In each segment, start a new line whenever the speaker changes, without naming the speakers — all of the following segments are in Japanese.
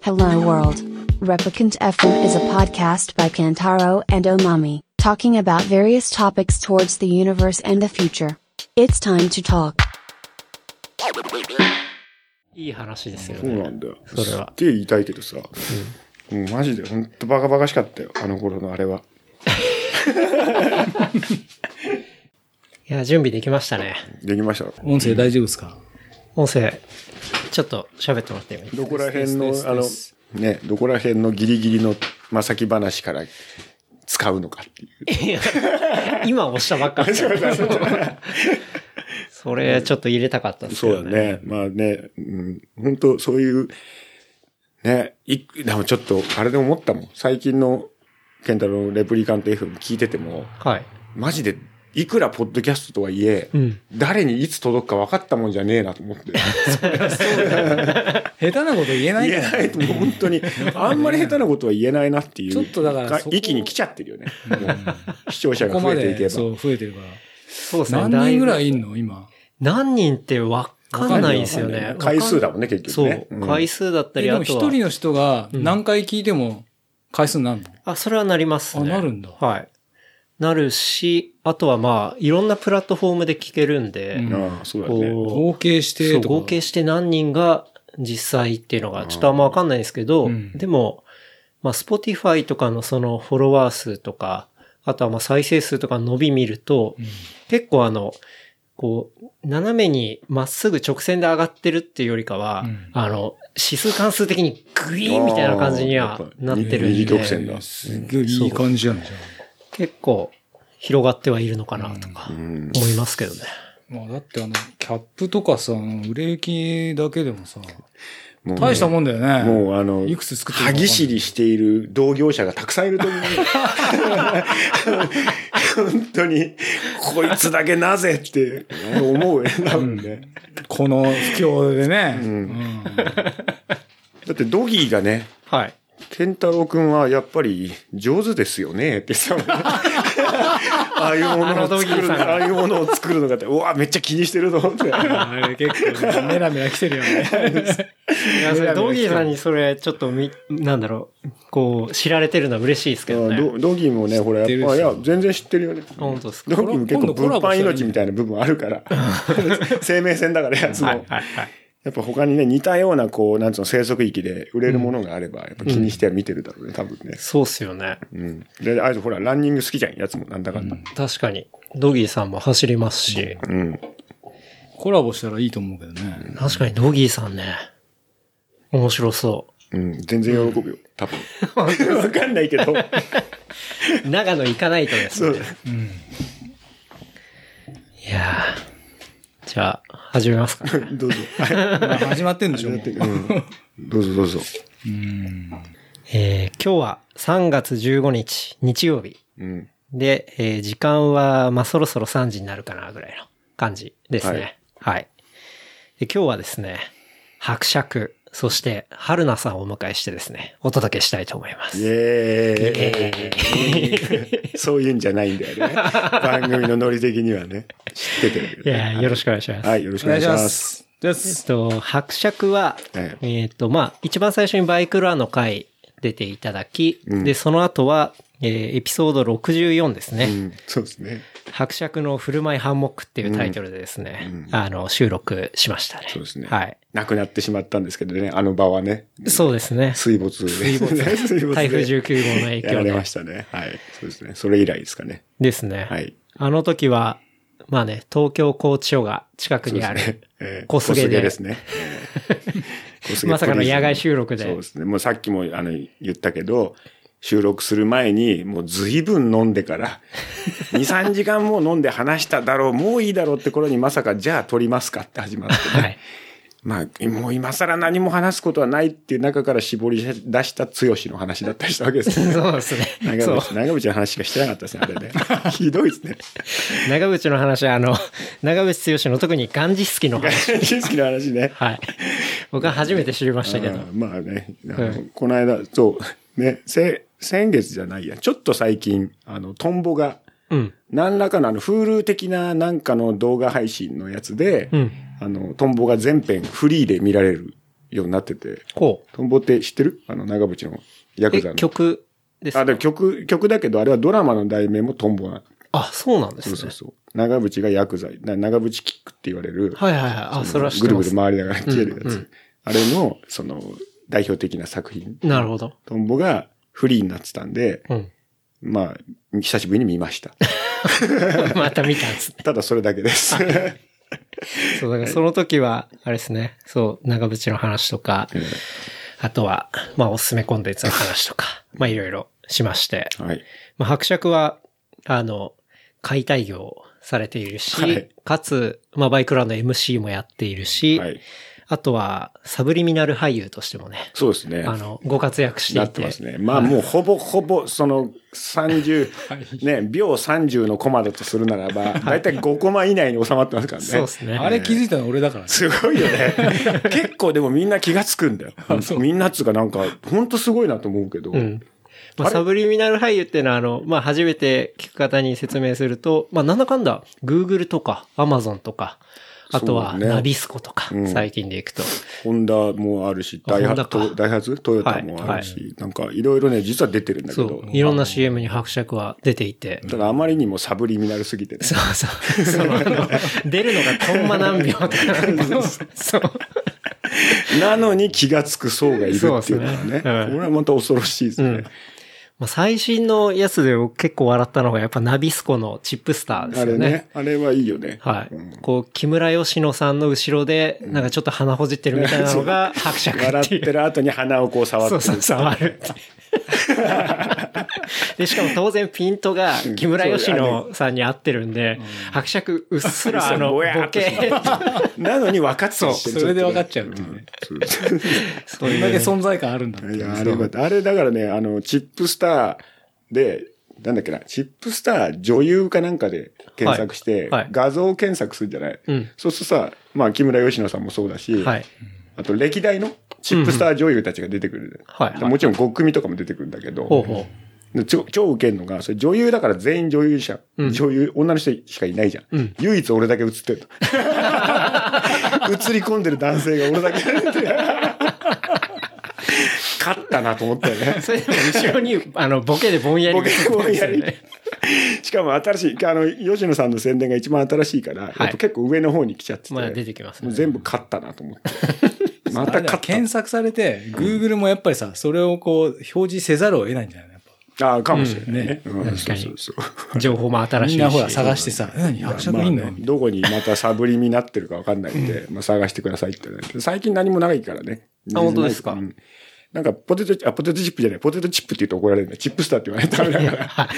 Hello World. Replicant FM is a podcast by Kantaro and Omami, talking about various topics towards the universe and the future. It's time to talk.
いい話ですよね。
そうなんだよ。
それは。
すっげえ言いたいけどさ。もうマジでほんとバカバカしかったよ。あの頃のあれは。
いや、準備できましたね。
できました。
音声大丈夫ですか？
音声、ちょっと喋ってもらってもいい？
どこら辺の、どこら辺のギリギリのまさき話から使うのかっていう。
いや今押したばっかり。それちょっと入れたかったですけどね。
そうだね。まあね、本当そういう、ね、でもちょっとあれで思ったもん。最近のケンタロウのレプリカント FM 聞いてても、
はい。
マジでいくらポッドキャストとはいえ、誰にいつ届くか分かったもんじゃねえなと思って。
そうだよ。下手なこと言えないから。
言えないと、もう本当に、あんまり下手なことは言えないなっていう。
ちょっとだから
一気に来ちゃってるよね。視聴者が
ここま
増えていけば。
でそう増えてるから。
そうですね。
何人ぐらいいんの今？
何人って分かんないですよね。
回数だもんね、結局ね。
そう。回数だったり、
でも
あとは。
一人の人が何回聞いても回数になるの？
あ、それはなりますね。
あ、なるんだ。
はい。なるし、あとはまあ、いろんなプラットフォームで聞けるんで、
ああ、そうだね。
合計して
そう、
とか。
合計して何人が実際っていうのがちょっとあんまわかんないんですけど、でも、まあ、Spotify とかのそのフォロワー数とか、あとはまあ再生数とか伸び見ると、結構こう、斜めにまっすぐ直線で上がってるっていうよりかは、指数関数的にグイーンみたいな感じにはなってるんで。
右曲線だ。
すげえいい感じじゃん、じゃ
結構広がってはいるのかなとか思いますけどね。
まあだってキャップとかさ、売れ行きだけでもさ、
もうね
大したもんだよね。
もう
いくつ作ってる
歯ぎしりしている同業者がたくさんいると思う。本当に、こいつだけなぜって思うよ、多分ね。
この不況でね。
だってドギーがね、
はい。
ケンタロウくんはやっぱり上手ですよねってさ、ああいうものを作るああいうものを作るのかって、うわ、めっちゃ気にしてると思って。
あれ結構メラメラ来てるよね。
いや、それドギーさんにそれちょっとなんだろう、こう、知られてるのは嬉しいですけどね。
ドギーもね、ほら、やっぱ、いや、全然知ってるよね。
本当ですか。
ドギーも結構物販命みたいな部分あるから。生命線だからやつも。
はいはいはい。
やっぱ他にね、似たような、こう、なんつうの、生息域で売れるものがあれば、やっぱ気にしては見てるだろうね、多分ね。
そうっすよね。
で、あいつほら、ランニング好きじゃん、やつも、なんだかんだ。
確かに。ドギーさんも走りますし。
コラボしたらいいと思うけどね。
確かにドギーさんね。面白そう。
全然喜ぶよ、多分。わかんないけど。
長野行かないとですね。いやー。じゃあ、始めますか。
どうぞ。
始まってんでしょ、もう。
どうぞどうぞ。
今日は3月15日、日曜日。で、時間は、まあ、そろそろ3時になるかな、ぐらいの感じですね。はい。で今日はですね、伯爵、そして、春菜さんをお迎えしてですね、お届けしたいと思います。
イエーイ。そういうんじゃないんだよね。番組のノリ的にはね。知っててるけど、
いや、よろしくお願いします。
はい、よろしくお願いします。
伯爵は、まあ、一番最初にバイクラーの回出ていただき、で、その後は、エピソード64ですね。
そうですね。
伯爵の振る舞いハンモックっていうタイトルでですね、収録しましたね。
そうですね。
はい。
亡くなってしまったんですけどね、あの場はね。
そうですね。
水没で。
台風19号の影響で。
やられましたね。はい。そうですね。それ以来ですかね。
ですね。
はい。
あの時は、まあね、東京拘置所が近くにある小菅で。
ですね。
まさかの野外収録で。
そうですね。もうさっきも言ったけど、収録する前に、もう随分飲んでから、2、3時間も飲んで話しただろう、もういいだろうって頃にまさか、じゃあ撮りますかって始まってね。はい。まあ、もう今更何も話すことはないっていう中から絞り出した剛の話だったりしたわけですね。
そうですね。
長渕の話しかしてなかったですね、あれね。ひどいですね。
長渕の話は長渕剛の特にガンジスキの話。
ガンジスキの話ね。
はい。僕は初めて知りましたけど。
まあね、この間、そうね、先月じゃないや、ちょっと最近、トンボが、何らかのHulu的ななんかの動画配信のやつで、トンボが全編フリーで見られるようになってて。
ほう。
トンボって知ってる？長渕のヤクザの。
曲ですか？
でも曲だけど、あれはドラマの題名もトンボなの。
あ、そうなんですね。
そう。長渕がヤクザ、長渕キックって言われる。
はいはいはい。あ、それは知ってます。
ぐるぐる回りながら消えるやつ。あれの、代表的な作品。
なるほど。
トンボがフリーになってたんで、まあ、久しぶりに見ました。
また見たんですね。
ただそれだけです。
そう、だからその時は、あれですね、そう、長渕の話とか、あとは、まあ、おすすめコンテンツの話とか、まあ、いろいろしまして、
はい。
まあ、伯爵は、解体業をされているし、はい、かつ、まあ、バイクランの MC もやっているし、はい、あとは、サブリミナル俳優としてもね。
そうですね。
ご活躍していて。
なってますね。まあもうほぼ、30、ね、秒30のコマだとするならば、だいたい5コマ以内に収まってますからね。
そうですね。
あれ気づいたの俺だからね。
すごいよね。結構でもみんな気がつくんだよ。みんなっつうかなんか、ほんとすごいなと思うけど。
まあ、サブリミナル俳優っていうのはまあ初めて聞く方に説明すると、まあなんだかんだ、Google とか Amazon とか、あとはナビスコとか、最近でいくと。
ホンダもあるし、ダイハツトヨタもあるし、なんかいろいろね、実は出てるんだけど。
そう。いろんな CM に伯爵は出ていて。
ただあまりにもサブリミナルすぎてね。
そう。出るのがコンマ何秒とかなんだけど。そう。
なのに気がつく層がいるっていうのはね。これはまた恐ろしいですね。
まあ、最新のやつで結構笑ったのがやっぱナビスコのチップスターですよね。
あれはいいよね。
はい。こう、木村佳乃さんの後ろで、なんかちょっと鼻ほじってるみたいなのが伯爵っていう。
笑ってる後に鼻をこう触ってる。
そう、触る。で、しかも当然ピントが木村佳乃さんに合ってるんで、伯爵うっすらボケ
なのに分かっちゃう。
それで分かっちゃうっていうね。それだけ存在感あるんだって。
あれだからね、チップスターで、なんだっけな、チップスター女優かなんかで検索して、画像検索するんじゃない？そうするとさ、まあ木村佳乃さんもそうだし、あと歴代のチップスター女優たちが出てくる。もちろん5組とかも出てくるんだけど、超ウケんのが、それ女優だから全員女優じゃん。女優、女の人しかいないじゃん。唯一俺だけ映ってると。映り込んでる男性が俺だけ勝ったなと思ったよね。
それでも後ろに、ボケでぼんやり。ボケでぼんやり。
しかも新しい、吉野さんの宣伝が一番新しいから、結構上の方に来ちゃってて。
まあ出てきますね。
全部勝ったなと思って。また勝った。
検索されて、Google もやっぱりさ、それをこう、表示せざるを得ないんじゃないの？
ああ、かもしれないね。
確かに。情報も新しいし。
みんなほら探してさ、伯爵いいんだよ。
どこにまたサブリミなってるか分かんないんで、探してくださいって。最近何もないからね。
あ、本当ですか？
なんかポテトチップじゃない、ポテトチップって言うと怒られるんだ。チップスターって言われたらダメだから。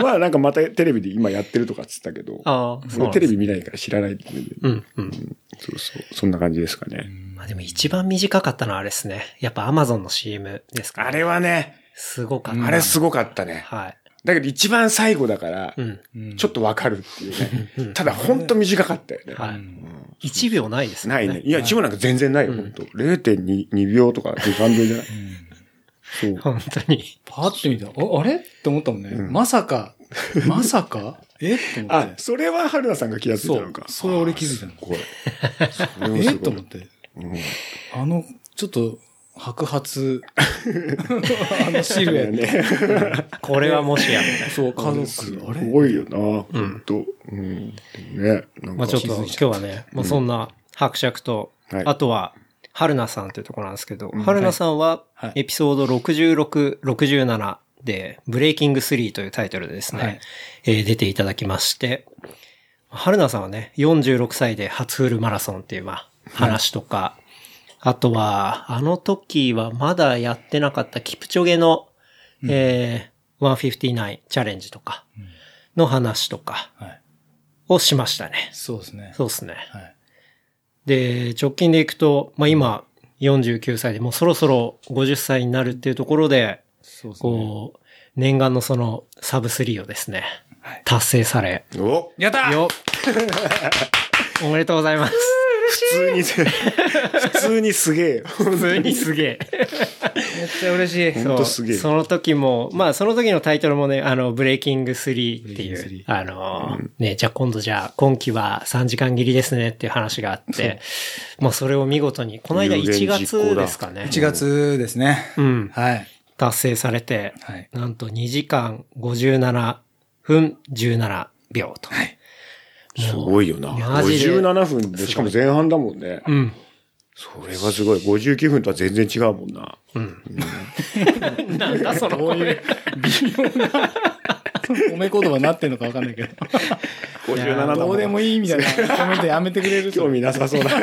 まあなんかまたテレビで今やってるとかっつったけど、俺テレビ見ないから知らないってそう。そんな感じですかね。
まあでも一番短かったのはあれですね。やっぱ Amazon の CM ですかね。
あれはね、
すごかった。
あれすごかったね。
はい。
だけど一番最後だから、ちょっとわかるっていうね。ただほんと短かったよね。
はい。1秒ないですね。
ないね。いや、1秒なんか全然ないよ、ほんと。0.2 秒とか3秒じゃない。
そう。本当に。
パーって見たあれって思ったもんね。まさかって思って。
あ、それは春菜さんが気がついたのか。
それ俺気づいたの。これ。と思って。ちょっと、白髪、シルエット。
これはもしや。
そう、家族。
すごいよな、ほんと。ね。
まあちょっと今日はね、もうそんな伯爵と、あとは、春菜さんというところなんですけど、春菜さんはエピソード66、67で、ブレイキング3というタイトルでですね、出ていただきまして、春菜さんはね、46歳で初フルマラソンっていう話とか、あとは、あの時はまだやってなかったキプチョゲの、159チャレンジとかの話とかをしましたね。
そうですね。
そうですね。で、直近でいくと、まあ今49歳でもうそろそろ50歳になるっていうところで、こう、念願のそのサブ3をですね、達成され。
やった
おめでとうございます。
普通にすげえ。
普通にすげえ。
めっちゃ嬉しい。
ほんとすげえ。
その時も、まあその時のタイトルもね、ブレイキング3っていう、ね、じゃあ今期は3時間切りですねっていう話があって、まあそれを見事に、この間1月ですかね。
1月ですね。
うん。
はい。
達成されて、
はい、
なんと2時間57分17秒と。
はい。
すごいよな。57分で、しかも前半だもんね。
うん。
それはすごい。59分とは全然違うもんな。
うん。なんだその、
こういう微妙な褒め言葉になってんのかわかんないけど。
57だもん。
どうでもいいみたいなコメントやめてくれると。
興味なさそうだ。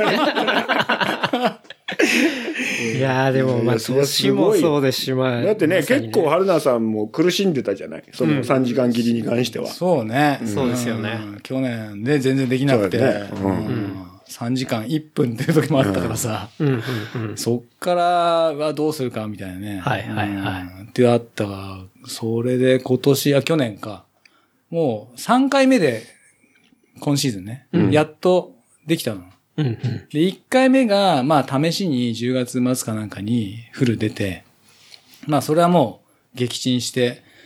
いやーでもまあ年もそうですし、まあ。
だってね、結構春菜さんも苦しんでたじゃない。その3時間切りに関しては。
そうね。
そうですよね。
去年で全然できなくて。3時間1分っていう時もあったからさ。そっからはどうするかみたいなね。
はいはいはい。
ってあったが、それで去年か。もう3回目で今シーズンね。やっとできたの。で、1回目が、まあ、試しに10月末かなんかにフル出て、まあ、それはもう、撃沈して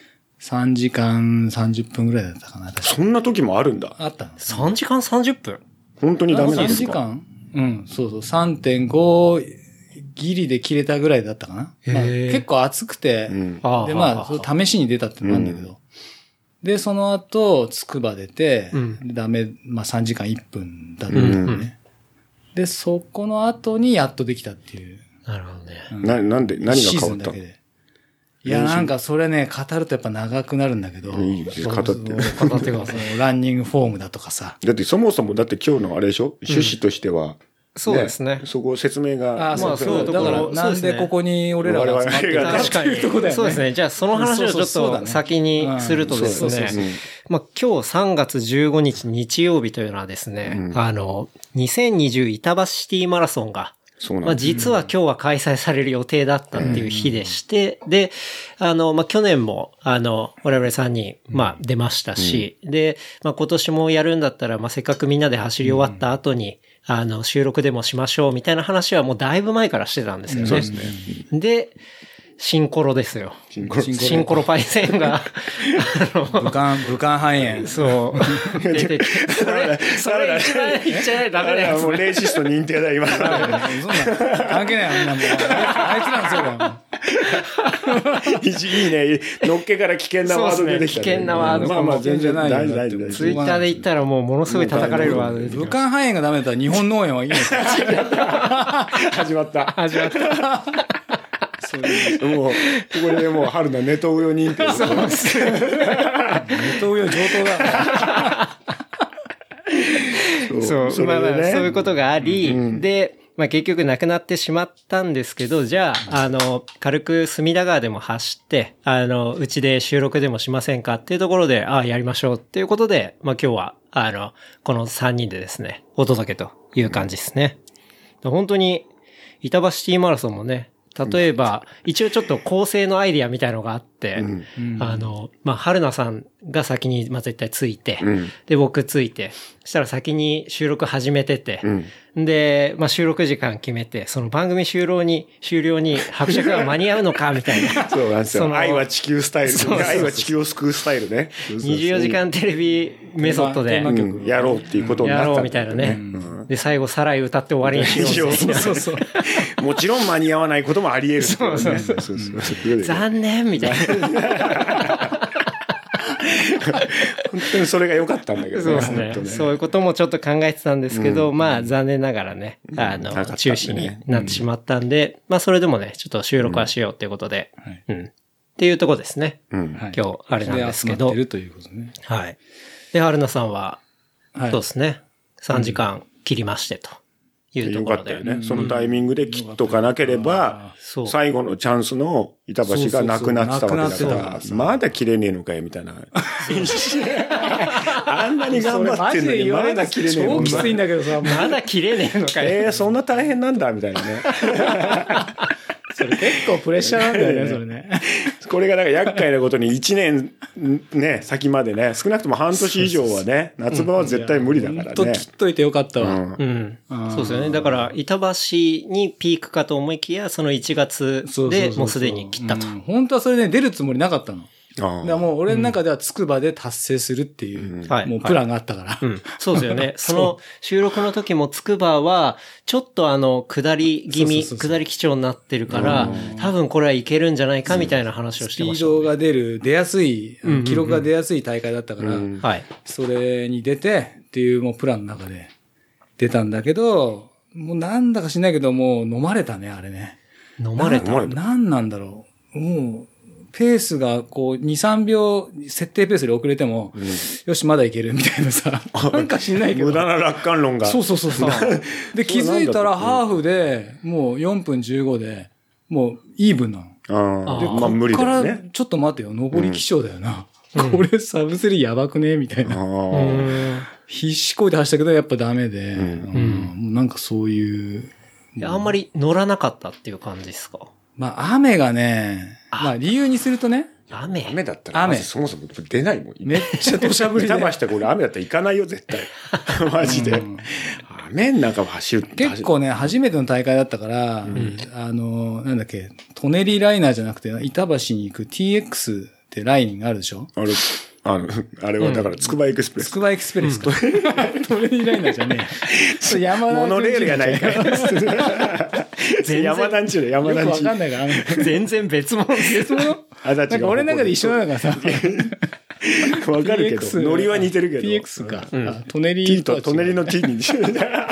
、3時間30分ぐらいだったかな。
そんな時もあるんだ。
あったの。
3時間30分
本当にダメなんですか？
3時間うん、そうそう。3.5 ギリで切れたぐらいだったかな。まあ、結構暑くて、で、まあ、試しに出たってのもあるんだけど。で、その後、筑波出て、ダメ、まあ、3時間1分だったんだよね。で、そこの後にやっとできたっていう。
なるほどね。
なんで、何が変わったの？
いや、なんかそれね、語るとやっぱ長くなるんだけど。
いいですよ、語って。
語ってください。
ランニングフォームだとかさ。
だってそもそも、だって今日のあれでしょ？趣旨としては。
そうですね。
そこ説明が。
まあそう。
だから、なんでここに俺らが集まってるか
確かに。そうですね。じゃあその話をちょっと先にするとですね。まあ今日3月15日日曜日というのはですね、2020板橋シティマラソンが、まあ実は今日は開催される予定だったっていう日でして、で、まあ去年も、我々3人、まあ出ましたし、で、まあ今年もやるんだったら、まあせっかくみんなで走り終わった後に、収録でもしましょうみたいな話はもうだいぶ前からしてたんですよね。
そうですね。
で、シンコロですよ。シンコロパイセンが、
武漢肺炎。
そう。出てきて。それ言っちゃないダメだよ。
もうレイシスト認定だ、今。
関係ないよ、みんなもう。あいつらのせいだよ。
いいね。のっけから危険なワード出てきた、
危険なワード。
まあまあ全然大丈夫。
ツイッターで言ったらもうものすごい叩かれるワードです。
武漢肺炎がダメだったら日本農園はいいのか。
始まった。
もう、こ
こでもう春菜ネトウヨ認定。
そうです。ネトウヨ上等だ。
そう。まあまあ、そういうことがあり、で、まあ結局なくなってしまったんですけど、じゃあ、軽く隅田川でも走って、うちで収録でもしませんかっていうところで、やりましょうっていうことで、まあ今日は、この3人でですね、お届けという感じですね。本当に、板橋シティマラソンもね、例えば、一応ちょっと構成のアイディアみたいのがあって、まあ、春菜さんが先にまあ絶対ついて、で、僕ついて、そしたら先に収録始めてて、で、まあ、収録時間決めて、その番組終了に伯爵が間に合うのか、みたいな。
そうなんですよ。愛は地球スタイル。愛は地球を救うスタイルね。
24時間テレビメソッドで。
やろうっていうことになった。
やろうみたいなね。で、最後、サライ歌って終わりにしよう。
そう。もちろん間に合わないこともあり得る。
そう。残念みたいな。
本当にそれが良かったんだけどね。
そうですね。そういうこともちょっと考えてたんですけど、まあ残念ながらね、中止になってしまったんで、まあそれでもね、ちょっと収録はしようっていうことで、っていうとこですね。今日、あれなんですけど。はい。で、春菜さんは、そうですね、3時間切りましてと。いうところで。
よかったよね。そのタイミングで切っとかなければ、最後のチャンスの板橋がなくなってたわけだから、まだ切れねえのかよ、みたいな。あんなに頑張ってんのに、まだ切れねえのか。
超きついんだけどさ、
まだ切れねえのかよ。
そんな大変なんだ、みたいなね。
それ結構プレッシャーなんだよね、それね。
これがなんか厄介なことに1年ね、先までね、少なくとも半年以上はね、夏場は絶対無理だからね。
ほんと切っといてよかったわ。
そうですよね。だから、板橋にピークかと思いきや、その1月でもうすでに切ったと。
本当はそれね、出るつもりなかったの。だからもう俺の中では筑波で達成するっていう、もうプランがあったから。
そうですよね。その収録の時も筑波は、ちょっと下り気味、下り基調になってるから、多分これはいけるんじゃないかみたいな話をしてました。
スピードが出やすい、記録が出やすい大会だったから、それに出てっていうもうプランの中で出たんだけど、もうなんだか知んないけど、もう飲まれたね、あれね。
飲まれた。
なんなんだろう。もう、ペースがこう、2、3秒、設定ペースで遅れても、よし、まだいけるみたいなさ、なんか知んないけど。
無駄な楽観論が。
そう。で、気づいたらハーフで、もう4分15で、もうイーブンなの。で、
まあ無理だよね。
こっから、ちょっと待てよ、上り基調だよな。これサブスリーやばくねみたいな。必死こいて走ったけど、やっぱダメで、なんかそういう。
あんまり乗らなかったっていう感じですか？
まあ、雨がね、まあ、理由にするとね。
雨
だったら、そもそも出ないもん。
めっちゃ土砂降りで。
板橋ってこれ雨だったら行かないよ、絶対。マジで。雨の中を走る。
結構ね、初めての大会だったから、なんだっけ、舎人ライナーじゃなくて、板橋に行く TX ってラインがあるでしょ？
あれはだから、つくばエクスプレス。
つくばエクスプレスか。舎人ライナーじゃねえ。山田
モノレールやないかい。山田んちゅう山田んち。
よくわかんないから。
全然別物。
なんか俺の中で一緒なのかさ。
わかるけど。ノリは似てるけど。
TX か。舎人
と舎人の T に。舎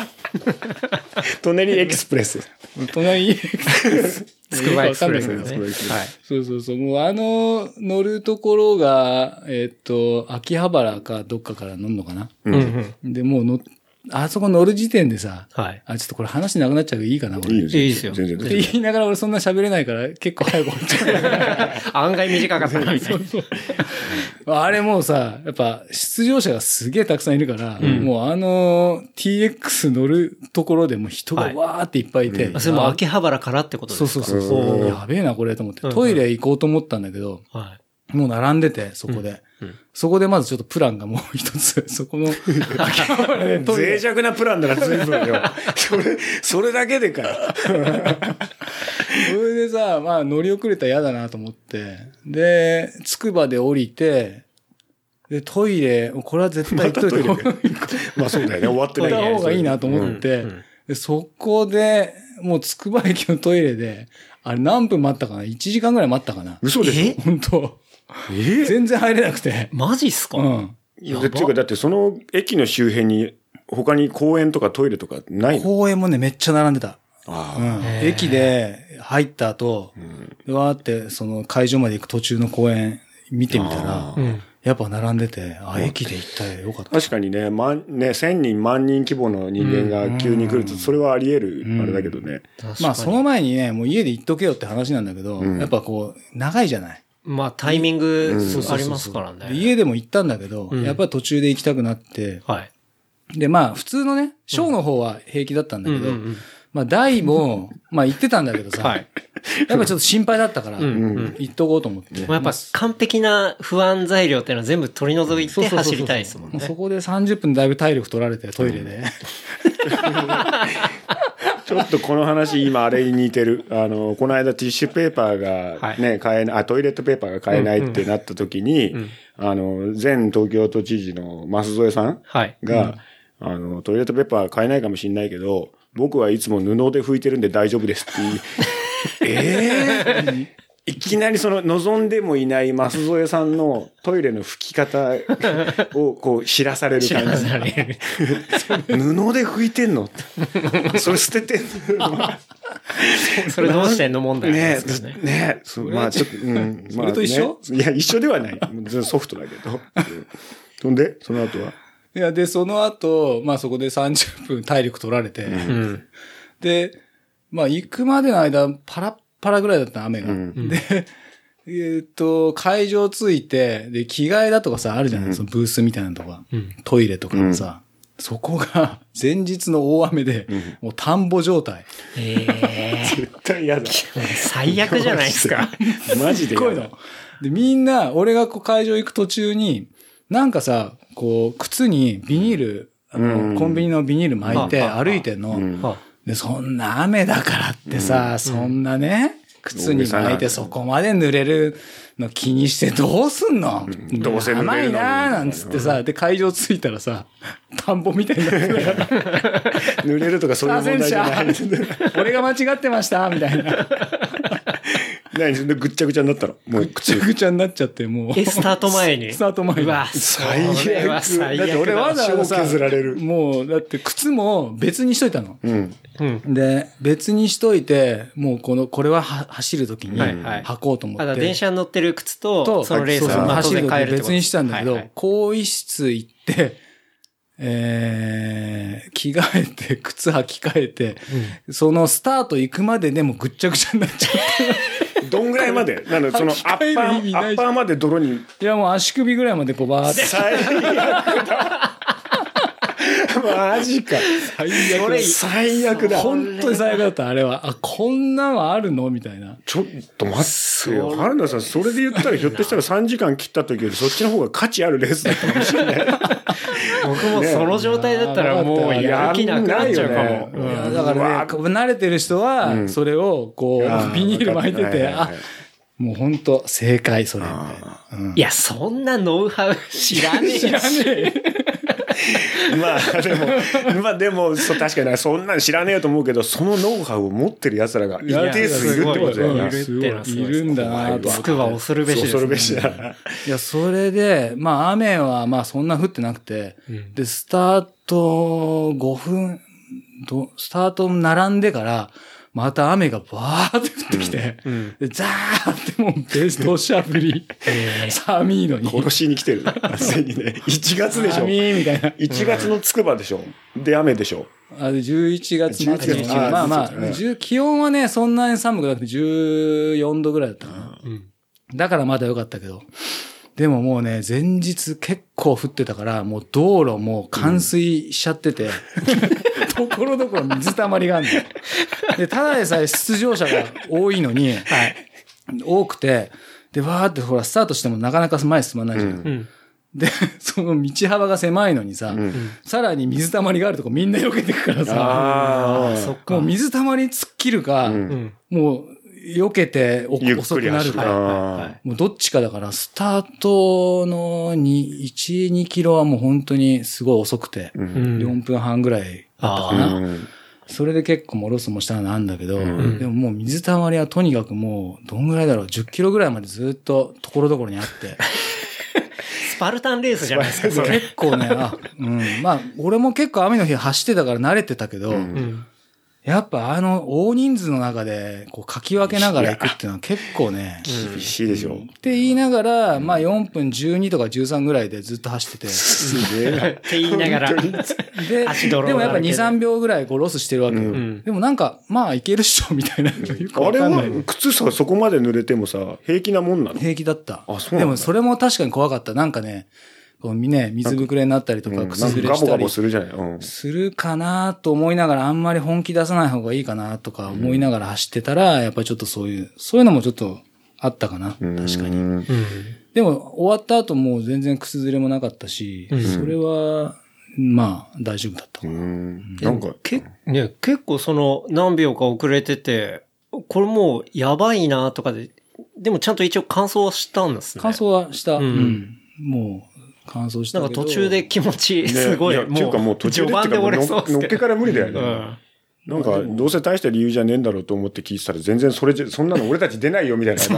人エクスプレス。
舎人エクスプレス。
つくばエクスプレスですね。
そう。もう乗るところが、秋葉原かどっかから乗るのかな。で、もうあそこ乗る時点でさ、ちょっとこれ話なくなっちゃうけどいいかな、これ。
いいですよ。
全然。
って言いながら俺そんな喋れないから結構早く終わっちゃう。
案外短かったな、みたいな。
あれもうさ、やっぱ出場者がすげえたくさんいるから、もうTX 乗るところでも人がわーっていっぱいいて。
それも秋葉原からってことですか？
そう。やべえな、これと思って。トイレ行こうと思ったんだけど、もう並んでて、そこで。そこでまずちょっとプランがもう一つ、そこの、
脆弱なプランだな、随分よ。それだけでかよ。
それでさ、まあ乗り遅れたら嫌だなと思って、で、つくばで降りて、で、トイレ、これは絶対行っといて。
まあそうだよね、終わってない。
行った方がいいなと思って、でそこで、もうつくば駅のトイレで、あれ何分待ったかな ?1 時間ぐらい待ったかな？
嘘でしょ？
本当全然入れなくて。
マジっすか？
っていうか、だってその駅の周辺に他に公園とかトイレとかないの？
公園もね、めっちゃ並んでた。駅で入った後、わーって、その会場まで行く途中の公園見てみたら、やっぱ並んでて、駅で行ったらよかった。
確かにね、1000人、万人規模の人間が急に来ると、それはあり得る、あれだけどね。
まあ、その前にね、もう家で行っとけよって話なんだけど、やっぱこう、長いじゃない。
まあ、タイミングありますからね。
家でも行ったんだけど、やっぱり途中で行きたくなって、で、まあ、普通のね、ショーの方は平気だったんだけど、まあ、大も、まあ、行ってたんだけどさ、やっぱちょっと心配だったから、行っとこうと思って。
やっぱ完璧な不安材料っていうのは全部取り除いて走りたいですもんね。
そこで30分だいぶ体力取られて、トイレで。
ちょっとこの話今あれに似てる。この間ティッシュペーパーがね、買えない、トイレットペーパーが買えないってなった時に、前東京都知事の舛添さんが、トイレットペーパー買えないかもしれないけど、僕はいつも布で拭いてるんで大丈夫ですっていきなりその望んでもいない舛添さんのトイレの拭き方をこう知らされる感じ。布で拭いてんのそれ捨ててんの
それどうしてんの問題ですね。
ねまあちょっと、
それと一緒？
いや、一緒ではない。ソフトだけど。そんで、その後はい
や、で、その後、まあそこで30分体力取られて、で、まあ行くまでの間、パラッパラぐらいだった雨が。で、会場着いて、で、着替えだとかさ、あるじゃない、そのブースみたいなとか、トイレとかもさ、 そこが前日の大雨で、もう田んぼ状態。
絶対嫌だ。
最悪じゃないですか。
マジで嫌だ。
で、みんな、俺がこう会場行く途中に、なんかさ、こう、靴にビニール、コンビニのビニール巻いて歩いてんの。で、そんな雨だからってさ、そんなね、靴に巻いてそこまで濡れるの気にしてどうすんの？
どうせ濡れるのに。
甘いなーなんつってさ、で、会場着いたらさ、田んぼみたいになってるから。
濡れるとかそういう問題じゃない。
俺が間違ってましたみたいな。
何それでぐっちゃぐちゃになったの？もう
ぐちゃぐちゃになっちゃって、もう。
スタート前に。
スタート前に。
うわ、
最悪。
だ
って俺わざわざ削られる。
もう、だって靴も別にしといたの。で、別にしといて、もうこれは走るときに履こうと思って。
電車に乗ってる靴と、そのレースを
走るときに別にしたんだけど、更衣室行って、着替えて、靴履き替えて、そのスタート行くまででもぐっちゃぐちゃになっちゃって。
どんぐらいまでそのアッパーまで泥に。
いやもう足首ぐらいまでこうバーって。
最悪だ。マジか。最悪だ。
本当に最悪だった、あれは。あ、こんなのあるのみたいな。
ちょっと待ってよ。春菜さん、それで言ったらひょっとしたら3時間切った時よりそっちの方が価値あるレースだったかもしれない。
僕もその状態だったらもうやる気なくなっちゃうかも。
だからね、慣れてる人は、それをこう、ビニール巻いてて、あ、もう本当正解、それ。
いや、そんなノウハウ知らねえ。知らねえ。
まあでも、確かにそんなの知らねえと思うけど、そのノウハウを持ってる奴らが一定数いるってことだよね。
いるんだなと。
つくは恐るべしです。
恐るべしだ。
いや、それで、まあ雨はまあそんな降ってなくて、で、スタート5分、スタート並んでから、また雨がバーって降ってきて、で、ザーってもうベストシャブリ、寒いのに。
殺しに来てるね。1月でしょ。
寒いみたいな。
1月のつくばでしょ。で、雨でしょ。
11月末に。まあまあ、気温はね、そんなに寒くなくて14度ぐらいだったかな。だからまだ良かったけど。でももうね、前日結構降ってたから、もう道路もう冠水しちゃってて、ところどころ水たまりがあるんだよ。で、ただでさえ出場者が多いのに、多くて、で、わーってほら、スタートしてもなかなか前進まないじゃん。で、その道幅が狭いのにさ、さらに水たまりがあるとこみんな避けてくからさ、もう水たまり突っ切るか、もう、避けて遅くなるから、もうどっちかだから、スタートの1、2キロはもう本当にすごい遅くて、4分半ぐらいだったかな。それで結構もロスもしたのあるんだけど、でももう水たまりはとにかくもう、どんぐらいだろう、10キロぐらいまでずっとところどころにあって。
スパルタンレースじゃないですか、それ。
結構ね、まあ、俺も結構雨の日走ってたから慣れてたけど、やっぱ大人数の中で、こう、かき分けながら行くっていうのは結構ね。
厳しいでしょ。
って言いながら、まあ4分12とか13ぐらいでずっと走ってて。
すげえ。
って言いながら。
でもやっぱ2、3秒ぐらいこうロスしてるわけよ。でもなんか、まあいけるっしょ、みたいな。
あれは、靴さ、そこまで濡れてもさ、平気なもんなの？
平気だった。
あ、そうなんだ。
でもそれも確かに怖かった。なんかね、こうね、水ぶくれになったりとか、靴ずれしたり。
ガボガボするじゃない。
するかなと思いながら、あんまり本気出さない方がいいかなとか思いながら走ってたら、やっぱりちょっとそういうのもちょっとあったかな。確かに。でも、終わった後もう全然靴ずれもなかったし、それは、まあ、大丈夫だったかな。
なんか、
結構その何秒か遅れてて、これもうやばいなとかで、でもちゃんと一応完走はしたんですね。
完走はした。もう、完走したけど。
なんか途中で気持ちすごい。
っていうかもう途中でっていうかのっけから無理だよね。なんか、どうせ大した理由じゃねえんだろうと思って聞いてたら、全然そんなの俺たち出ないよみたいな。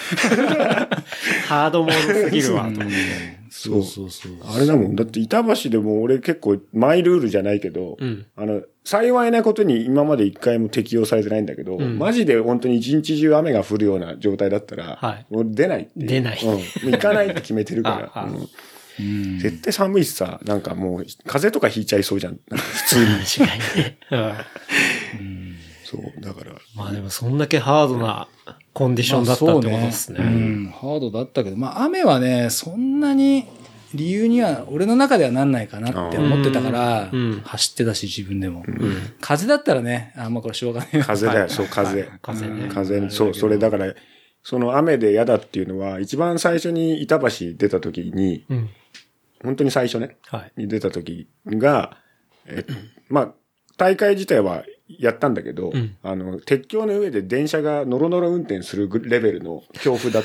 ハードモードすぎるわ。
そう。あれだもん。だって板橋でも俺結構マイルールじゃないけど、幸いなことに今まで一回も適用されてないんだけど、マジで本当に一日中雨が降るような状態だったら、もう出ないっていう。
出ない。
行かないって決めてるから。絶対寒いしさ、なんかもう風邪とかひいちゃいそうじゃん。普通に。
確かにね。
そう、だから。
まあでもそんだけハードなコンディションだったってことですね。
ハードだったけど、まあ雨はね、そんなに理由には、俺の中ではなんないかなって思ってたから、走ってたし、自分でも。風だったらね、まあこれしょうがない。
風だよ、そう、風。
風ね。
風、そう、それだから、その雨で嫌だっていうのは、一番最初に板橋出た時に、本当に最初ね、に出た時が、まあ、大会自体はやったんだけど、鉄橋の上で電車がノロノロ運転するレベルの恐怖だった。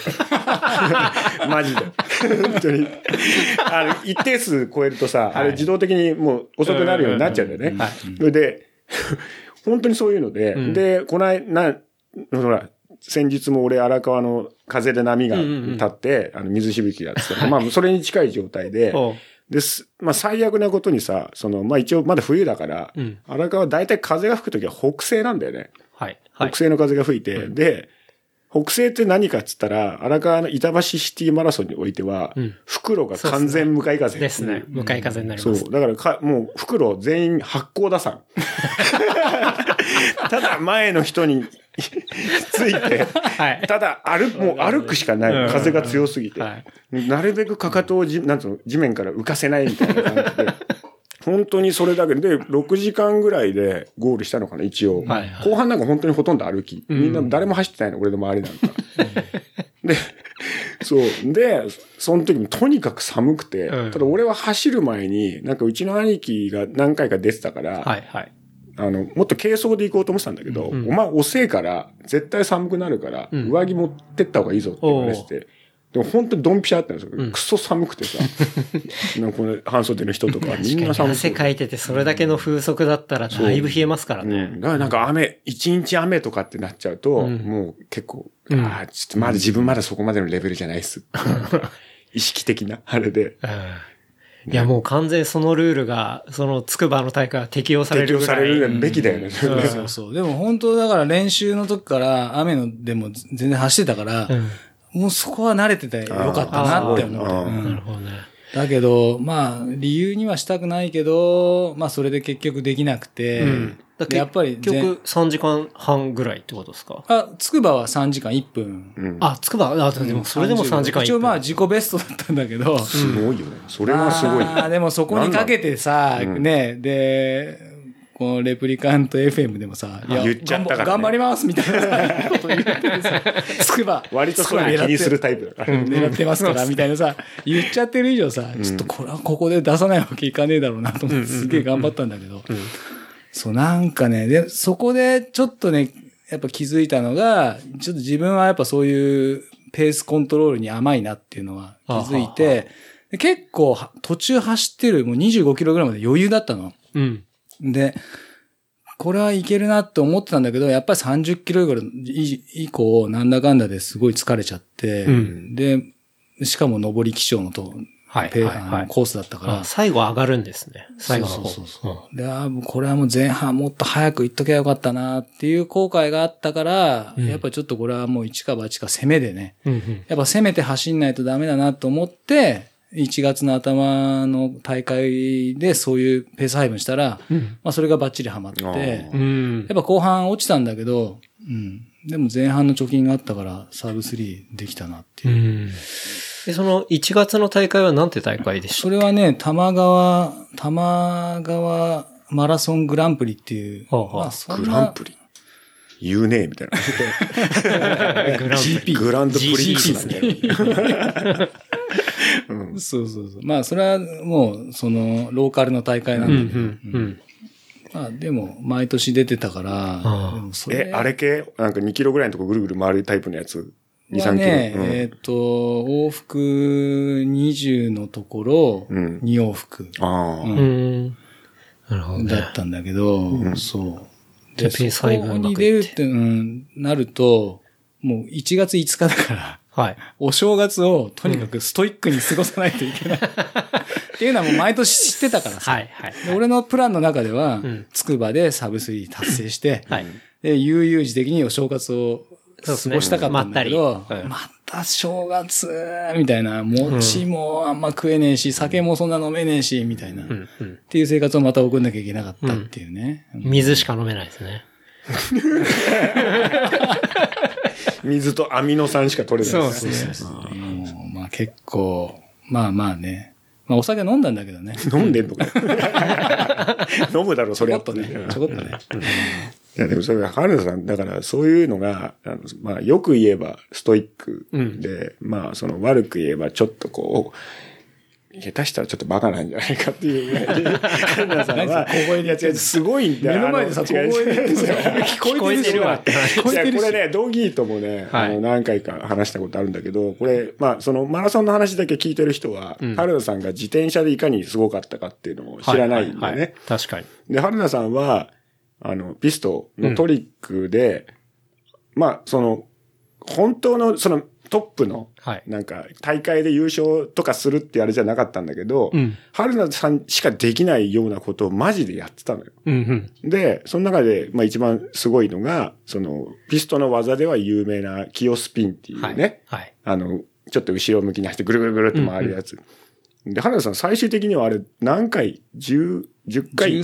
マジで。本当に。一定数超えるとさ、あれ自動的にもう遅くなるようになっちゃうんだよね。それで、本当にそういうので、で、ほら、先日も俺荒川の風で波が立って、水しぶきがあってた。まあ、それに近い状態で、まあ、最悪なことにさ、まあ一応まだ冬だから、荒川は大体風が吹くときは北西なんだよね。北西の風が吹いて、で、北西って何かっつったら、荒川の板橋シティマラソンにおいては、復路が完全向かい風。
ですね。向かい風になります。
そう。だからもう復路全員八甲田山。ただ前の人について、ただもう歩くしかない。風が強すぎて。なるべくかかとを地面から浮かせないみたいな感じで。本当にそれだけで、6時間ぐらいでゴールしたのかな、一応。後半なんか本当にほとんど歩き。みんな誰も走ってないの、俺の周りなんか。で、そう。で、その時にとにかく寒くて、ただ俺は走る前に、なんかうちの兄貴が何回か出てたから、もっと軽装で行こうと思ってたんだけど、お前遅えから、絶対寒くなるから、上着持ってった方がいいぞって言われてて、でも本当にドンピシャだったんですよ。クソ寒くてさ。なんかこの半袖の人とかみんな寒くて。
汗かいててそれだけの風速だったらだいぶ冷えますからね。
だからなんか一日雨とかってなっちゃうと、もう結構、ちょっと自分まだそこまでのレベルじゃないっす。意識的な、あれで。
いやもう完全そのルールが、筑波の大会は適用されるぐらい。
適用されるべきだよね。
そうそう。でも本当だから練習の時から雨のでも全然走ってたから、もうそこは慣れててよかったなって思って。
なるほどね。
だけど、まあ、理由にはしたくないけど、まあ、それで結局できなくて、やっぱり。
結局3時間半ぐらいってことですか？
筑波は3時間1分。
筑波でもそれでも3時間1分。
一応まあ自己ベストだったんだけど。
すごいよね。それはすごい。
でもそこにかけてさ、ね、で、このレプリカント FM でもさ、
言っちゃったから、
頑張りますみたいなこと言っててさ、筑波。
割とそういうの気にするタイプだから。
狙ってますから、みたいなさ、言っちゃってる以上さ、ちょっとこれはここで出さないわけいかねえだろうなと思って、すげえ頑張ったんだけど、そうなんかね、で、そこでちょっとね、やっぱ気づいたのが、ちょっと自分はやっぱそういうペースコントロールに甘いなっていうのは気づいて、結構途中走ってるもう25キロぐらいまで余裕だったの。で、これはいけるなって思ってたんだけど、やっぱり30キロぐらい以降、なんだかんだですごい疲れちゃって、で、しかも上り基調のコースだったから。
最後上がるんですね。最後の方。
そうで、これはもう前半もっと早く行っときゃよかったなっていう後悔があったから、やっぱちょっとこれはもう一か八か攻めでね、やっぱ攻めて走んないとダメだなと思って、1月の頭の大会でそういうペース配分したら、まあそれがバッチリハマって、やっぱ後半落ちたんだけど、でも前半の貯金があったからサーブ3できたなっていう。
で、その1月の大会は何て大会でしたっけ？
それはね、玉川マラソングランプリっていう。
グランプリ言うねえみたいな。グランドプリックスなんだよ。
そう。まあ、それはもう、ローカルの大会なんだけど。まあ、でも、毎年出てたから。
あれ系なんか2キロぐらいのとこぐるぐる回るタイプのやつ ?2、3
キロ。往復20のところ、2往復。
なるほど。
だったんだけど、そう。で、そこに出るってなると、もう1月5日だから。お正月をとにかくストイックに過ごさないといけない。っていうのはもう毎年知ってたからさ。で俺のプランの中では、筑波でサブ3達成して、で、悠々自適にお正月を過ごしたかったんだけど、また正月、みたいな、餅もあんま食えねえし、酒もそんな飲めねえし、みたいな。っていう生活をまた送んなきゃいけなかったっていうね。
水しか飲めないですね。
水とアミノ酸しか取れない。
そう。まあ結構、まあね。 まあお酒飲んだんだけどね。
飲んでんのか飲むだろ、それ
ちょこっとね。ちょこっとね。
いや、でもそれ、春菜さん、だからそういうのが、まあ、よく言えばストイックで、まあ、その悪く言えばちょっとこう、下手したらちょっとバカなんじゃないかっていうぐらいで、春菜さんは、
小声でやっちゃう。
すごいんだよ。
目の前でさ、小声で言ってさ、
聞こえてるわって話。
いや、これね、ドギーともね、何回か話したことあるんだけど、これ、まあ、そのマラソンの話だけ聞いてる人は、春菜さんが自転車でいかにすごかったかっていうのを知らないんだよね。
確かに。
で、春菜さんは、ピストのトリックで、まあ、その、本当の、その、トップの、なんか、大会で優勝とかするってあれじゃなかったんだけど、春菜さんしかできないようなことをマジでやってたのよ。で、その中で、まあ一番すごいのが、その、ピストの技では有名なキヨスピンっていうね、ちょっと後ろ向きに走ってぐるぐるぐるって回るやつ。で、春菜さん最終的にはあれ何回 ?10 回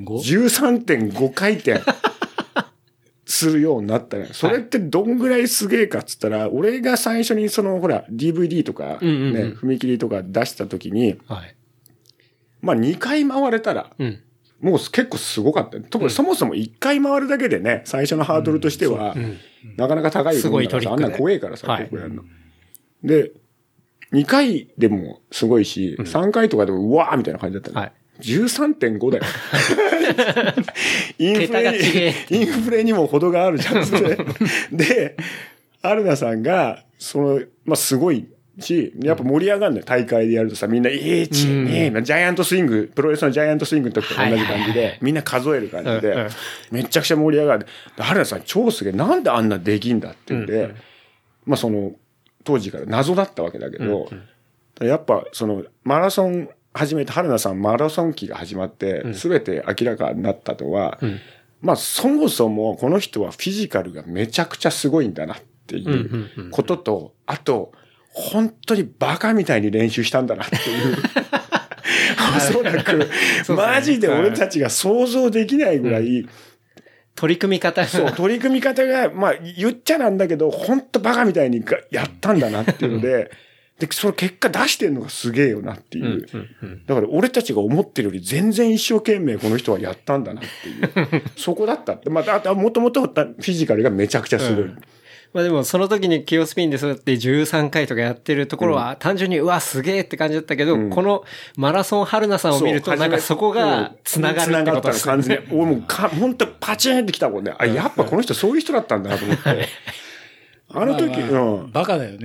13.5?13.5
回転。するようになったね。それってどんぐらいすげえかっつったら、俺が最初にその、ほら、DVD とか、ね、踏切とか出した時に、まあ2回回れたら、もう結構すごかった。特にそもそも1回回るだけでね、最初のハードルとしては、なかなか高いもんだからさ、あんな怖えからさ、結構やるの。で、2回でもすごいし、3回とかでもうわーみたいな感じだったね。13.5 だよ。インフレにも程があるじゃん。で、春菜さんが、まあ、すごいし、やっぱ盛り上がるのよ。大会でやるとさ、みんな、1、2、ジャイアントスイング、プロレスのジャイアントスイングの時と同じ感じで、みんな数える感じで、めちゃくちゃ盛り上がる。春菜さん超すげえ、なんであんなできんだって言うんで、まあ当時から謎だったわけだけど、やっぱマラソン、初めて春菜さんマラソン期が始まって、すべて明らかになったのは、まあそもそもこの人はフィジカルがめちゃくちゃすごいんだなっていうことと、あと、本当にバカみたいに練習したんだなっていう。おそらく、マジで俺たちが想像できないぐらい、
取り組み方が。
そう、取り組み方が、まあ言っちゃなんだけど、本当バカみたいにやったんだなっていうので、で、その結果出してんのがすげえよなっていう。だから俺たちが思ってるより全然一生懸命この人はやったんだなっていう。そこだったって。まあ、あともともとフィジカルがめちゃくちゃすごい。
まあでもその時にキヨスピンでそうやって13回とかやってるところは単純にうわすげえって感じだったけど、このマラソン春菜さんを見るとなんかそこが繋がるってことですね。
感じで、俺もう本当パチンってきたもんね。あ、やっぱこの人そういう人だったんだなと思って。あの時、
バカだよね。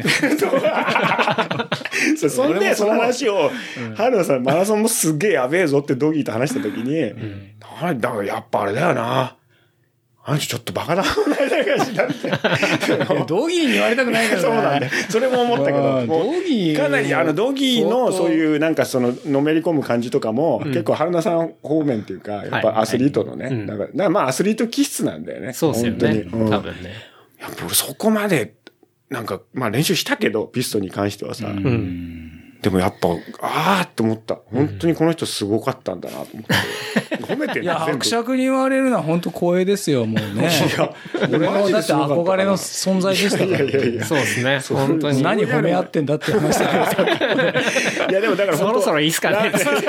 そんで、その話を、春菜さんマラソンもすげえやべえぞってドギーと話した時に、だからやっぱあれだよな。あの人ちょっとバカだもんね、
ドギーに言われたくないからね。
そうなんだよ。それも思ったけど、
ドギー
かなりドギーのそういうなんかのめり込む感じとかも、結構春菜さん方面っていうか、やっぱアスリートのね、まあアスリート気質なんだよね。
そうですよね。多分ね。
やっぱ俺そこまで、なんか、まあ練習したけど、ピストに関してはさ。でもやっぱ、あーって思った。本当にこの人すごかったんだなと思って。褒めてる。
いや、伯爵に言われるのは本当光栄ですよ、もうね。俺のだって憧れの存在でしたから。
いや
そうですね。本当に。
何褒め合ってんだって話だけど。
いや、でもだから
そろそろいいっすかね。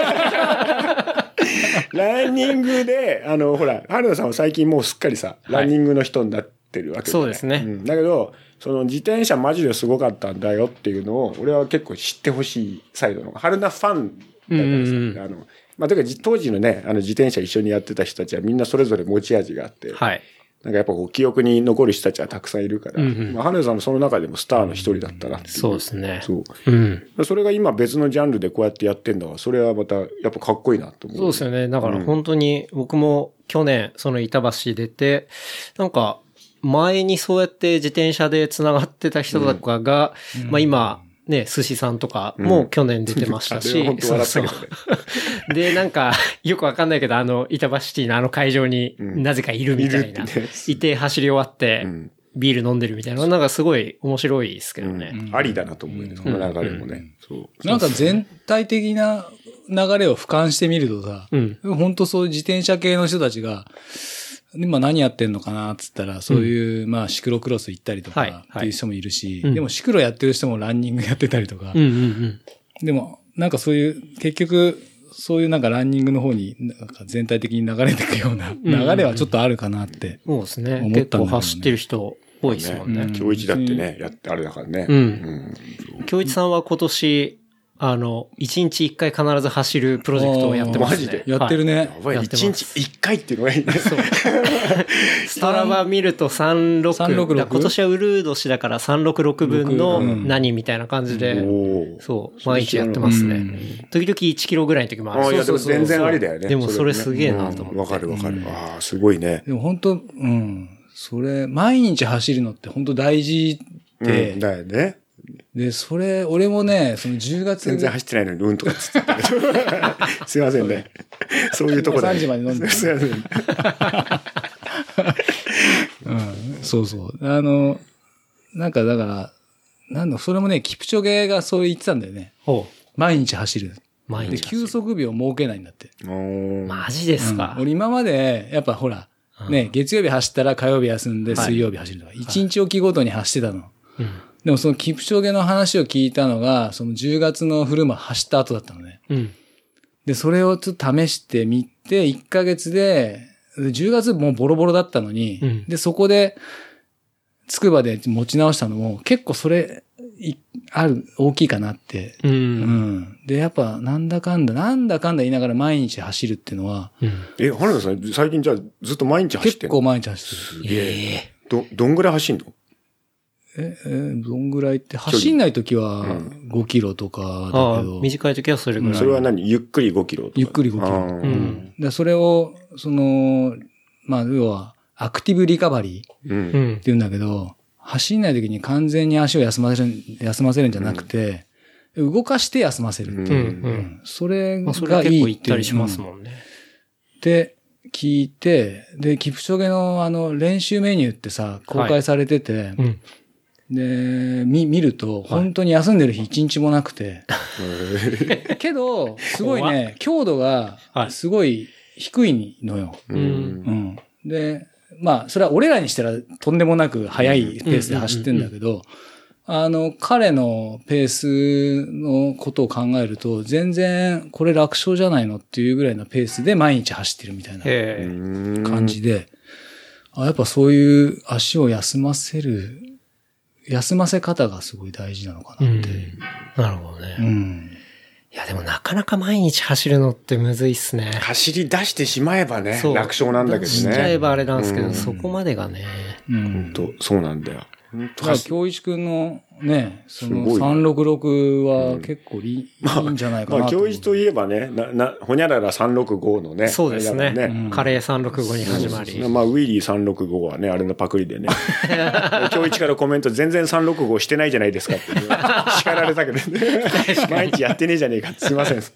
ランニングで、ほら、春菜さんは最近もうすっかりさ、ランニングの人になってるわけ
そうですね。
だけど、自転車マジですごかったんだよっていうのを、俺は結構知ってほしいサイドの、春菜ファンだからさ、まあ、というか当時のね、自転車一緒にやってた人たちはみんなそれぞれ持ち味があって、なんかやっぱ記憶に残る人たちはたくさんいるから、まあ、春菜さんもその中でもスターの一人だったなっていう。
そうですね。
そう。それが今別のジャンルでこうやってやってんだわ。それはまたやっぱかっこいいなと思う。
そうですよね。だから本当に僕も去年板橋出て、なんか前にそうやって自転車で繋がってた人とかが、まあ今、ね、寿司さんとかも去年出てましたし、で、なんか、よくわかんないけど、板橋シティの会場になぜかいるみたいな。いて走り終わって、ビール飲んでるみたいな。なんかすごい面白いですけどね。
ありだなと思うね、その流れもね。
なんか全体的な流れを俯瞰してみるとさ、本当そういう自転車系の人たちが、今何やってんのかなっつったら、そういう、まあシクロクロス行ったりとかっていう人もいるし、でもシクロやってる人もランニングやってたりとか、でもなんかそういう、結局、そういうなんかランニングの方に、なんか全体的に流れていくような流れはちょっとあるかなって。
そうですね。結構走ってる人多いですもんね。
京一だってね、あれだからね。
京一さんは今年、1日1回必ず走るプロジェクトをやってますね。
マジで
やってるね。
やばい、1日1回っていうのがいいね。そう。
ストラバ見ると366。今年はウルー年だから366分の何みたいな感じで、そう、毎日やってますね。時々1キロぐらいの時もある。
いや、でも全然ありだよね。
でもそれすげえなと思って。
わかるわかる。ああ、すごいね。
でも本当、それ、毎日走るのって本当大事で。
だよね。
で、それ、俺もね、その10月。
全然走ってないのに、うんとかつってたけど。すいませんね。そういうところ
3時まで飲んで。すいません。そうそう。なんかだから、それもね、キプチョゲがそう言ってたんだよね。毎日走る。
毎日。
で、休息日を設けないんだって。
マジですか。
俺今まで、やっぱほら、ね、月曜日走ったら火曜日休んで水曜日走るとか、1日おきごとに走ってたの。でもそのキプチョゲの話を聞いたのが、その10月のフルマ走った後だったのね。で、それをちょっと試してみて、1ヶ月で、10月もうボロボロだったのに、で、そこで、つくばで持ち直したのも、結構それ、大きいかなって。で、やっぱ、なんだかんだ言いながら毎日走るっていうのは。
原田さん、最近じゃあずっと毎日走ってる？
結構毎日走ってる。
すげえ。どんぐらい走んの？
どんぐらいって、走んないときは5キロとかだけど。
短いときはそれぐらい。
それは何？ゆっくり5キロとか？
ゆっくり5キロ。で、それを、まあ、要は、アクティブリカバリーって言うんだけど、走んないときに完全に足を休ませるんじゃなくて、動かして休ませるっていう。それがいいっていう。
それ結構言ったりしますもんね。
で、聞いて、で、キプチョゲの練習メニューってさ、公開されてて、で、見ると、本当に休んでる日一日もなくて。けど、すごいね、強度が、すごい低いのよ。で、まあ、それは俺らにしたらとんでもなく速いペースで走ってんだけど、彼のペースのことを考えると、全然これ楽勝じゃないのっていうぐらいのペースで毎日走ってるみたいな感じで、やっぱそういう足を休ませ方がすごい大事なのかなって。
なるほどね。いやでもなかなか毎日走るのってむずいっすね。
走り出してしまえばね、楽勝なんだけどね。
しちゃえばあれなんですけど、そこまでがね。
本当そうなんだよ。
京一くんのね、その366は結構いいんじゃないかな。
まあ、京一といえばね、ほにゃらら365のね。
そうですね。カレー365に始まり。
まあ、ウィリー365はね、あれのパクリでね。京一からコメント全然365してないじゃないですかって叱られたけどね。毎日やってねえじゃねえかって、すいません。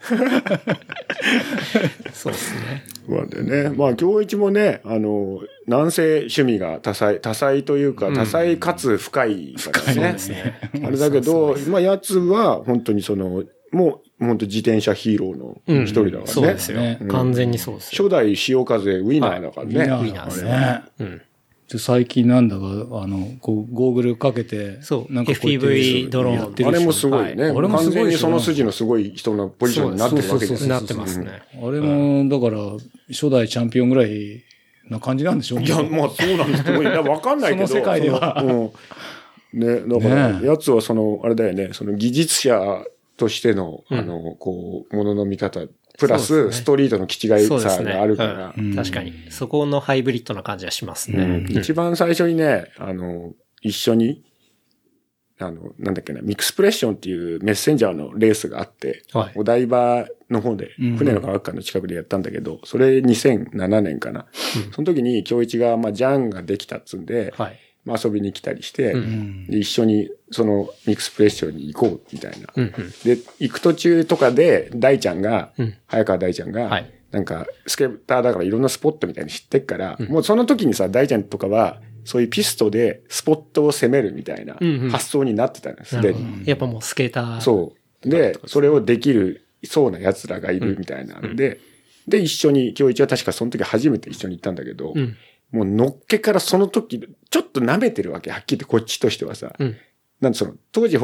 そうですね。
そうなんだよね。まあ、京一もね、なんせ趣味が多彩というか、多彩かつ深いからね。あれだけど、まあ、やつは、本当にもう、本当自転車ヒーローの一人だからね。
そうですよ。完全にそうです
よ。初代潮風ウィナーだからね。ウ
ィナーですね。
最近なんだか、ゴーグルかけて、
なんか FPV ドローン。
あれもすごいね。完全にその筋のすごい人のポジションになってるわけです
なってますね。
あれも、だから、初代チャンピオンぐらいな感じなんでしょうね。
いや、まあそうなんですけど、わかんないけど。
その世界では。
ね、だから、やつはあれだよね、技術者としての、ものの見方、プラス、ストリートの気違いさがあるから。
確かに。そこのハイブリッドな感じはしますね。
一番最初にね、一緒に、なんだっけな、ミクスプレッションっていうメッセンジャーのレースがあって、お台場の方で、船の科学館の近くでやったんだけど、それ2007年かな。その時に京一が、ジャンができたっつんで、遊びに来たりして、で一緒にそのミクスプレッションに行こうみたいな。で、行く途中とかで、大ちゃんが、早川大ちゃんが、なんか、スケーターだからいろんなスポットみたいに知ってっから、もうその時にさ、大ちゃんとかは、そういうピストでスポットを攻めるみたいな発想になってたんです。で、
やっぱもうスケーター。
そう。で、それをできるそうな奴らがいるみたいなので、で、一緒に、京一は確かその時初めて一緒に行ったんだけど、もうのっけからその時、ちょっと舐めてるわけ。はっきり言ってこっちとしてはさ。なんで当時ほら、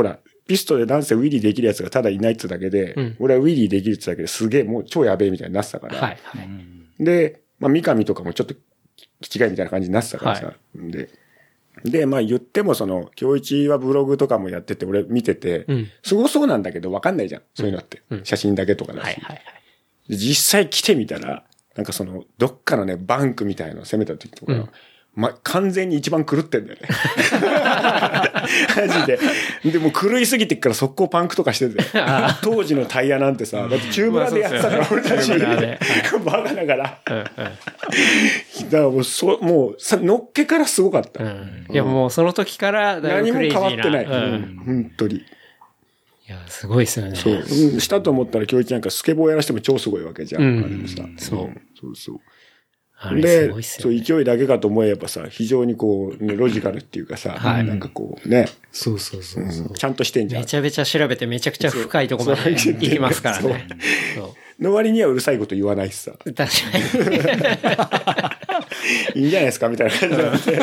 ピストでなんせウィリーできるやつがただいないってだけで、俺はウィリーできるってだけですげえもう超やべえみたいになってたから。
はいはい。
で、まあ三上とかもちょっと気違いみたいな感じになってたからさ。はい、で、まあ言っても京一はブログとかもやってて、俺見てて、すごそうなんだけど分かんないじゃん。そういうのって。写真だけとかだし。はいはいはい。実際来てみたら、なんかどっかのね、バンクみたいなのを攻めた時とか、完全に一番狂ってんだよね。マジで。で、もう狂いすぎてっから速攻パンクとかしてて。当時のタイヤなんてさ、だってチューブラでやってたから俺たち。バカだから。だからもうのっけからすごかった。
いやもうその時から
何も変わってない。本当に。
いや、すごいですよね。
そう。したと思ったら今日なんかスケボーやらしても超すごいわけじゃん。あれもさ。
そう。
そうそう。
で、
そう、勢いだけかと思えばさ、非常にロジカルっていうかさ、なんかね。
そうそうそう。
ちゃんとしてんじゃん。
めちゃめちゃ調べてめちゃくちゃ深いところまで行きますからね。
の割にはうるさいこと言わないしさ。
確か
に。いいんじゃないですかみたいな感じなんで。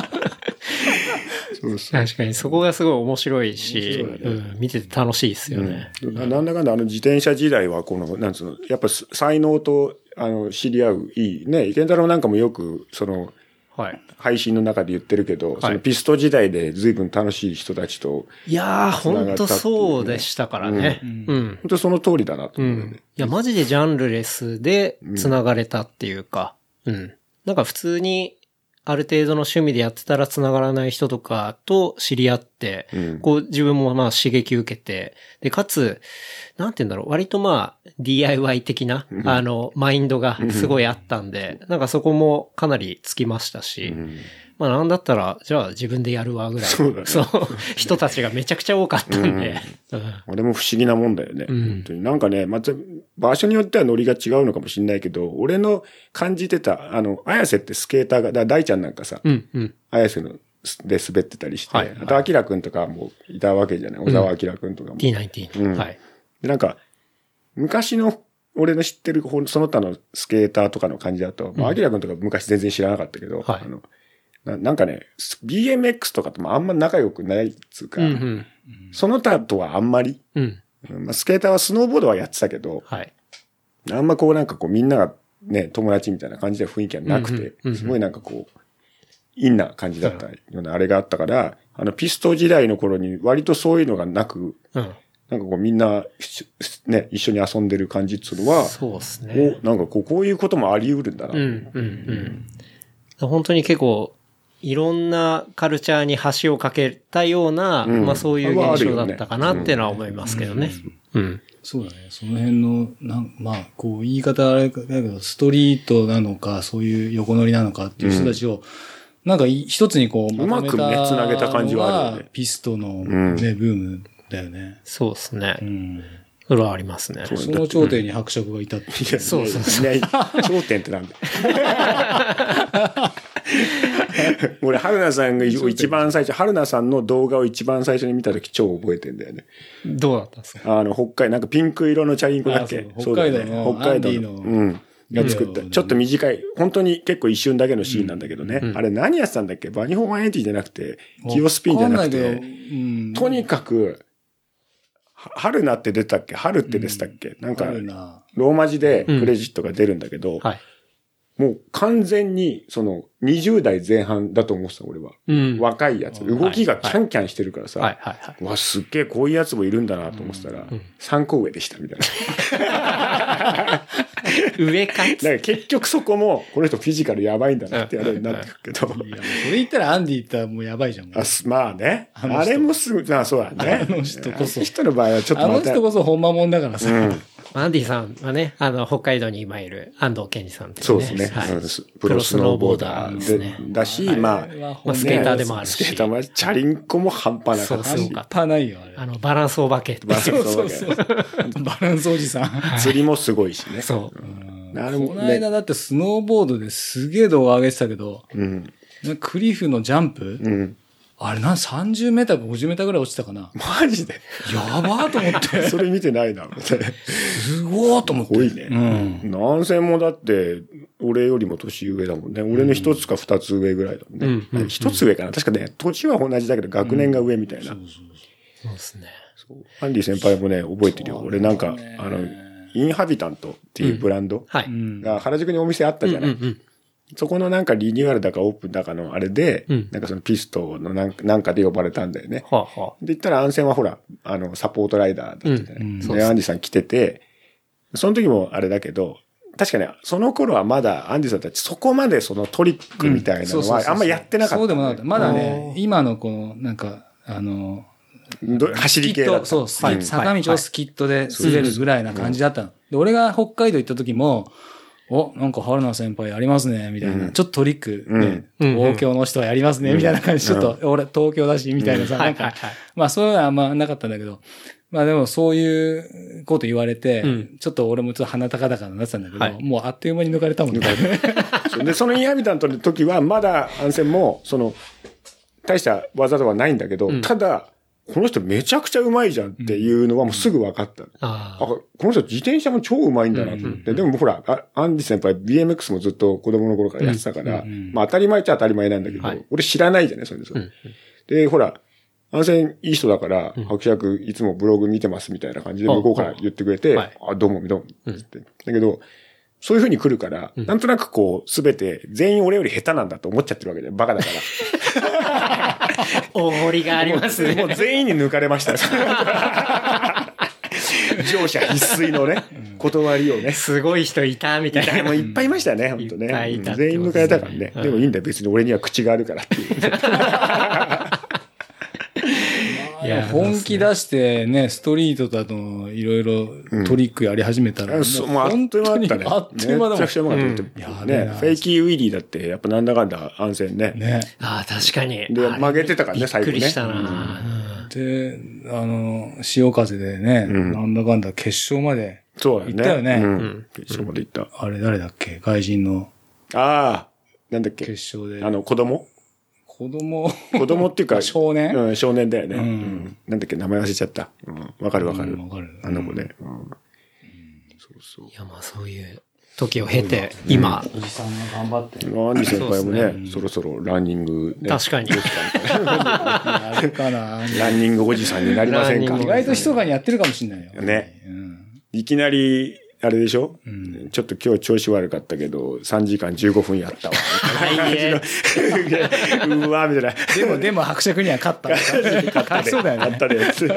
確かにそこがすごい面白いし、見てて楽しいですよね。
なんだかんだ自転車時代はなんつうの、やっぱ才能と知り合ういいね、池太郎なんかもよく配信の中で言ってるけど、ピスト時代で随分楽しい人たちと。
いやー、本当そうでしたからね。
本当その通りだなと思うよね。
いや、マジでジャンルレスで繋がれたっていうか、なんか普通にある程度の趣味でやってたら繋がらない人とかと知り合って、自分も刺激受けて、で、かつ、なんて言うんだろう、割とDIY 的な、マインドがすごいあったんで、なんかそこもかなりつきましたし、なんだったら、じゃあ自分でやるわぐらい。そう、人たちがめちゃくちゃ多かったんで。
あれも不思議なもんだよね。本当になんかね、場所によってはノリが違うのかもしれないけど、俺の感じてた、綾瀬ってスケーターが、大ちゃんなんかさ、綾瀬ので滑ってたりして、あと、アキラくんとかもいたわけじゃない。小沢アキラくんとかも。
T19。はい。
で、なんか、昔の俺の知ってるその他のスケーターとかの感じだと、アキラくんとか昔全然知らなかったけど、なんかね、BMX とかともあんま仲良くないっつうか、その他とはあんまり、スケーターはスノーボードはやってたけど、あんまなんかみんながね、友達みたいな感じで雰囲気はなくて、すごいなんかインな感じだったようなあれがあったから、ピスト時代の頃に割とそういうのがなく、なんかみんな、ね、一緒に遊んでる感じっていうのは、
そうですね。
なんかこういうこともあり得るんだな。
本当に結構、いろんなカルチャーに橋をかけたような、そういう現象だったかなっていうのは思いますけどね。
そうだね。その辺の、言い方あれだけど、ストリートなのか、そういう横乗りなのかっていう人たちを、なんか一つに
うまくね、繋げた感じはあるよね。
ピストのね、ブームだよね。
そうですね。それはありますね。
その頂点に伯爵がいたって。
そう。
頂点ってなんだ俺、春菜さんが一番最初、春菜さんの動画を一番最初に見たとき超覚えてんだよね。
どうだったんですか？
北海道、なんかピンク色のチャリンコだっけ？
北海道の。
北海道の。が作った。ちょっと短い、本当に結構一瞬だけのシーンなんだけどね。あれ何やってたんだっけ？バニホン180じゃなくて、キオスピンじゃなくて、とにかく、春菜って出たっけ？春って出てたっけ？なんか、ローマ字でクレジットが出るんだけど、もう完全に、20代前半だと思ってた、俺は。若いやつ。動きがキャンキャンしてるからさ。わ、すっげえこういうやつもいるんだなと思ってたら、3個上でした、みたいな。
上か
だから結局そこも、この人フィジカルやばいんだなってやるようになってくるけど。
それ言ったらアンディ言ったらもうやばいじゃん。
まあね。あれもすぐ、そうだね。
あの人こそ。
あの人の場合はちょっと
また。あの人こそほんまもんだからさ。
アンディさんはね、北海道に今いる安藤健二さんってね。
そうですね。プロスノーボーダーですね。だし、
スケーターでもあるし。
スケーターもチャリンコも半端なかったし。
半端ないよ、あれ。
バランスお化け。
バランスおじさん。
釣りもすごいしね。
そう。
この間だってスノーボードですげえ動画上げてたけど、クリフのジャンプ、あれ30メーターか50メーターぐらい落ちたかな。
マジで
やばーと思って。
それ見てないな。
すごーと思って。
すごいね。南線もだって、俺よりも年上だもんね。俺の一つか二つ上ぐらいだもんね。一つ上かな。確かね、年は同じだけど学年が上みたいな。
そうですね。
アンディ先輩もね、覚えてるよ。俺なんか、インハビタントっていうブランドが原宿にお店あったじゃない。そこのなんかリニューアルだかオープンだかのあれで、なんかそのピストのなんかで呼ばれたんだよね。で、言ったらアンセンはほら、サポートライダーだったじゃない。で、アンディさん来てて、その時もあれだけど、確かね、その頃はまだアンディさんたちそこまでそのトリックみたいなのはあんまやってなかった。
そうでもなかった。まだね、今のこの、なんか、
走り系だった。
そう、坂道をスキットで滑るぐらいな感じだったの。で、俺が北海道行った時も、なんか春菜先輩やりますね、みたいな。ちょっとトリックね、東京の人はやりますね、みたいな感じ。ちょっと、俺東京だし、みたいなさ、なんか、まあそういうのはあんまなかったんだけど、まあでもそういうこと言われて、ちょっと俺もちょっと鼻高々になってたんだけど、もうあっという間に抜かれたもんね。
で、そのインハビタントの時は、まだアンセンも、大した技とはないんだけど、ただ、この人めちゃくちゃ上手いじゃんっていうのはもうすぐ分かった。この人自転車も超上手いんだなと思って。でもほら、アンディ先輩 BMX もずっと子供の頃からやってたから、まあ当たり前っちゃ当たり前なんだけど、俺知らないじゃない、それで。で、ほら、アンセンいい人だから、伯爵いつもブログ見てますみたいな感じで向こうから言ってくれて、どうもどうもって。だけど、そういう風に来るから、なんとなくこう、すべて全員俺より下手なんだと思っちゃってるわけで、バカだから。
大盛りがありますね。
もう全員に抜かれました。乗車必須のね、断りをね。
すごい人いたみたいな。
もういっぱいいましたね、本当ね。全員抜かれたからね。でもいいんだよ、別に俺には口があるからっていう。
いや、本気出してね、ストリートだといろいろトリックやり始めたら、
もう本当にあっという間だね。めちゃくちゃうまかった。ね、フェイキーウィリーだって、やっぱなんだかんだ安全ね。
ね。
ああ、確かに。
で、曲げてたからね、最後ね。
びっくりしたな。
で、潮風でね、なんだかんだ決勝まで行ったよね。
決勝まで行った。
あれ誰だっけ外人の。
ああ、なんだっけ
決勝で。
子供子供っていうか、
少年
少年だよね。なんだっけ、名前忘れちゃった。わかる。あの子ね。
そう。いや、まあそういう時を経て、今。
おじさんが頑張って。
アンディ先輩もね、そろそろランニング。
確かに。
やるかな。
ランニングおじさんになりませんか？
意外と密かにやってるかもしれないよ。
ね。いきなり、あれでしょ、ちょっと今日調子悪かったけど、3時間15分やったわ。うわみたいな。
でも伯爵には勝った。勝ちそうだよね。
勝ったね。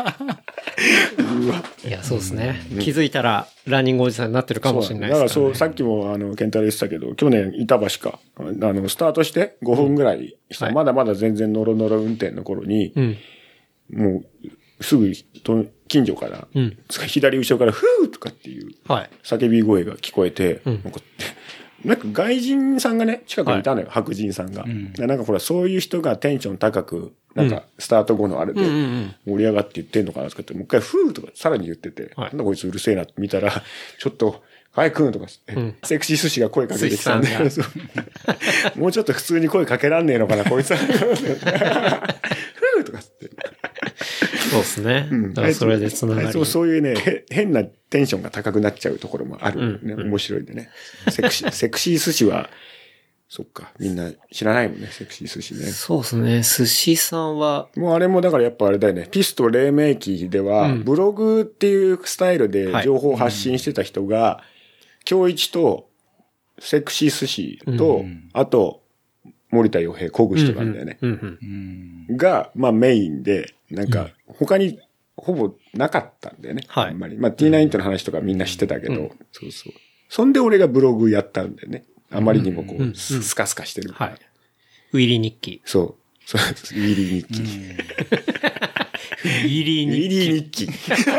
いや、そうですね。気づいたらランニングおじさんになってるかもしれないです
だからそう、さっきもケンタロウ言ってたけど、去年板橋か、スタートして5分ぐらいした、まだまだ全然ノロノロ運転の頃に、もうすぐ近所から、左後ろからフーとかっていう叫び声が聞こえて、なんか外人さんがね、近くにいたのよ、白人さんが。なんかほら、そういう人がテンション高く、なんか、スタート後のあれで、盛り上がって言ってんのかなとかって、もう一回、フーとかさらに言ってて、なんだこいつうるせえなって見たら、ちょっと、はい、くんとかって、セクシー寿司が声かけてきたんで、もうちょっと普通に声かけらんねえのかな、こいつは。フーとかって。
そうですね。それでつながり。
そういうね、変なテンションが高くなっちゃうところもある、ね。面白いんでね。セクシー寿司は、そっか、みんな知らないもんね、セクシー寿司ね。
そうですね、寿司さんは。
もうあれもだからやっぱあれだよね、ピスト黎明期では、ブログっていうスタイルで情報を発信してた人が、京一と、セクシー寿司と、あと、森田洋平、小口とかなんだよね。が、まあメインで、なんか、他にほぼなかったんだよね。あんまり。まあ T9 の話とかみんな知ってたけど、そうそう。そんで俺がブログやったんだよね。あまりにもこう、スカスカしてる。
はい。ウィリー日記。
そう。ウィリー日記。
ウィリー日記。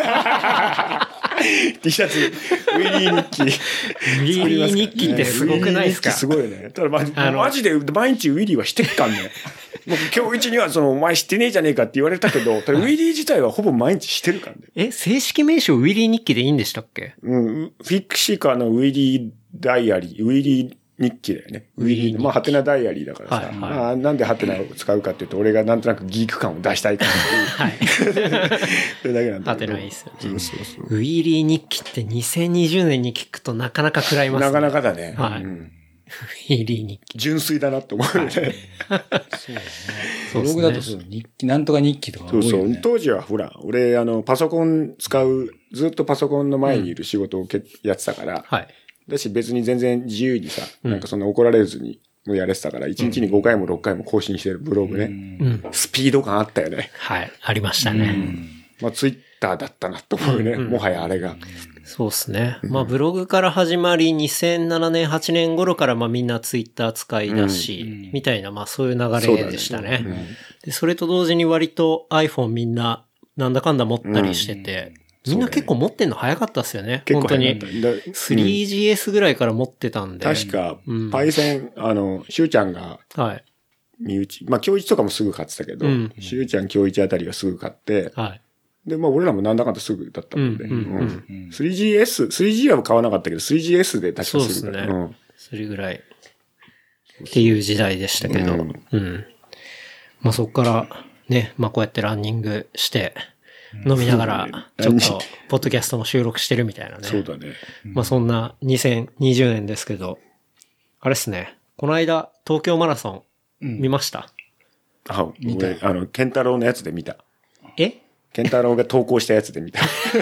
T シャツ、ウィリー日記。
ウィリー日記ってすごくないですか？
すごいよね。ただマジで毎日ウィリーはしてっかんね。もう今日一にはお前知ってねえじゃねえかって言われたけど、ただウィリー自体はほぼ毎日してるからね。
正式名称ウィリー日記でいいんでしたっけ？
フィクシーカーのウィリーダイアリー、ウィリー日記だよね。ウィリー。まあ、ハテナダイアリーだからさ。まあ、なんでハテナを使うかっていうと、俺がなんとなくギーク感を出したいからっていう。それだけなんだ
ハテナいいっすよね。
そう。
ウィリー日記って2020年に聞くとなかなか食らいますね。
なかなかだね。
はい。 フィリー日記。
純粋だなって思うよね。
そうだね。ブログだとそう、日記、なんとか日記とか多いよね。
そうそう。当時はほら、俺、パソコン使う、ずっとパソコンの前にいる仕事をやってたから、
はい。
だし別に全然自由にさ、なんかそんな怒られずにもうやれてたから、1日に5回も6回も更新してるブログね。スピード感あったよね。
はい。ありましたね。
まあツイッターだったなと思うね。もはやあれが。
そうですね。まあブログから始まり2007年、8年頃からまあみんなツイッター使い出し、みたいなまあそういう流れでしたね。で、それと同時に割と iPhone みんななんだかんだ持ったりしてて、みんな結構持ってんの早かったっすよね。本当に。3GS ぐらいから持ってたんで。
確か、パイセン、しゅうちゃんが、
はい。
身内、まあ、京一とかもすぐ買ってたけど、しゅうちゃん、京一あたりがすぐ買って、はい。で、まあ、俺らもなんだかんだすぐだったもんで。3G は買わなかったけど、3GS で確かすぐ。
そうですね。それぐらい。っていう時代でしたけど、まあ、そこから、ね、まあ、こうやってランニングして、飲みながら、ちょっと、ポッドキャストも収録してるみたいなね。
そうだね。
まあそんな2020年ですけど、あれっすね。この間、東京マラソン、見ました？
あ、俺、ケンタロウのやつで見た。
え？
ケンタロウが投稿したやつで見た。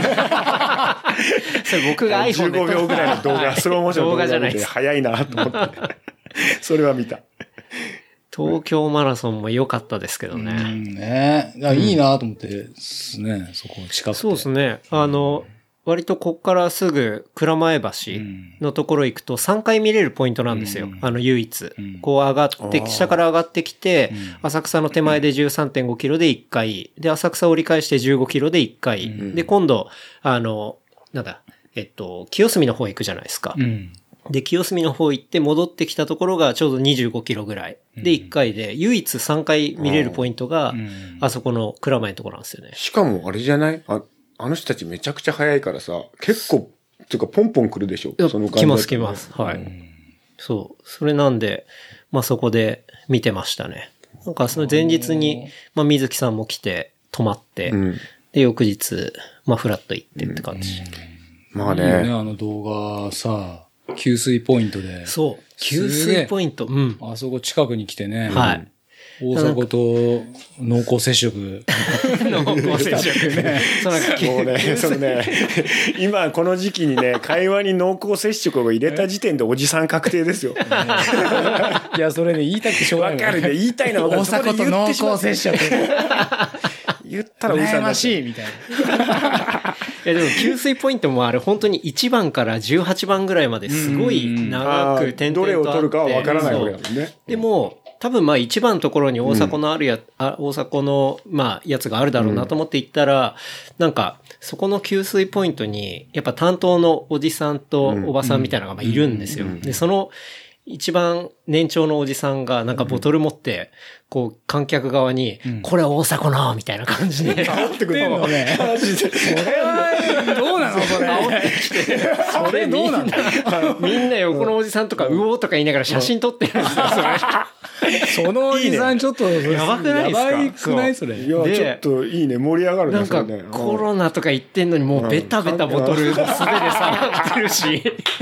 それ僕が iPhone で
15秒ぐらいの動画、スローモーションの動画じゃないです。早いなと思って。それは見た。
東京マラソンも良かったですけどね。
ねえ。いいなと思ってですね、そこ近くて。
そうですね。割とこっからすぐ蔵前橋のところ行くと3回見れるポイントなんですよ。唯一。こう上がって、下から上がってきて、浅草の手前で 13.5 キロで1回、で、浅草折り返して15キロで1回、で、今度、なんだ、清澄の方行くじゃないですか。で、清澄の方行って戻ってきたところがちょうど25キロぐらい。で、1回で、唯一3回見れるポイントが、あそこの蔵前のところなんですよね。
しかもあれじゃない？あの人たちめちゃくちゃ早いからさ、結構、っていうかポンポン来るでしょ？その感じ。
来ます。はい。そう。それなんで、まあそこで見てましたね。なんかその前日に、まあ水木さんも来て、泊まって、で、翌日、まあフラッと行ってって感じ。
まあね。
いいよね、動画さ、給水ポイントで。
そう。給水ポイント。
あそこ近くに来てね。
はい。
大迫と濃厚接触。
濃厚接触ね。
もうね、そのね、今この時期にね、会話に濃厚接触を入れた時点でおじさん確定ですよ。
いや、それね、言いたくてしょうがない。
わかるね、言いたいのは
大迫と濃厚接触。
言ったらおじさん
らしいみたいな。
いやでも給水ポイントもあれ本当に1番から18番ぐらいまですごい長く点々とあって。
どれを取るかはわからないわけだもんね。
でも、多分まあ一番のところに大迫の大迫のまあやつがあるだろうなと思って行ったら、なんかそこの給水ポイントにやっぱ担当のおじさんとおばさんみたいなのがまあいるんですよ。で、その一番年長のおじさんがなんかボトル持って、こう観客側に、これ大迫のみたいな感じで。
煽ってくるのね。
マジで。それは、どうなのそれ。
煽ってきて。
それどうなの
みんな横のおじさんとか、うおーとか言いながら写真撮ってるんですよ、それ。
そのおじさんちょっと、
やばくないですか？
やばくないそれ。
いや、ちょっといいね、盛り上がるね。
なんか、コロナとか言ってんのにもうベタベタボトルの素手で触ってるし。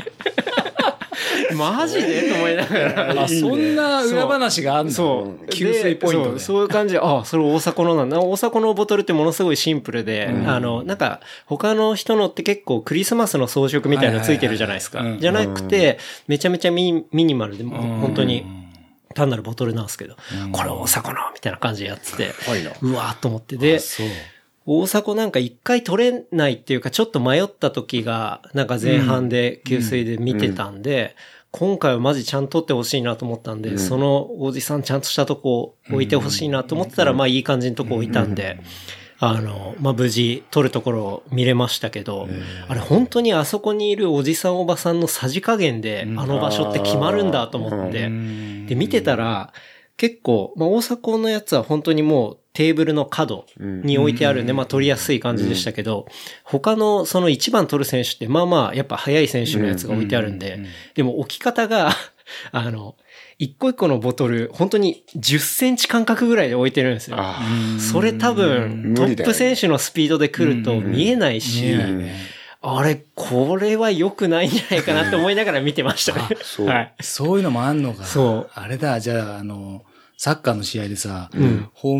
マジでと思いながら。
そんな裏話があるの？
そう。
給水ポイントで。
そういう感じで、それ大迫のなんだ。大迫のボトルってものすごいシンプルで、なんか、他の人のって結構クリスマスの装飾みたいなのついてるじゃないですか。じゃなくて、めちゃめちゃミニマルでも、本当に、単なるボトルなんですけど、これ大迫のみたいな感じでやってて、うわーっと思って。で、大迫なんか一回取れないっていうか、ちょっと迷った時が、なんか前半で給水で見てたんで、今回はマジちゃんと取ってほしいなと思ったんで、そのおじさんちゃんとしたとこ置いてほしいなと思ってたら、まあいい感じのとこ置いたんで、まあ無事取るところを見れましたけど、あれ本当にあそこにいるおじさんおばさんのさじ加減で、あの場所って決まるんだと思って、で見てたら、結構、まあ大迫のやつは本当にもうテーブルの角に置いてあるんで、まあ取りやすい感じでしたけど、他のその1番取る選手ってまあまあやっぱ速い選手のやつが置いてあるんで、でも置き方が、一個一個のボトル、本当に10センチ間隔ぐらいで置いてるんですよ。それ多分、トップ選手のスピードで来ると見えないし、 あれ、これは良くないんじゃないかなって思いながら見てましたね。
そう。
はい。
そういうのもあんのか。
そう。
あれだ、じゃあ、サッカーの試合でさ、
うん、
ホー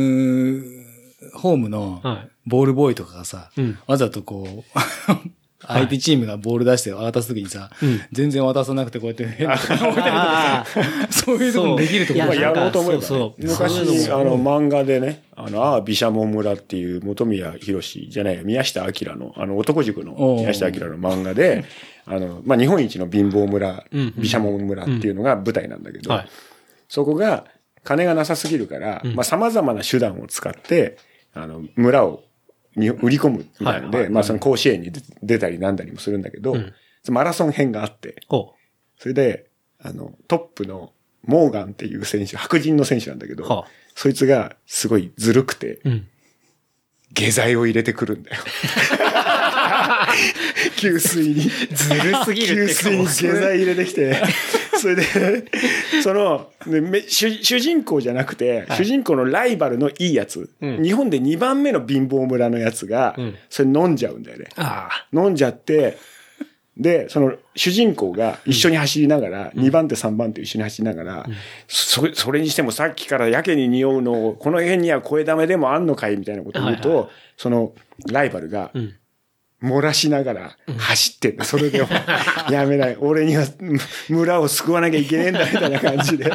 ムのボールボーイとかがさ、わざとこう、相手チームがボール出して渡すときにさ、全然渡さなくてこうやって変なとこ置いたりとかそういうとこもできるところ
やろうと思えば、ね。
そう
昔、漫画でね、毘沙門村っていう本宮博じゃない、宮下明の、男塾の宮下明の漫画で、日本一の貧乏村、毘沙門村っていうのが舞台なんだけど、そこが金がなさすぎるから、様々な手段を使って、村を売り込むみたいなので、その甲子園に出たりなんだりもするんだけど、マラソン編があって、それで、トップのモーガンっていう選手、白人の選手なんだけど、そいつがすごいずるくて、下剤を入れてくるんだよ。給水に。
ずるすぎるって
給水に下剤入れてきて、それで、主人公じゃなくて、主人公のライバルのいいやつ、日本で2番目の貧乏村のやつが、それ飲んじゃうんだよね。飲んじゃって、で、その主人公が一緒に走りながら、2番手3番手一緒に走りながら、それにしてもさっきからやけに匂うのを、この辺には声ダメでもあんのかいみたいなことを言うと、そのライバルが、漏らしながら走ってんだ。それでも、やめない。俺には村を救わなきゃいけねえんだみたいな感じで。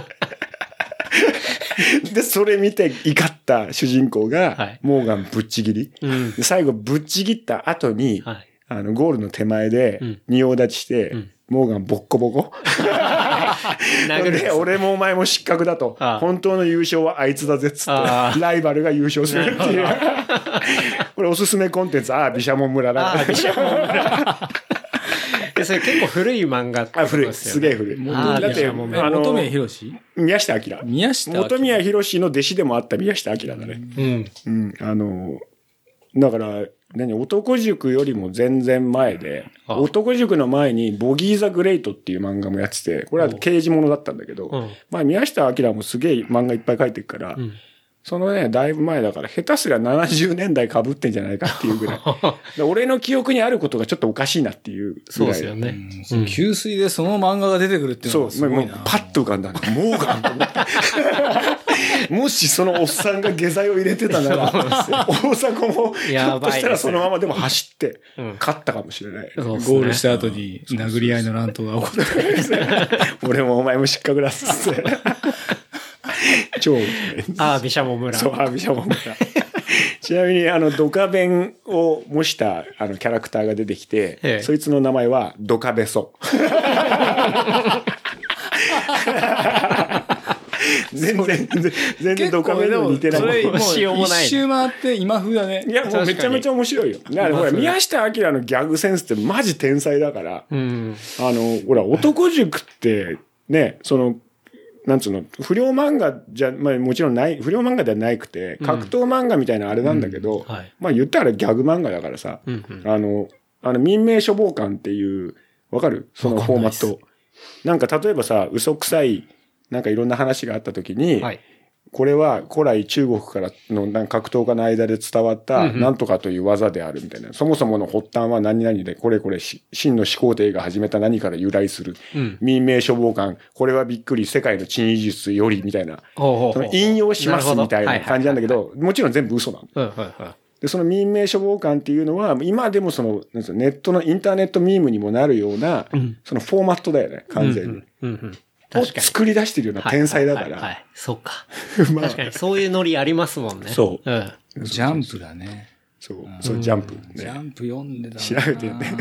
で、それ見て怒った主人公が、モーガンぶっちぎり。で最後ぶっちぎった後に、ゴールの手前で仁王立ちして、モーガンボッコボコ。で、俺もお前も失格だと。本当の優勝はあいつだぜっつって、ライバルが優勝するっていう。これおすすめコンテンツ、毘沙門村だ。
毘沙門村。それ結構古い漫画ってことですよね。
古い。すげえ古い。
だって、
本宮博
宮下明。
宮下明。
本宮博の弟子でもあった宮下明だね。だから、男塾よりも全然前で、男塾の前にボギー・ザ・グレイトっていう漫画もやってて、これは刑事物だったんだけど、宮下明もすげえ漫画いっぱい書いてるから、そのね、だいぶ前だから、下手すりゃ70年代被ってんじゃないかっていうぐらい。俺の記憶にあることがちょっとおかしいなっていうぐらい。
そうですよね。
給水でその漫画が出てくるっていうのはすごいな。
そう、もうパッと浮かんだんだ。モーガンと思って。もしそのおっさんが下剤を入れてたなら、大迫も、ひょっとしたらそのままでも走って、勝ったかもしれない。
ゴールした後に殴り合いの乱闘が起こった。
俺もお前も失格だっつって。超。
毘沙門村。
そう、毘沙門村。ちなみに、ドカベンを模した、キャラクターが出てきて、そいつの名前は、ドカベソ。全然ドカベンに似てない。
それもしようもない。
一周回って今風だね。
いや、もうめちゃめちゃ面白いよ。だからほら、宮下明のギャグセンスってマジ天才だから、ほら、男塾って、ね、なんつうの、不良漫画じゃ、もちろんない、不良漫画ではなくて、格闘漫画みたいなあれなんだけど、言ったらギャグ漫画だからさ、民命処方官っていう、わかる？そのフォーマット。なんか例えばさ、嘘くさい、なんかいろんな話があった時に、これは古来中国からの格闘家の間で伝わったなんとかという技であるみたいな。そもそもの発端は何々で、これ秦の始皇帝が始めた何から由来する。民命処方官、これはびっくり世界の珍医術よりみたいな。その引用しますみたいな感じなんだけど、もちろん全部嘘なの。で、その民命処方官っていうのは、今でもネットのインターネットミームにもなるような、そのフォーマットだよね、完全に。を作り出してるような天才だから。
そうか。確かにそういうノリありますもんね。
そう。ジャンプだね。
そう、ジャンプ。
ジャンプ読んでた。
調べてね。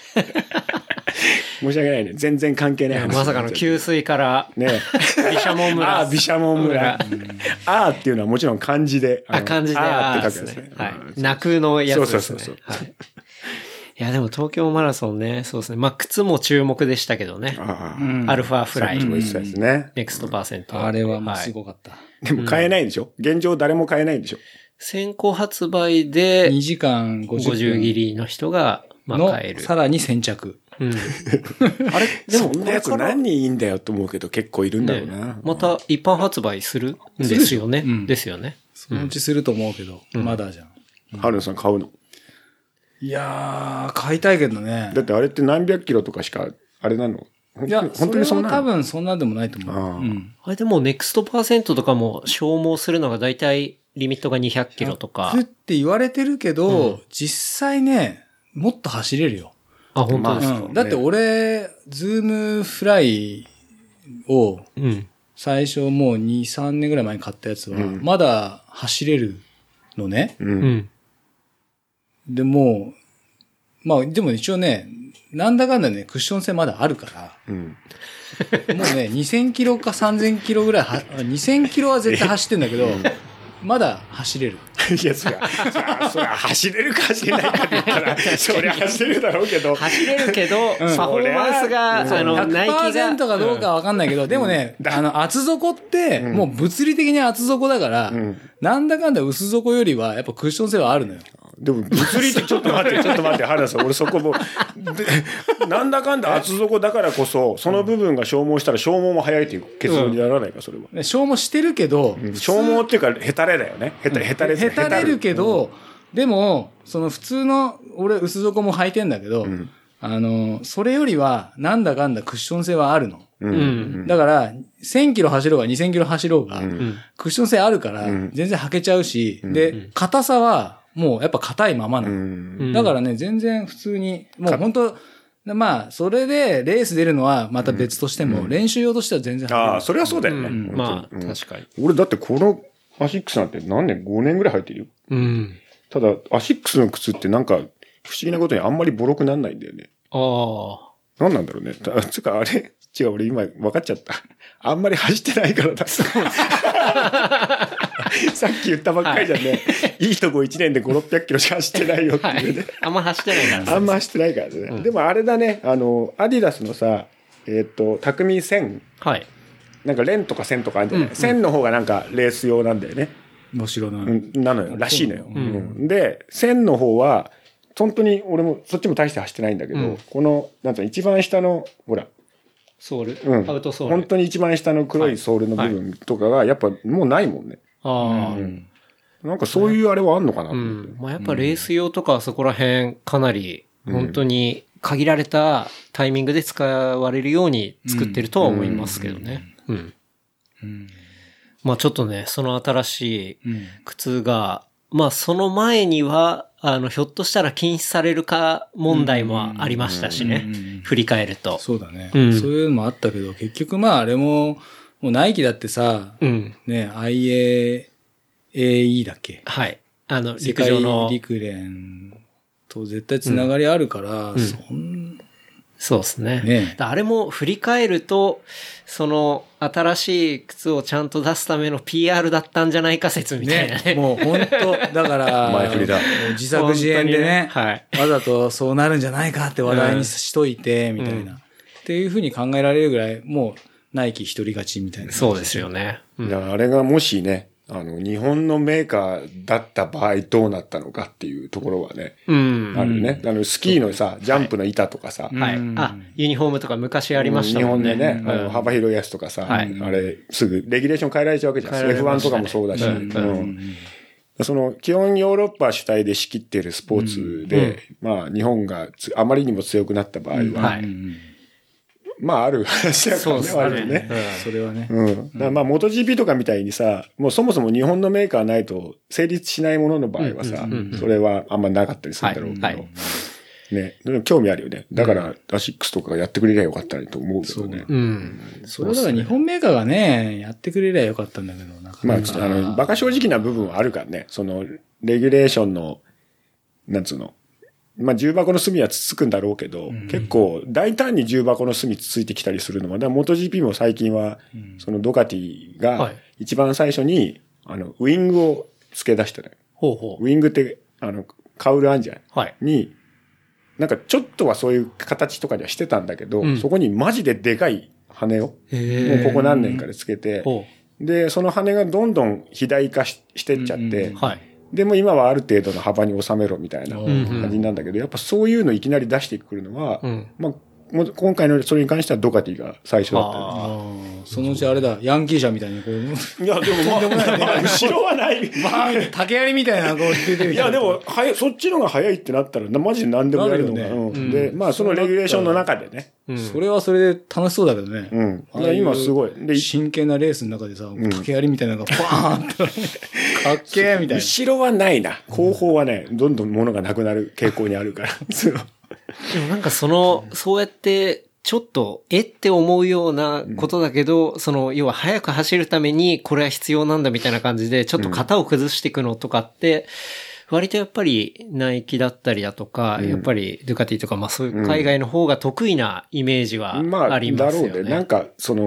申し訳ないね。全然関係ない話。
まさかの給水から、ね。毘沙門村。
毘沙門村。っていうのはもちろん漢字で。
漢字でって書くんですね。泣くのやつですね。そう。いや、でも東京マラソンね、そうですね。靴も注目でしたけどね。アルファフライ。ネクストパーセント。
あれはもうすごかった。
でも買えないんでしょ？現状誰も買えないんでしょ？
先行発売で、
2時間
50切りの人が、買える。
さらに先着。
あれでもそんなやつ何人いいんだよと思うけど結構いるんだろうな。
また一般発売するんですよね。ですよね。
そのうちすると思うけど、まだじゃん。
春野さん買うの？
いやー、買いたいけどね。
だってあれって何百キロとかしか、あれなの？
いや、
本当にそんなの？
多分そんなでもないと思う。
あれでもネクストパーセントとかも消耗するのがだいたいリミットが200キロとか。
って言われてるけど、実際ね、もっと走れるよ。
あ、本当ですか。
だって俺、ズームフライを、最初もう2、3年ぐらい前に買ったやつは、まだ走れるのね。でも、まあでも一応ね、なんだかんだね、クッション性まだあるから、もうね、2000キロか3000キロぐらい2000キロは絶対走ってんだけど、まだ走れる。
いや、そりゃ走れるか走れないかって言ったら、そりゃ走れるだろうけど。
走れるけど、パフォーマンスが、ナイキが。
100% かどうかわかんないけど、でもね、厚底って、もう物理的に厚底だから、なんだかんだ薄底よりは、やっぱクッション性はあるのよ。
でも物理的、ちょっと待って、原田さん、俺そこも、なんだかんだ厚底だからこそ、その部分が消耗したら消耗も早いという結論にならないか、それは。
消耗してるけど、
消耗っていうか、へたれだよね。へたれ
るけど、でも、その普通の、俺薄底も履いてんだけど、それよりは、なんだかんだクッション性はあるの。だから、1000キロ走ろうが2000キロ走ろうが、クッション性あるから、全然履けちゃうし、で、硬さは、もうやっぱ硬いままなの。だからね、全然普通に、もう本当まあ、それでレース出るのはまた別としても、練習用としては全然履ける。
ああ、それはそうだよね。
まあ、確かに。
俺だってこのアシックスなんて何年 ?5 年ぐらい履いてるよ。ただ、アシックスの靴ってなんか、不思議なことにあんまりボロくなんないんだよね。
ああ。
なんなんだろうね。つうか、あれ違う、俺今分かっちゃった。あんまり走ってないからだ。さっき言ったばっかりじゃんね。いいとこ1年で5、600キロしか走ってないよっていうね。
あんま走ってないからね。
あんま走ってないからね。でもあれだね、アディダスのさ、匠1000。
はい。
なんか連とか線とかあるんじゃない、線の方がなんかレース用なんだよね。
面白い
なのよ。らしいのよ。で、線の方は、本当に俺もそっちも大して走ってないんだけど、この、なんつうの、一番下の、ほら、
ソール、アウトソール。
本当に一番下の黒いソールの部分とかが、やっぱもうないもんね。なんかそういうあれはあんのかなと思って。
まあやっぱレース用とかそこら辺かなり、本当に限られたタイミングで使われるように作ってるとは思いますけどね。まあちょっとね、その新しい靴が、まあその前には、ひょっとしたら禁止されるか問題もありましたしね。振り返ると。
そうだね。そういうのもあったけど、結局まああれも、もうナイキだってさ、ね、IAE だっけ？
はい。陸上の。
世界陸連と絶対つながりあるから、
そうですね。あれも振り返ると、その新しい靴をちゃんと出すための PR だったんじゃないか説みたいなね。
もう本当だから、
前振りだ。
自作自演でね、わざとそうなるんじゃないかって話題にしといて、みたいな。っていうふうに考えられるぐらい、もうナイキ一人勝ちみたいな。
そうですよね。
いや、あれがもしね、日本のメーカーだった場合どうなったのかっていうところはね、あるね。スキーのさ、ジャンプの板とかさ。
はい。ユニフォームとか昔ありましたもんね。
日本でね、幅広いやつとかさ、あれ、すぐ、レギュレーション変えられちゃうわけじゃん。F1 とかもそうだし。その、基本ヨーロッパ主体で仕切っているスポーツで、まあ、日本があまりにも強くなった場合は、まあ、ある話だからね、割とね。
それはね。
まあ、MotoGP とかみたいにさ、もうそもそも日本のメーカーないと成立しないものの場合はさ、それはあんまなかったりするんだろうけど。ね。でも興味あるよね。だから、アシックスとかがやってくれりゃよかったりと思うけどね。
それはだから日本メーカーがね、やってくれりゃよかったんだけど、なかなか。
まあ、馬鹿正直な部分はあるからね。その、レギュレーションの、なんつうの。まあ、重箱の隅はつつくんだろうけど、結構大胆に重箱の隅つついてきたりするのは、だから MotoGP も最近は、そのドカティが一番最初に、ウィングを付け出してない。ウィングって、カウルあんじゃん。に、なんかちょっとはそういう形とかではしてたんだけど、そこにマジででかい羽を、もうここ何年かでつけて、で、その羽がどんどん肥大化してっちゃって、でも今はある程度の幅に収めろみたいな感じなんだけど、やっぱそういうのいきなり出してくるのは、まあ、今回のそれに関してはドカティが最初だった
そのうちあれだ、ヤンキー車みたいにこう。
いや、でも後ろはない。
竹槍みたいな、こう出てる。
いや、でも、そっちのが早いってなったら、マジで何でもやるのが。で、まあ、そのレギュレーションの中でね。
それはそれで楽しそうだけどね。
いや、今すごい。
で、真剣なレースの中でさ、竹槍みたいなのがバーンって、かっけーみたいな。
後ろはないな。後方はね、どんどん物がなくなる傾向にあるから。
でもなんかそうやって、ちょっと、って思うようなことだけど、要は早く走るためにこれは必要なんだみたいな感じで、ちょっと型を崩していくのとかって、割とやっぱりナイキだったりだとか、やっぱりドゥカティとか、まあそういう海外の方が得意なイメージはありますよね。
だろうね。なんか、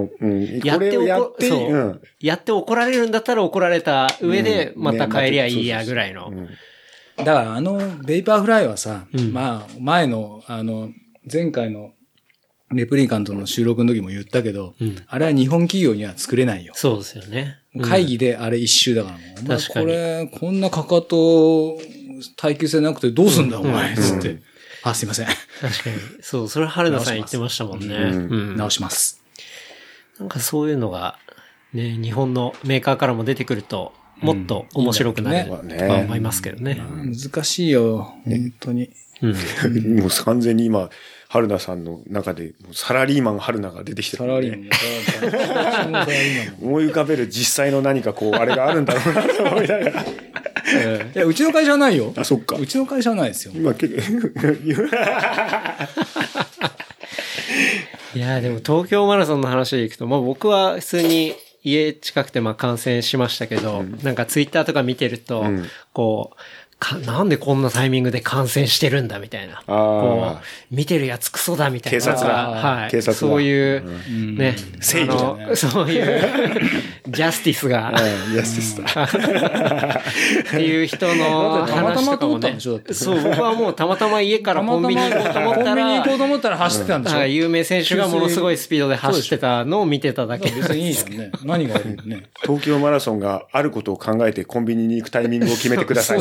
やって怒られるんだったら怒られた上で、また帰りゃいいやぐらいの。
だからベイパーフライはさ、まあ、前回のレプリカントの収録の時も言ったけど、あれは日本企業には作れないよ。
そうですよね。
会議であれ一周だからもう。
確かに。
こんなかかと耐久性なくてどうすんだお前つって。すいません。
確かに。そう、それ春菜さん言ってましたもんね。
直します。
なんかそういうのが、ね、日本のメーカーからも出てくると、もっと面白くなるとは思いますけどね。
難しいよ、本当に。
もう完全に今、春菜さんの中で、サラリーマン春菜が出てきてる。
サラリーマン。
思い浮かべる実際の何かあれがあるんだろうなと思いながら。
いや、うちの会社はないよ。
あ、そっか。
うちの会社はないですよ。
いや、でも東京マラソンの話でいくと、まあ僕は普通に家近くて観戦しましたけど、なんかツイッターとか見てると、なんでこんなタイミングで観戦してるんだみたいな。見てるやつクソだみたいな。
警察が。
はい。そういう、ね。
正義だね。
そういう、ジャスティスが。
ジャスティスだ。
っていう人の話とかもね。そう、僕はもうたまたま家からコンビニ行こうと思ったら。
コンビニ行こうと思ったら走ってたんでしょ。
有名選手がものすごいスピードで走ってたのを見てただけ。
別にいいじゃんね。何が悪いね。
東京マラソンがあることを考えてコンビニに行くタイミングを決めてください。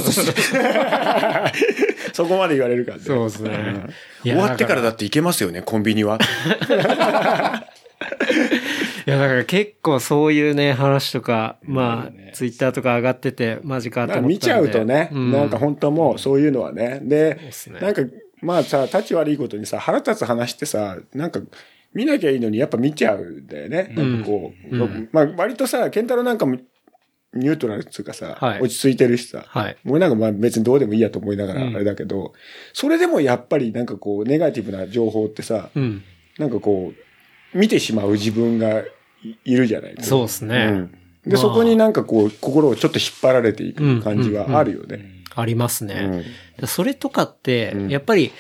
そこまで言われるからね。
そうですね。
終わってからだって行けますよね、コンビニは。
いや、だから結構そういうね、話とか、まあ、ツイッターとか上がってて、マジかと思ったんで。
見ちゃうとね、なんか本当もうそういうのはね。で、なんか、まあさ、立ち悪いことにさ、腹立つ話ってさ、なんか、見なきゃいいのにやっぱ見ちゃうんだよね。なんかまあ割とさ、ケンタロウなんかも、ニュートラルっていうかさ、落ち着いてるしさ、もうなんかまあ別にどうでもいいやと思いながらあれだけど、それでもやっぱりなんかネガティブな情報ってさ、なんか見てしまう自分がいるじゃない。
そうですね。
で、そこになんか心をちょっと引っ張られていく感じはあるよね。
ありますね。それとかって、やっぱり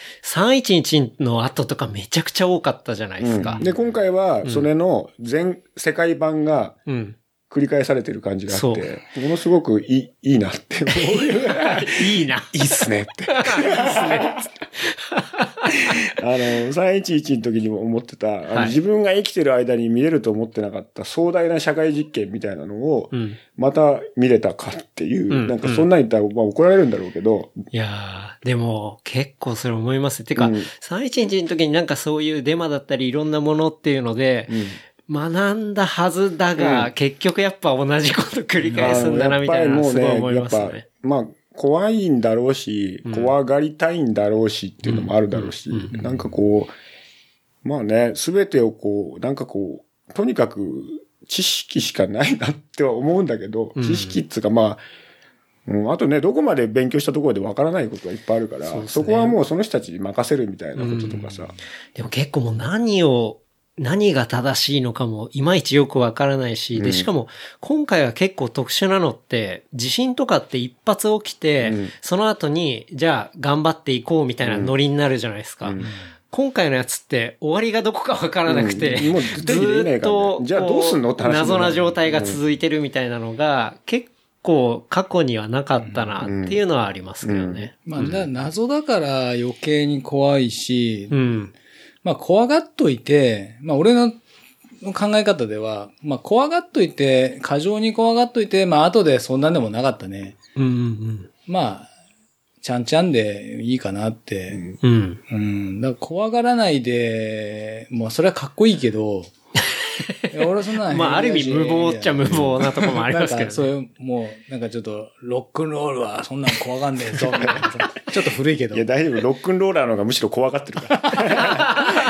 311の後とかめちゃくちゃ多かったじゃないですか。
で、今回はそれの全世界版が、繰り返されてる感じがあって、ものすごくいいなって思う。
いいな。
いいっすねって。311の時にも思ってた、自分が生きてる間に見れると思ってなかった壮大な社会実験みたいなのを、また見れたかっていう、なんかそんなに言ったら、まあ怒られるんだろうけど。
いやー、でも結構それ思います。てか、311の時になんかそういうデマだったりいろんなものっていうので、学んだはずだが、結局やっぱ同じこと繰り返すんだなみたいなすごい思いますね。
まあ怖いんだろうし、怖がりたいんだろうしっていうのもあるだろうし、なんかまあね、すべてをなんかとにかく知識しかないなっては思うんだけど、知識っつうかまあ、あとね、どこまで勉強したところでわからないことがいっぱいあるから、そこはもうその人たちに任せるみたいなこととかさ。
でも結構もう何が正しいのかもいまいちよくわからないし、で、しかも今回は結構特殊なのって、地震とかって一発起きて、その後に、じゃあ頑張っていこうみたいなノリになるじゃないですか。今回のやつって終わりがどこかわからなくて、
もうずっと、じゃあどうすんのって話
謎な状態が続いてるみたいなのが、結構過去にはなかったなっていうのはありますけどね。
まあ、謎だから余計に怖いし、まあ、怖がっといて、まあ、俺の考え方では、まあ、怖がっといて、過剰に怖がっといて、まあ、後でそんなんでもなかったね。まあ、ちゃんちゃんでいいかなって。だから怖がらないで、まあ、それはかっこいいけど、 俺はそんな
まあ、ある意味無謀っちゃ無謀なとこもありますけど、ね。
なんかそういう、もう、なんかちょっと、ロックンロールはそんなん怖がんねえぞ、みたいなさ。ちょっと古いけど。
いや、大丈夫。ロックンローラーの方がむしろ怖がってるから。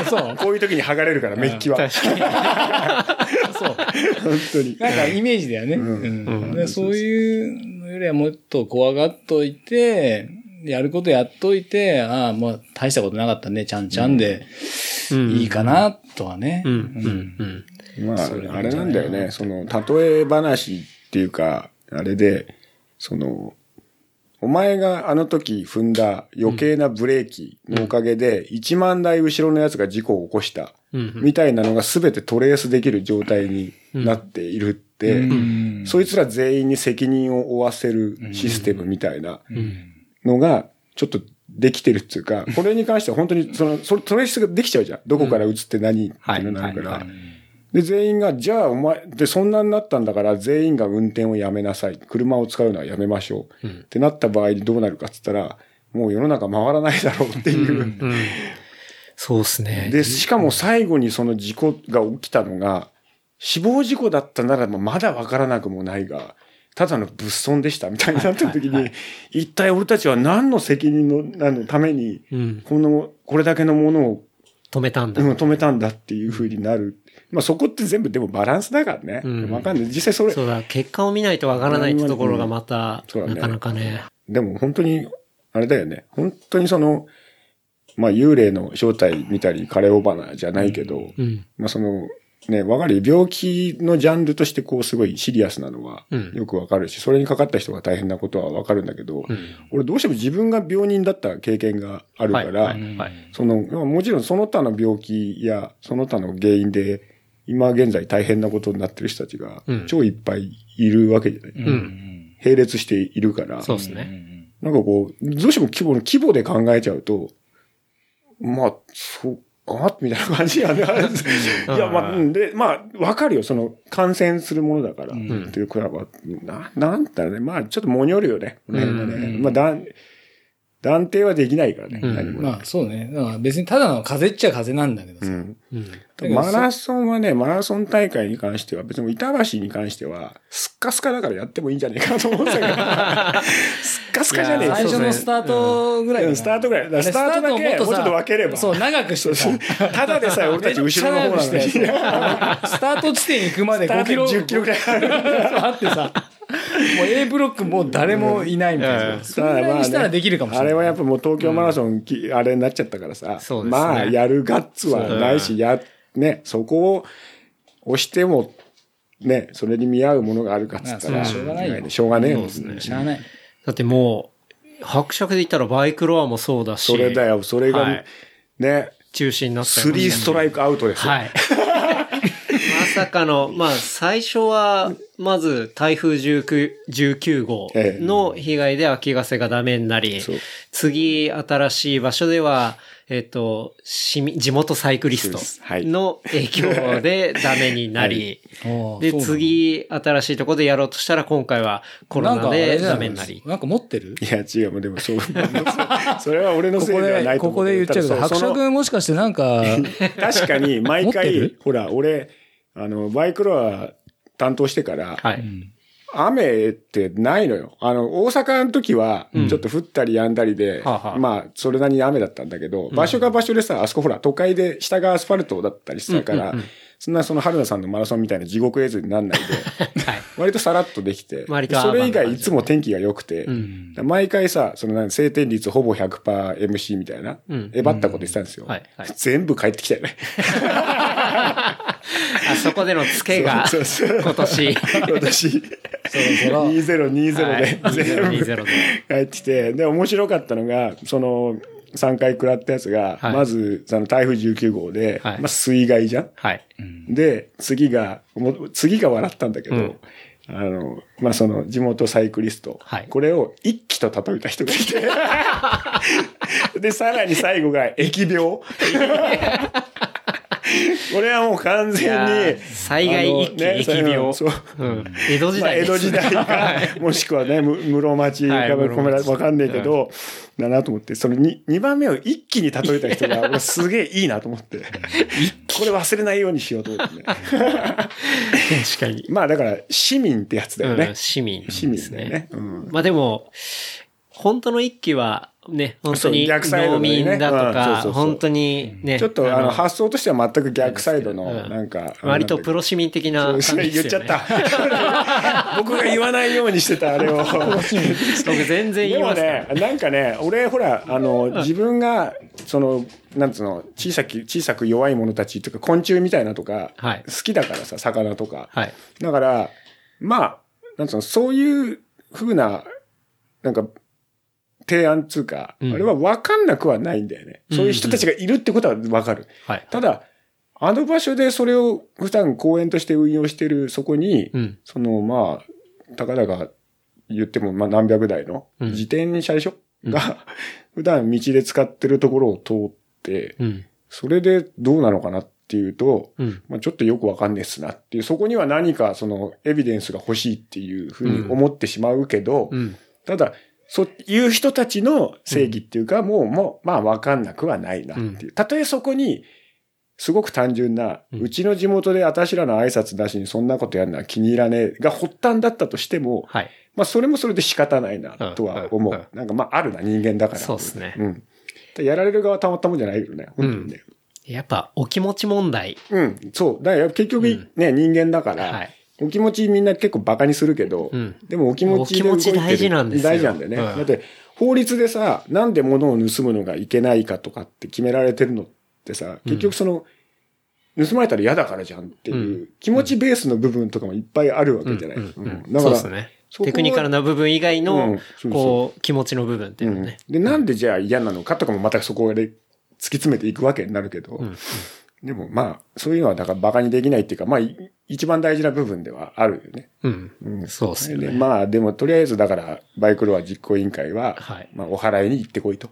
そう。こういう時に剥がれるから、メッキは。
確かに。
そう。本当に。
なんかイメージだよね。でそういうのよりはもっと怖がっといて、やることやっといて、ああ、もう大したことなかったね、ちゃんちゃんで、いいかな、とはね。
まあ、あれなんだよね。その、例え話っていうか、あれで、その、お前があの時踏んだ余計なブレーキのおかげで、1万台後ろのやつが事故を起こした、みたいなのが全てトレースできる状態になっているって、そいつら全員に責任を負わせるシステムみたいなのが、ちょっとできてるっていうか、これに関しては本当にトレースができちゃうじゃん。どこから移って何っていうのになるから。で、全員が、じゃあお前、で、そんなになったんだから全員が運転をやめなさい。車を使うのはやめましょう。ってなった場合にどうなるかって言ったら、もう世の中回らないだろうっていう。
そうですね。
で、しかも最後にその事故が起きたのが、死亡事故だったならまだわからなくもないが、ただの物損でしたみたいになった時に、一体俺たちは何の責任のために、これだけのものを
止めたんだ。
止めたんだっていう風になる。まあそこって全部でもバランスだからね。わかんない。実際それ。
そうだ、結果を見ないとわからないってところがまた、なかなかね。
でも本当に、あれだよね。本当にその、まあ幽霊の正体見たり、カレオバナじゃないけど、まあその、ね、わかるよ。病気のジャンルとしてこうすごいシリアスなのはよくわかるし、それにかかった人が大変なことはわかるんだけど、俺どうしても自分が病人だった経験があるから、その、もちろんその他の病気やその他の原因で、今現在大変なことになってる人たちが超いっぱいいるわけじゃない。並列しているから。
そうですね。
なんかこう、どうしても規模で考えちゃうと、まあ、みたいな感じがね。いや、まあ、わかるよ。その、感染するものだから。っていうクラブは、なんだろうね。まあ、ちょっともにょるよね。まあ、断定はできないからね。
まあ、そうね。だから別にただの風邪っちゃ風邪なんだけどさ。
マラソンはね、マラソン大会に関しては、別に板橋に関しては、スッカスカだからやってもいいんじゃないかなと思うんだけど。スッカスカじゃねえか。
最初のスタートぐらい。
スタートぐらい。スタートだけもうちょっと分ければ。
そう、長くしてさ。
ただでさえ俺たち後ろの方なのに。
スタート地点に行くまで5キロ。
10キロぐらい
あってさ。もう A ブロックもう誰もいないみたいな。それにしたらできるかもしれない。
あれはやっぱもう東京マラソン、あれになっちゃったからさ。まあ、やるガッツはないし、ね、そこを押しても、ね、それに見合うものがあるかっつったら、
しょうがないよ。
しょうがねえもん
ね。しょうがない。
だってもう、伯爵で言ったらバイクロアもそうだし。
それだよ、それが、ね。
中止になったよ。
3ストライクアウトですよ。
はい。まさかの、まあ最初は、まず台風19号の被害で秋ヶ瀬がダメになり、次新しい場所では、地元サイクリストの影響でダメになり、で、次新しいところでやろうとしたら今回はコロナでダメになり。
なんか持ってる？
いや違う、でもそう。それは俺のせいではないと思う。
ここで言っちゃうけど、伯爵もしかしてなんか。
確かに毎回、ほら、俺、バイクロア担当してから、雨ってないのよ。大阪の時は、ちょっと降ったり止んだりで、まあ、それなりに雨だったんだけど、場所が場所でさ、あそこほら、都会で下がアスファルトだったりしたから、そんなその春菜さんのマラソンみたいな地獄絵図になんないで、割とさらっとできて、それ以外いつも天気が良くて、毎回さ、その晴天率ほぼ 100%MC みたいな、えばったこと言ってたんですよ。全部帰ってきたよね。
あそこでのツケが、今年。
2020で全部帰ってきて、で、面白かったのが、その、3回食らったやつが、まず、その台風19号で、まあ、水害じゃん。で、次が笑ったんだけど、まあ、その、地元サイクリスト。これを一気と例えた人がいて。で、さらに最後が疫病。これはもう完全に。
災害一気、疫病。江戸時代。
江戸時代か、もしくはね、室町かわかんないけど、だなと思って、その2番目を一気に例えた人が、俺すげえいいなと思って。
一
これ忘れないようにしようと思ってね。
確かに。
まあだから、市民ってやつだよね。
市民ですね。
市民だよね。
まあでも、本当の一揆は、ね、本当に農民だとか、本当にね。
ちょっと発想としては全く逆サイドの、なんか。
割とプロ市民的な感じですよね。
言っちゃった。僕が言わないようにしてた、あれを。僕
全然言います
でもね、なんかね、俺ほら、自分が、なんつうの、小さく弱い者たちとか、昆虫みたいなとか、好きだからさ、魚とか。だから、まあ、なんつうの、そういう風な、なんか、提案つうか、あれは分かんなくはないんだよね。そういう人たちがいるってことは分かる。ただ、あの場所でそれを普段公園として運用してるそこに、まあ、たかだか言ってもまあ何百台の自転車でしょ、が、普段道で使ってるところを通って、それでどうなのかなっていうと、まあちょっとよく分かんねえっすなっていう、そこには何かエビデンスが欲しいっていうふうに思ってしまうけど、ただ、そういう人たちの正義っていうか、もう、まあ分かんなくはないなっていう。たとえそこに、すごく単純な、うちの地元で私らの挨拶なしにそんなことやるのは気に入らねえが発端だったとしても、まあそれもそれで仕方ないなとは思う。なんかまああるな人間だから。
そうですね。
やられる側はたまったもんじゃないよね。本当にね。
やっぱお気持ち問題。
そう。だから結局ね、人間だから、お気持ちみんな結構バカにするけど、でもお気持ちで動いてる。
大事なんですよ。
大事なんだよね。だって法律でさ、なんで物を盗むのがいけないかとかって決められてるのってさ、結局盗まれたら嫌だからじゃんっていう気持ちベースの部分とかもいっぱいあるわけじゃない。
だから、そうですね。テクニカルな部分以外の、こう、気持ちの部分っていうのね。
で、なんでじゃあ嫌なのかとかもまたそこで突き詰めていくわけになるけど、でもまあ、そういうのはだからバカにできないっていうか、まあ、一番大事な部分ではあるよね。
そうですね。
まあ、でもとりあえずだから、バイクロア実行委員会は、まあ、お払いに行ってこいと。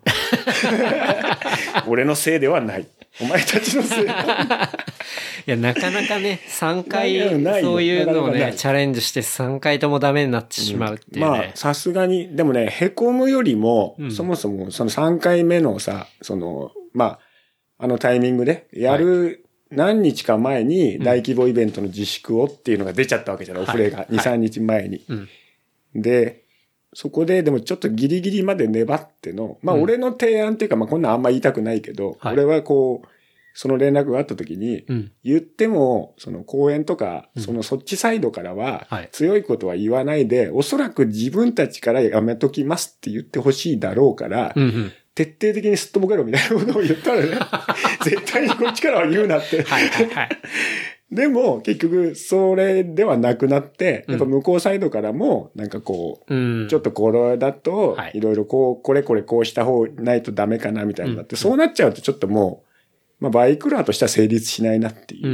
俺のせいではない。お前たちのせいだ。
いや、なかなかね、3回、そういうのをね、チャレンジして3回ともダメになってしまうっていうね。
まあ、さすがに、でもね、凹むよりも、そもそもその3回目のさ、まあ、タイミングで、やる何日か前に大規模イベントの自粛をっていうのが出ちゃったわけじゃない、お触れが。2、3日前に。で、そこででもちょっとギリギリまで粘っての、まあ俺の提案っていうか、まあこんなんあんま言いたくないけど、俺はこう、その連絡があった時に、言っても、その公園とか、そっちサイドからは、強いことは言わないで、おそらく自分たちからやめときますって言ってほしいだろうから、徹底的にすっとぼけろみたいなことを言ったらね、絶対にこっちからは言うなって。でも、結局、それではなくなって、やっぱ向こうサイドからも、なんかこう、ちょっとこれだと、いろいろこれこうした方ないとダメかなみたいになって、そうなっちゃうとちょっともう、まあバイクラーとしては成立しないなっていう、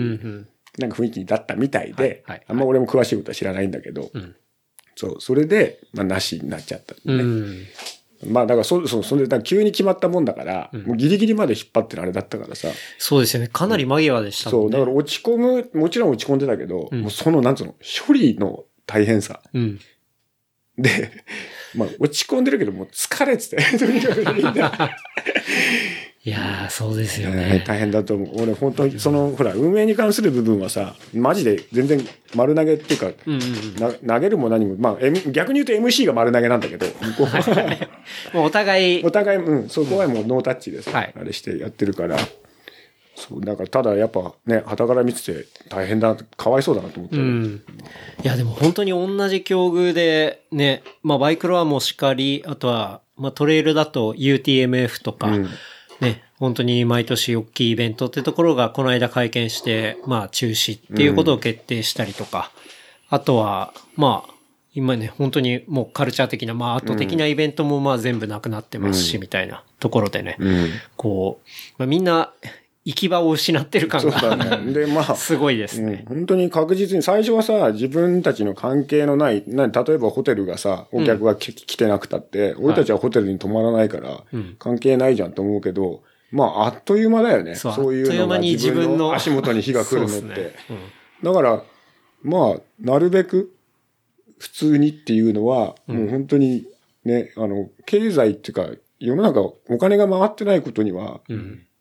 なんか雰囲気だったみたいで、あんま俺も詳しいことは知らないんだけど、そう、それで、まあなしになっちゃったね。まあだからそれで急に決まったもんだから、もうギリギリまで引っ張ってるあれだったからさ。
そうですよね。かなり間際でしたもんね。
そう、だから落ち込む、もちろん落ち込んでたけど、もうなんつうの、処理の大変さ。で、まあ落ち込んでるけどもう疲れてて、とにかくみんな。
いやー、そうですよね。
大変だと思う。俺本当にほら、運営に関する部分はさ、マジで全然丸投げっていうか、投げるも何も、まあ、逆に言うと MC が丸投げなんだけど、
もうお互い、
そこはもうノータッチでさ、あれしてやってるから、そう、だからただやっぱね、傍から見てて大変だ、かわいそうだなと思って。
いや、でも本当に同じ境遇でね、まあバイクロアもしかり、あとは、まあトレイルだと UTMF とか、ね、本当に毎年大きいイベントってところがこの間会見して、まあ中止っていうことを決定したりとか、あとは、まあ、今ね、本当にもうカルチャー的な、まあアート的なイベントもまあ全部なくなってますし、みたいなところでね、こう、まあみんな行き場を失ってる感が、そうだね。で、まあ、すごいですね。
本当に確実に、最初はさ、自分たちの関係のない、例えばホテルがさ、お客が来てなくたって、俺たちはホテルに泊まらないから、関係ないじゃんと思うけど、まあ、あっという間だよね。そういうのが自分の足元に火が来るのって。だから、まあ、なるべく普通にっていうのは、もう本当にね、経済っていうか、世の中お金が回ってないことには、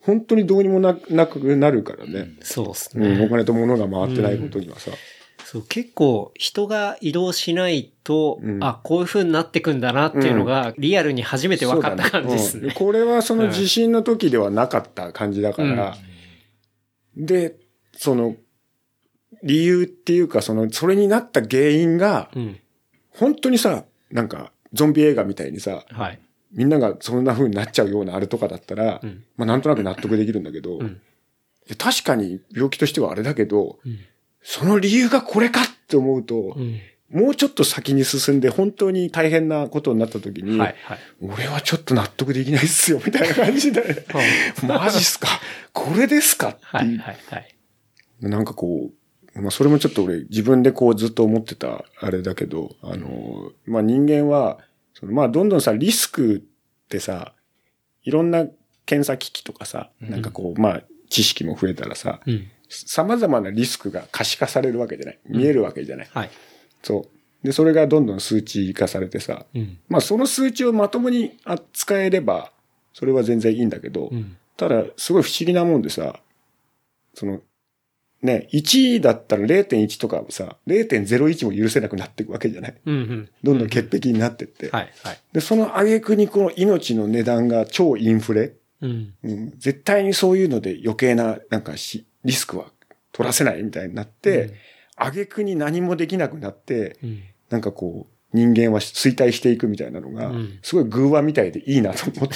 本当にどうにもなくなるからね。
そうですね。
お金と物が回ってないことにはさ。
そう、結構人が移動しないと、あ、こういう風になってくんだなっていうのが、リアルに初めて分かった感じですね。
これはその地震の時ではなかった感じだから、で、その、理由っていうか、それになった原因が、本当にさ、なんか、ゾンビ映画みたいにさ、みんながそんな風になっちゃうようなあれとかだったら、まあなんとなく納得できるんだけど、確かに病気としてはあれだけど、その理由がこれかって思うと、もうちょっと先に進んで本当に大変なことになった時に、俺はちょっと納得できないっすよ、みたいな感じで、マジっすかこれですかっていう。なんかこう、まあそれもちょっと俺自分でこうずっと思ってたあれだけど、まあ人間は、まあどんどんさ、リスクってさ、いろんな検査機器とかさ、なんかこう、まあ知識も増えたらさ、様々なリスクが可視化されるわけじゃない。見えるわけじゃない。そう。で、それがどんどん数値化されてさ、まあその数値をまともに扱えれば、それは全然いいんだけど、ただ、すごい不思議なもんでさ、ね、1だったら 0.1 とかさ、0.01 も許せなくなっていくわけじゃない。どんどん潔癖になってって。で、その挙句にこの命の値段が超インフレ。絶対にそういうので余計な、なんかリスクは取らせないみたいになって、挙句に何もできなくなって、なんかこう、人間は衰退していくみたいなのが、すごい偶話みたいでいいなと思って。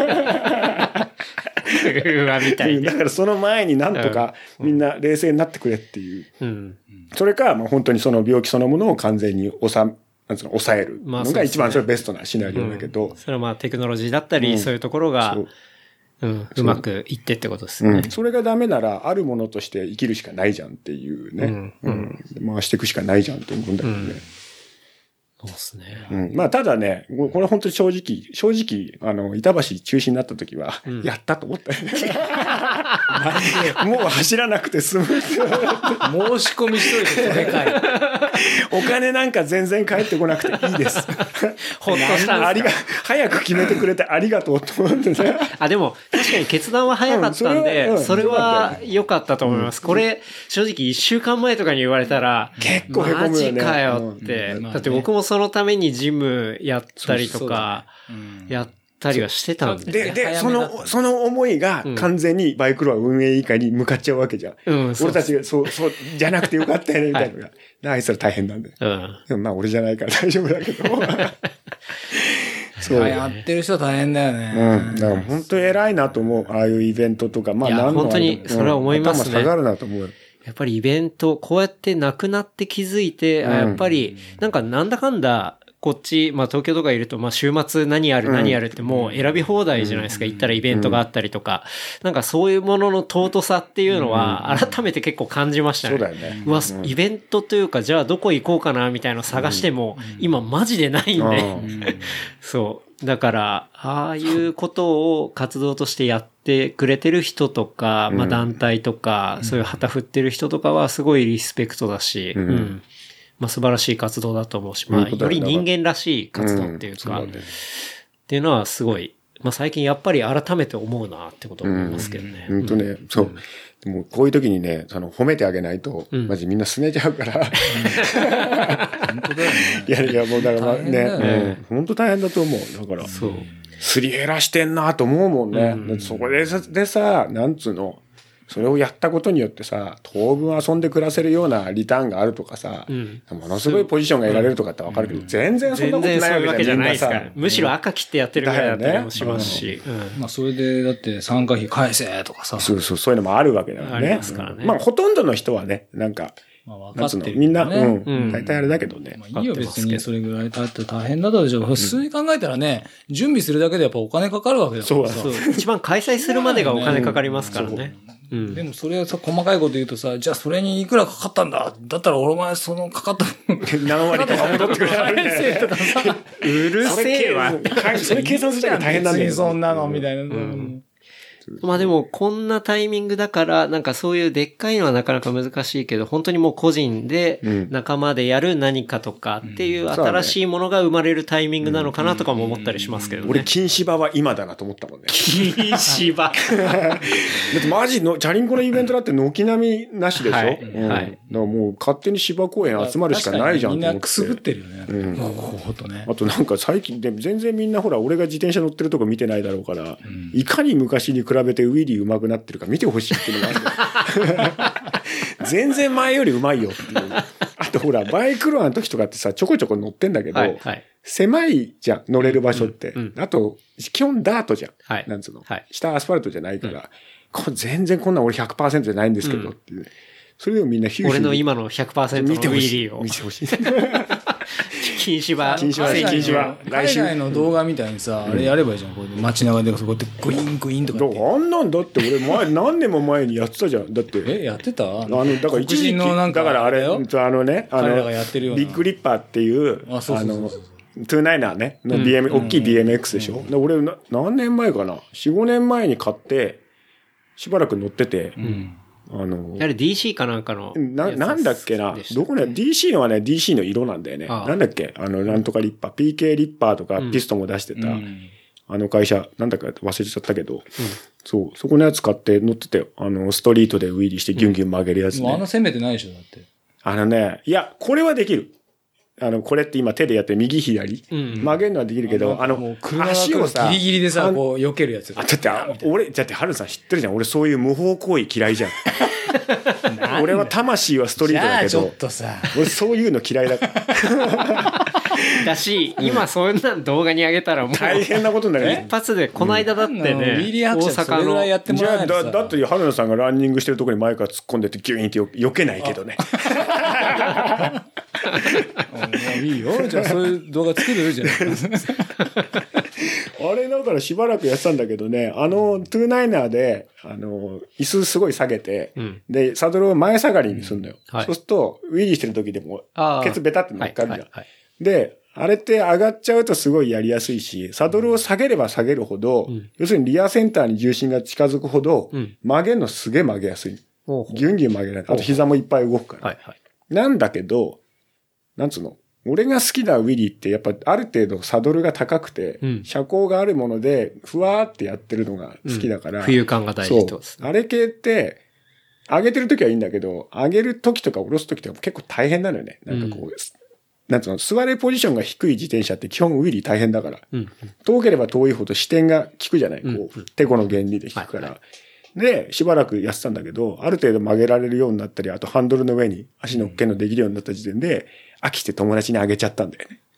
偶話みたい
だからその前になんとかみんな冷静になってくれっていう。それか、まあ本当にその病気そのものを完全に抑えるのが一番それベストなシナリオだけど。
それはまあテクノロジーだったり、そういうところが、うまくいってってことですね。
それがダメなら、あるものとして生きるしかないじゃんっていうね。回していくしかないじゃんって思うんだけどね。
そうですね。
まあ、ただね、これ本当に正直、板橋中止になった時は、やったと思ったよね。もう走らなくて済む。申し
込みしといて、それかい。
お金なんか全然返ってこなくていいです。
ほっとしたんですか。
早く決めてくれてありがとうと思ってね。
あ、でも、確かに決断は早かったんで、それは良かったと思います。これ、正直1週間前とかに言われたら、
結構へこむよね。
マジかよって。だって僕もそのためにジムやったりとか、やったりはしてたんで。
で、その思いが完全にバイクロア運営委員会に向かっちゃうわけじゃん。俺たちが、じゃなくてよかったよね、みたいなのが。あいつら大変なんだよ。でもまあ俺じゃないから大丈夫だけど。
そう。やってる人大変だよね。
だから本当に偉いなと思う。ああいうイベントとか。まあ
本当に、それは思いますね。
頭下がるなと思う。
やっぱりイベント、こうやってなくなって気づいて、やっぱり、なんだかんだ、こっち、まあ東京とかいると、まあ週末何やるってもう選び放題じゃないですか。行ったらイベントがあったりとか。なんかそういうものの尊さっていうのは、改めて結構感じましたね。
そうだよね。
うわ、イベントというか、じゃあどこ行こうかなみたいなの探しても、今マジでないんで。そう。だから、ああいうことを活動としてやってくれてる人とか、まあ団体とか、そういう旗振ってる人とかはすごいリスペクトだし、まあ素晴らしい活動だと思うし、まあより人間らしい活動っていうか、っていうのはすごい、まあ最近やっぱり改めて思うなってことを思いますけどね。
本当ね、そう。でもこういう時にね、褒めてあげないと、マジみんな拗ねちゃうから。
本当だよね。
いや、もうだからね、本当大変だと思う。だから、すり減らしてんなと思うもんね。そこでさ、なんつうの、それをやったことによってさ、当分遊んで暮らせるようなリターンがあるとかさ、ものすごいポジションが得られるとかってわかるけど、全然そんなことないわけじゃないですか。
むしろ赤切ってやってるぐらいだったりもしますし。
まあそれでだって参加費返せとかさ。
そういうのもあるわけだからね。
ありますからね。
まあほとんどの人はね、なんか、
分かってる。
みんな、大体あれだけどね。
いいよ別にそれぐらい大変だったでしょ。普通に考えたらね、準備するだけでやっぱお金かかるわけだからさ。
そう。一番開催するまでがお金かかりますからね。
でもそれはさ、細かいこと言うとさ、じゃあそれにいくらかかったんだだったら俺前そのかかった
何割とか戻ってくれる
とかさ、
うるせえわ。
それ計算するだけ大変なんだよ。
そんなのみたいな。
まあでも、こんなタイミングだから、なんかそういうでっかいのはなかなか難しいけど、本当にもう個人で仲間でやる何かとかっていう新しいものが生まれるタイミングなのかなとかも思ったりしますけどね。
俺、金芝は今だなと思ったもんね。
金芝だ
ってマジの、チャリンコのイベントだって軒並みなしでしょ、はい、うん。はい。だからもう勝手に芝公園集まるしかないじゃんと思って。
みんなくすぶってるよね。うん。ほとね。
あとなんか最近で全然みんなほら、俺が自転車乗ってるとこ見てないだろうから、いかに昔に比べてウィリー上手くなってるか見てほしいっていうのがある。全然前より上手いよっていう。あとほら、バイクロアの時とかってさ、ちょこちょこ乗ってんだけど、はいはい、狭いじゃん、乗れる場所って。あと、基本ダートじゃん。はい、なんつうの、はい。下アスファルトじゃないから、これ全然こんなん俺 100% じゃないんですけどっていう。それをみんなヒューヒュー
俺の今の 100% のウィリーを。
見てほしい。
禁止は。
海外の動画みたいにさ、あれやればいいじゃん。こう街中でこうやってグイーングイーンとかって。
あんなんだって俺何年も前にやってたじゃん。だって。
やってた
だから一時期、だからあれ、ビッグリッパーっていう、トゥーナイナーね、の大きい BMX でしょ。俺何年前かな ?4、5年前に買って、しばらく乗ってて、
あれ DC かなんかの。
なんだっけな。どこね、DC のはね、DC の色なんだよね。なんだっけなんとかリッパー。PK リッパーとかピストンも出してた、会社、なんだか忘れちゃったけど、そう、そこのやつ買って乗ってたよ。ストリートでウィリーしてギュンギュン曲げるやつね。
攻めてないでしょ、だって。
いや、これはできる。これって今手でやって右左、曲げるのはできるけど、
足をさ、ギリギリでさ、こう避けるやつ。
だって、ハルさん知ってるじゃん。俺そういう無法行為嫌いじゃん。俺は魂はストリートだけど、
ちょっとさ、
俺そういうの嫌いだから。
だし、今そんな動画に上げたらもう
大変なことになる。
一発で、この間だってね、大
阪の。やってもらえない
だって、春菜さんがランニングしてるところに前から突っ込んでってギューンって避けないけどね。
いいよ。じゃあそういう動画作れるじゃない。
あれだからしばらくやってたんだけどね、トゥーナイナーで、椅子すごい下げて、で、サドルを前下がりにするんだよ。そうすると、ウィリーしてる時でも、ケツベタって乗っかるじゃん。で、あれって上がっちゃうとすごいやりやすいし、サドルを下げれば下げるほど、要するにリアセンターに重心が近づくほど、曲げるのすげえ曲げやすい。ギュンギュン曲げられる。あと膝もいっぱい動くから。なんだけど、なんつうの、俺が好きなウィリーってやっぱある程度サドルが高くて、車高があるものでふわーってやってるのが好きだから。
浮遊感が大事ってことですね。
あれ系って、上げてる時はいいんだけど、上げる時とか下ろす時とか結構大変なのよね。なんかこう、なんつうの、座れるポジションが低い自転車って基本ウィリー大変だから。遠ければ遠いほど視点が効くじゃない、こう、てこの原理で効くから。で、しばらくやってたんだけど、ある程度曲げられるようになったり、あとハンドルの上に足乗っけるのできるようになった時点で、飽きて友達にあげちゃったんだよね。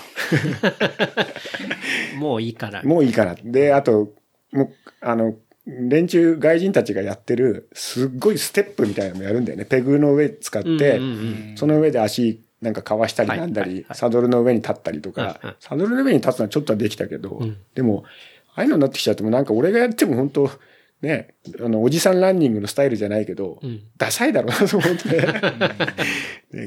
もういいから。
もういいから。で、あと、もう、連中、外人たちがやってる、すっごいステップみたいなのもやるんだよね。ペグの上使って、その上で足なんかかわしたりなんだり、サドルの上に立ったりとか、サドルの上に立つのはちょっとはできたけど、でも、ああいうのになってきちゃうともうなんか俺がやっても本当ね、おじさんランニングのスタイルじゃないけど、ダサいだろうなと思って、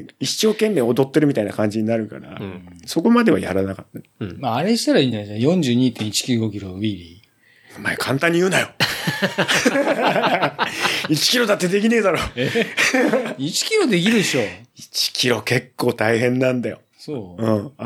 一生懸命踊ってるみたいな感じになるから、そこまではやらなかった。
まあ、あれしたらいいんじゃないですか。42.195 キロウィーリー。
お前簡単に言うなよ。1キロだってできねえだろ。
1キロできるでしょ。
1キロ結構大変なんだよ。
そう。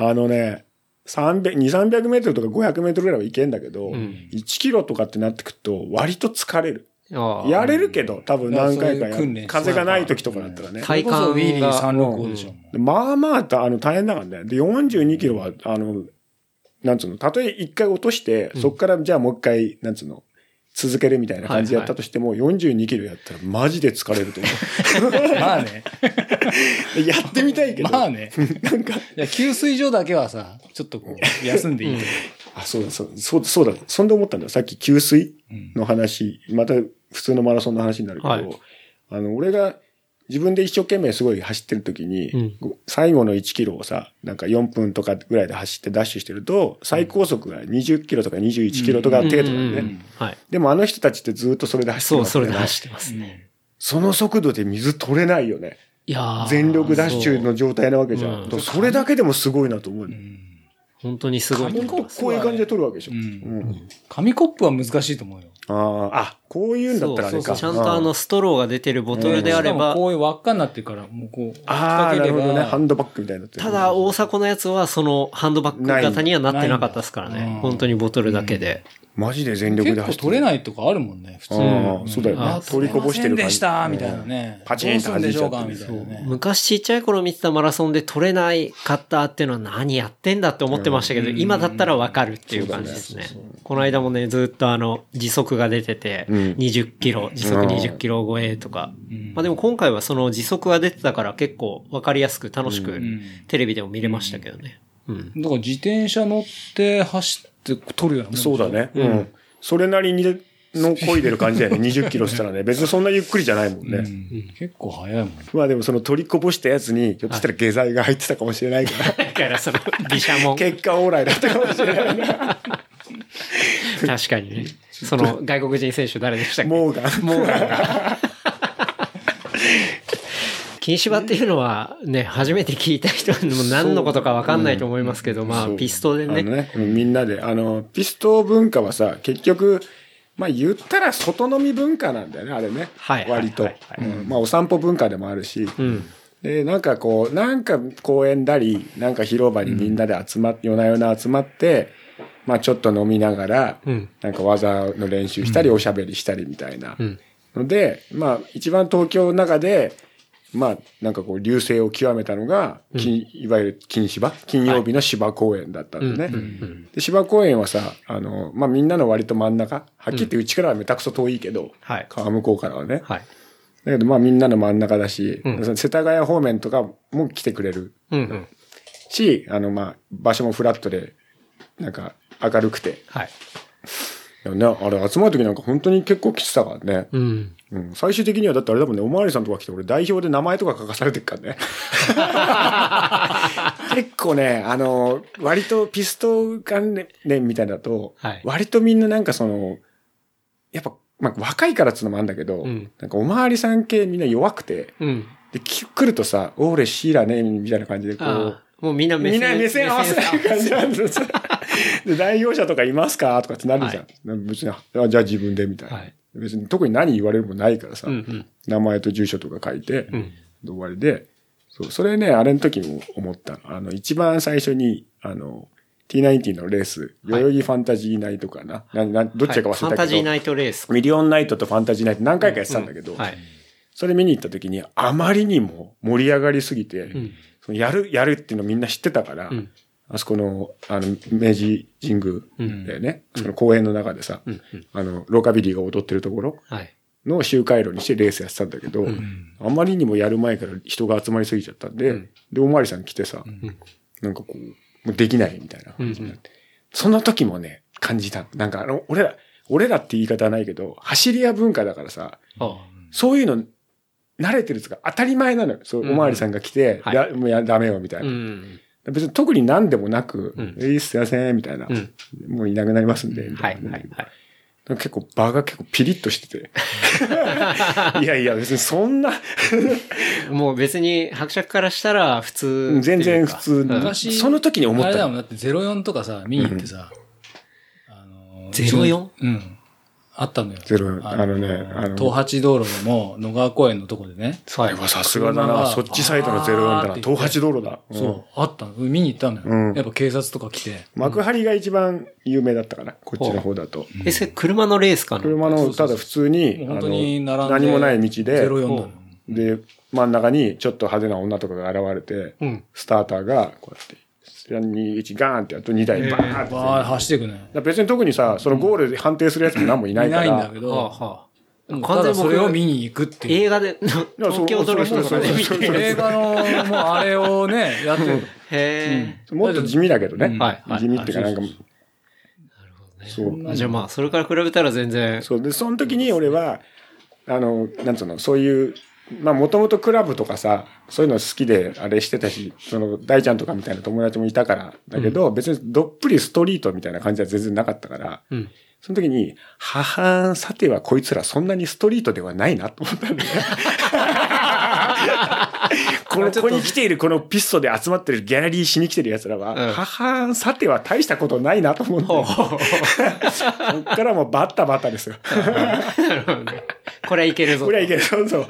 2、300メートルとか500メートルぐらいはいけんだけど、1キロとかってなってくると割と疲れる。やれるけど、多分何回か風がない時とかだったらね。
体感ウィーリー365でしょ。
まあまあ、大変だからね。で、42キロは、なんつうの、たとえ一回落として、そっからじゃあもう一回、なんつうの、続けるみたいな感じでやったとしても、42キロやったらマジで疲れると思
う。まあね。
やってみたいけど。
まあね。なんか。いや、給水所だけはさ、ちょっとこう、休んでいい。
あ、そうだ。そんで思ったんだよ。さっき給水の話、また普通のマラソンの話になるけど、俺が自分で一生懸命すごい走ってる時に、最後の1キロをさ、なんか4分とかぐらいで走ってダッシュしてると、最高速が20キロとか21キロとか程度なんでね。でもあの人たちってずっとそれで走ってます
ね。そう、それで走ってますね。
その速度で水取れないよね。
いや
全力ダッシュの状態なわけじゃん。それだけでもすごいなと思う。
本当にすごいと思います。
こういう感じで撮るわけでしょ。
紙コップは難しいと思うよ。
こういうんだったらあれか。
ちゃんとストローが出てるボトルであれば。
こういう輪っかになってるから、もうこう、
なるほどね。ハンドバッグみたいになってる。
ただ、大阪のやつはそのハンドバッグ型にはなってなかったですからね。本当にボトルだけで。
マジで全力で
走ってる。結構取れないとかあるもんね、普通に。
そうだよね。取りこぼしてる感じ。
でした、みたいなね。
パチンと弾いちゃった
みたいなね。
昔ちっちゃい頃見てたマラソンで取れないかったっていうのは何やってんだって思ってましたけど、今だったらわかるっていう感じですね。この間もね、ずっと時速が出てて、20キロ、時速20キロ超えとか。まあでも今回はその時速が出てたから結構わかりやすく楽しくテレビでも見れましたけどね。
だから自転車乗って走って取るようなもん。
そうだね。それなりにの漕いでる感じだよね。20キロしたらね。別にそんなゆっくりじゃないもんね。
結構速いもん。
まあでもその取りこぼしたやつに、ひょっとしたら下剤が入ってたかもしれないから。
だからその、毘沙門。
結果オーライだったかもしれないな。
確かにね。その外国人選手誰でしたっけ？
モーガンが。
金芝っていうのはね、初めて聞いた人も何のことか分かんないと思いますけど、まあ、ピストでね。
みんなで、ピスト文化はさ、結局、まあ言ったら外飲み文化なんだよね、あれね。割と。まあお散歩文化でもあるし。で、なんか公園だり、なんか広場にみんなで夜な夜な集まって、まあちょっと飲みながら、なんか技の練習したり、おしゃべりしたりみたいな。ので、まあ一番東京の中で、まあ、なんか流星を極めたのが、いわゆる金曜日の芝公園だったんだね。で、芝公園はさ、まあみんなの割と真ん中、はっきり言ってうちからはめたくそ遠いけど、川向こうからはね。だけどまあみんなの真ん中だし、世田谷方面とかも来てくれる。し、まあ、場所もフラットで、なんか明るくて。いやね、あれ集まる時なんか本当に結構来てたからね。最終的にはだってあれだもんね、おまわりさんとか来て俺代表で名前とか書かされてるからね。結構ね、割とピスト関連みたいだと、割とみんななんかやっぱ、まあ若いからっつうのもあるんだけど、なんかおまわりさん系みんな弱くて、で、来るとさ、俺シーラね、みたいな感じでこう、
もうみんな目線
合わせない感じなんですよ。で、代表者とかいますかとかってなるじゃん。別に、じゃあ自分でみたいな。別に特に何言われるもないからさ、名前と住所とか書いて、終わりで、それね、あれの時も思った。一番最初に、T90 のレース、代々木ファンタジーナイトかな。どっちか忘れたけど、ファン
タジーナイトレース。
ミリオンナイトとファンタジーナイト何回かやってたんだけど、それ見に行った時にあまりにも盛り上がりすぎて、やるっていうのみんな知ってたから、あそこの、明治神宮でね、その公園の中でさ、ローカビリーが踊ってるところの周回路にしてレースやってたんだけど、あまりにもやる前から人が集まりすぎちゃったんで、で、おまわりさん来てさ、なんかこう、もうできないみたいな感じになって。その時もね、感じた。なんか俺らって言い方はないけど、走り屋文化だからさ、そういうの、慣れてるやつが当たり前なのよ。そう、おまわりさんが来て、もうダメよ、みたいな。別に特に何でもなく、すいません、みたいな。もういなくなりますんで、みたいな。結構場が結構ピリッとしてて。いやいや、別にそんな。
もう別に伯爵からしたら普通。
全然普通。
昔、
その時に思った。
あれだもん、だって04とかさ、見に行ってさ。
04？
あったのよ。東八道路でも、野川公園のとこでね。
それはさすがだな。そっちサイドの04だな。東八道路だ。
そう、あったの。見に行ったのよ。やっぱ警察とか来て。
幕張が一番有名だったかな。こっちの方だと。
それ車のレースかな？
車の、ただ普通に、
本当に並んで。
何もない道で、
04
で、真ん中にちょっと派手な女とかが現れて、スターターがこうやって、3、2、1ガーンってやると2台バーンって。
走っていくね。
別に特にさ、そのゴールで判定するやつも何もいないから。
いないんだけど。完全にそれを見に行くっていう。
映画で、東京ドロップとかで見てる。
映画の、もうあれをね、やってる。
へ
え。もっと地味だけどね。
はい。
地味っていうかなんか。
なるほどね。そう。じゃあまあ、それから比べたら全然。
そう。で、その時に俺は、なんつうの、そういう、まあもともとクラブとかさ、そういうの好きであれしてたし、大ちゃんとかみたいな友達もいたから、だけど、別にどっぷりストリートみたいな感じは全然なかったから、その時に、さてはこいつらそんなにストリートではないなと思ったんだよね。 こに来ているこのピストで集まってるギャラリーしに来てる奴らは、さては大したことないなと思って。そっからもうバッタバタですよ。
なるほどね。これはいけるぞ。
これはいけるぞ。そう。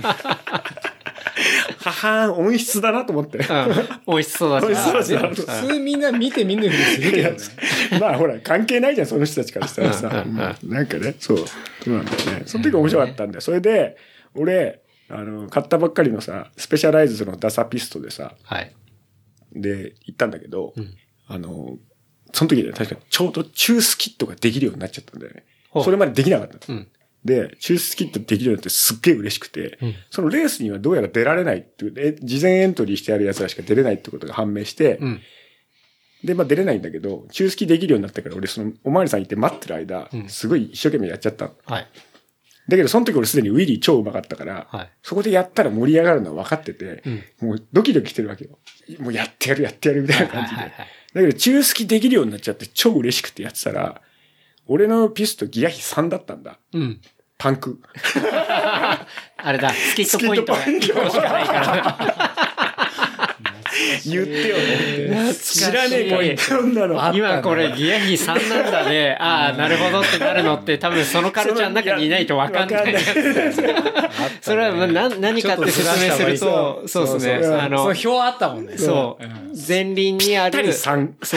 音質だなと思って。
音質育ち。
普通みんな見て見ぬふりするけどね。
まあほら、関係ないじゃん、その人たちからしたらさ。なんかね、そうなんだよね。その時面白かったんだよ。それで、俺、買ったばっかりのさ、スペシャライズのダサピストでさ、で、行ったんだけど、その時で確かちょうどチュースキットができるようになっちゃったんだよね。それまでできなかった。で、チュースキットできるようになってすっげえ嬉しくて、そのレースにはどうやら出られないっていう、事前エントリーしてある奴らしか出れないってことが判明して、で、まあ出れないんだけど、チュースキできるようになったから、俺おまわりさん行って待ってる間、すごい一生懸命やっちゃったの。だけど、その時俺すでにウィリー超うまかったから、そこでやったら盛り上がるのは分かってて、もうドキドキしてるわけよ。もうやってやるみたいな感じで。だけど、チュースキできるようになっちゃって超嬉しくてやってたら、俺のピストギア比3だったんだ。パンク。
あれだ、スキットポイントが1個しかないから。
言ってよね。知らねえポイントなの。
今これギア比3なんだね。ああ、なるほどってなるのって多分そのカルチャーの中にいないと分かんないやつ。それは何かって説明すると、そうですね。
その表あったもんね。
そう。前輪にある。
3。そう。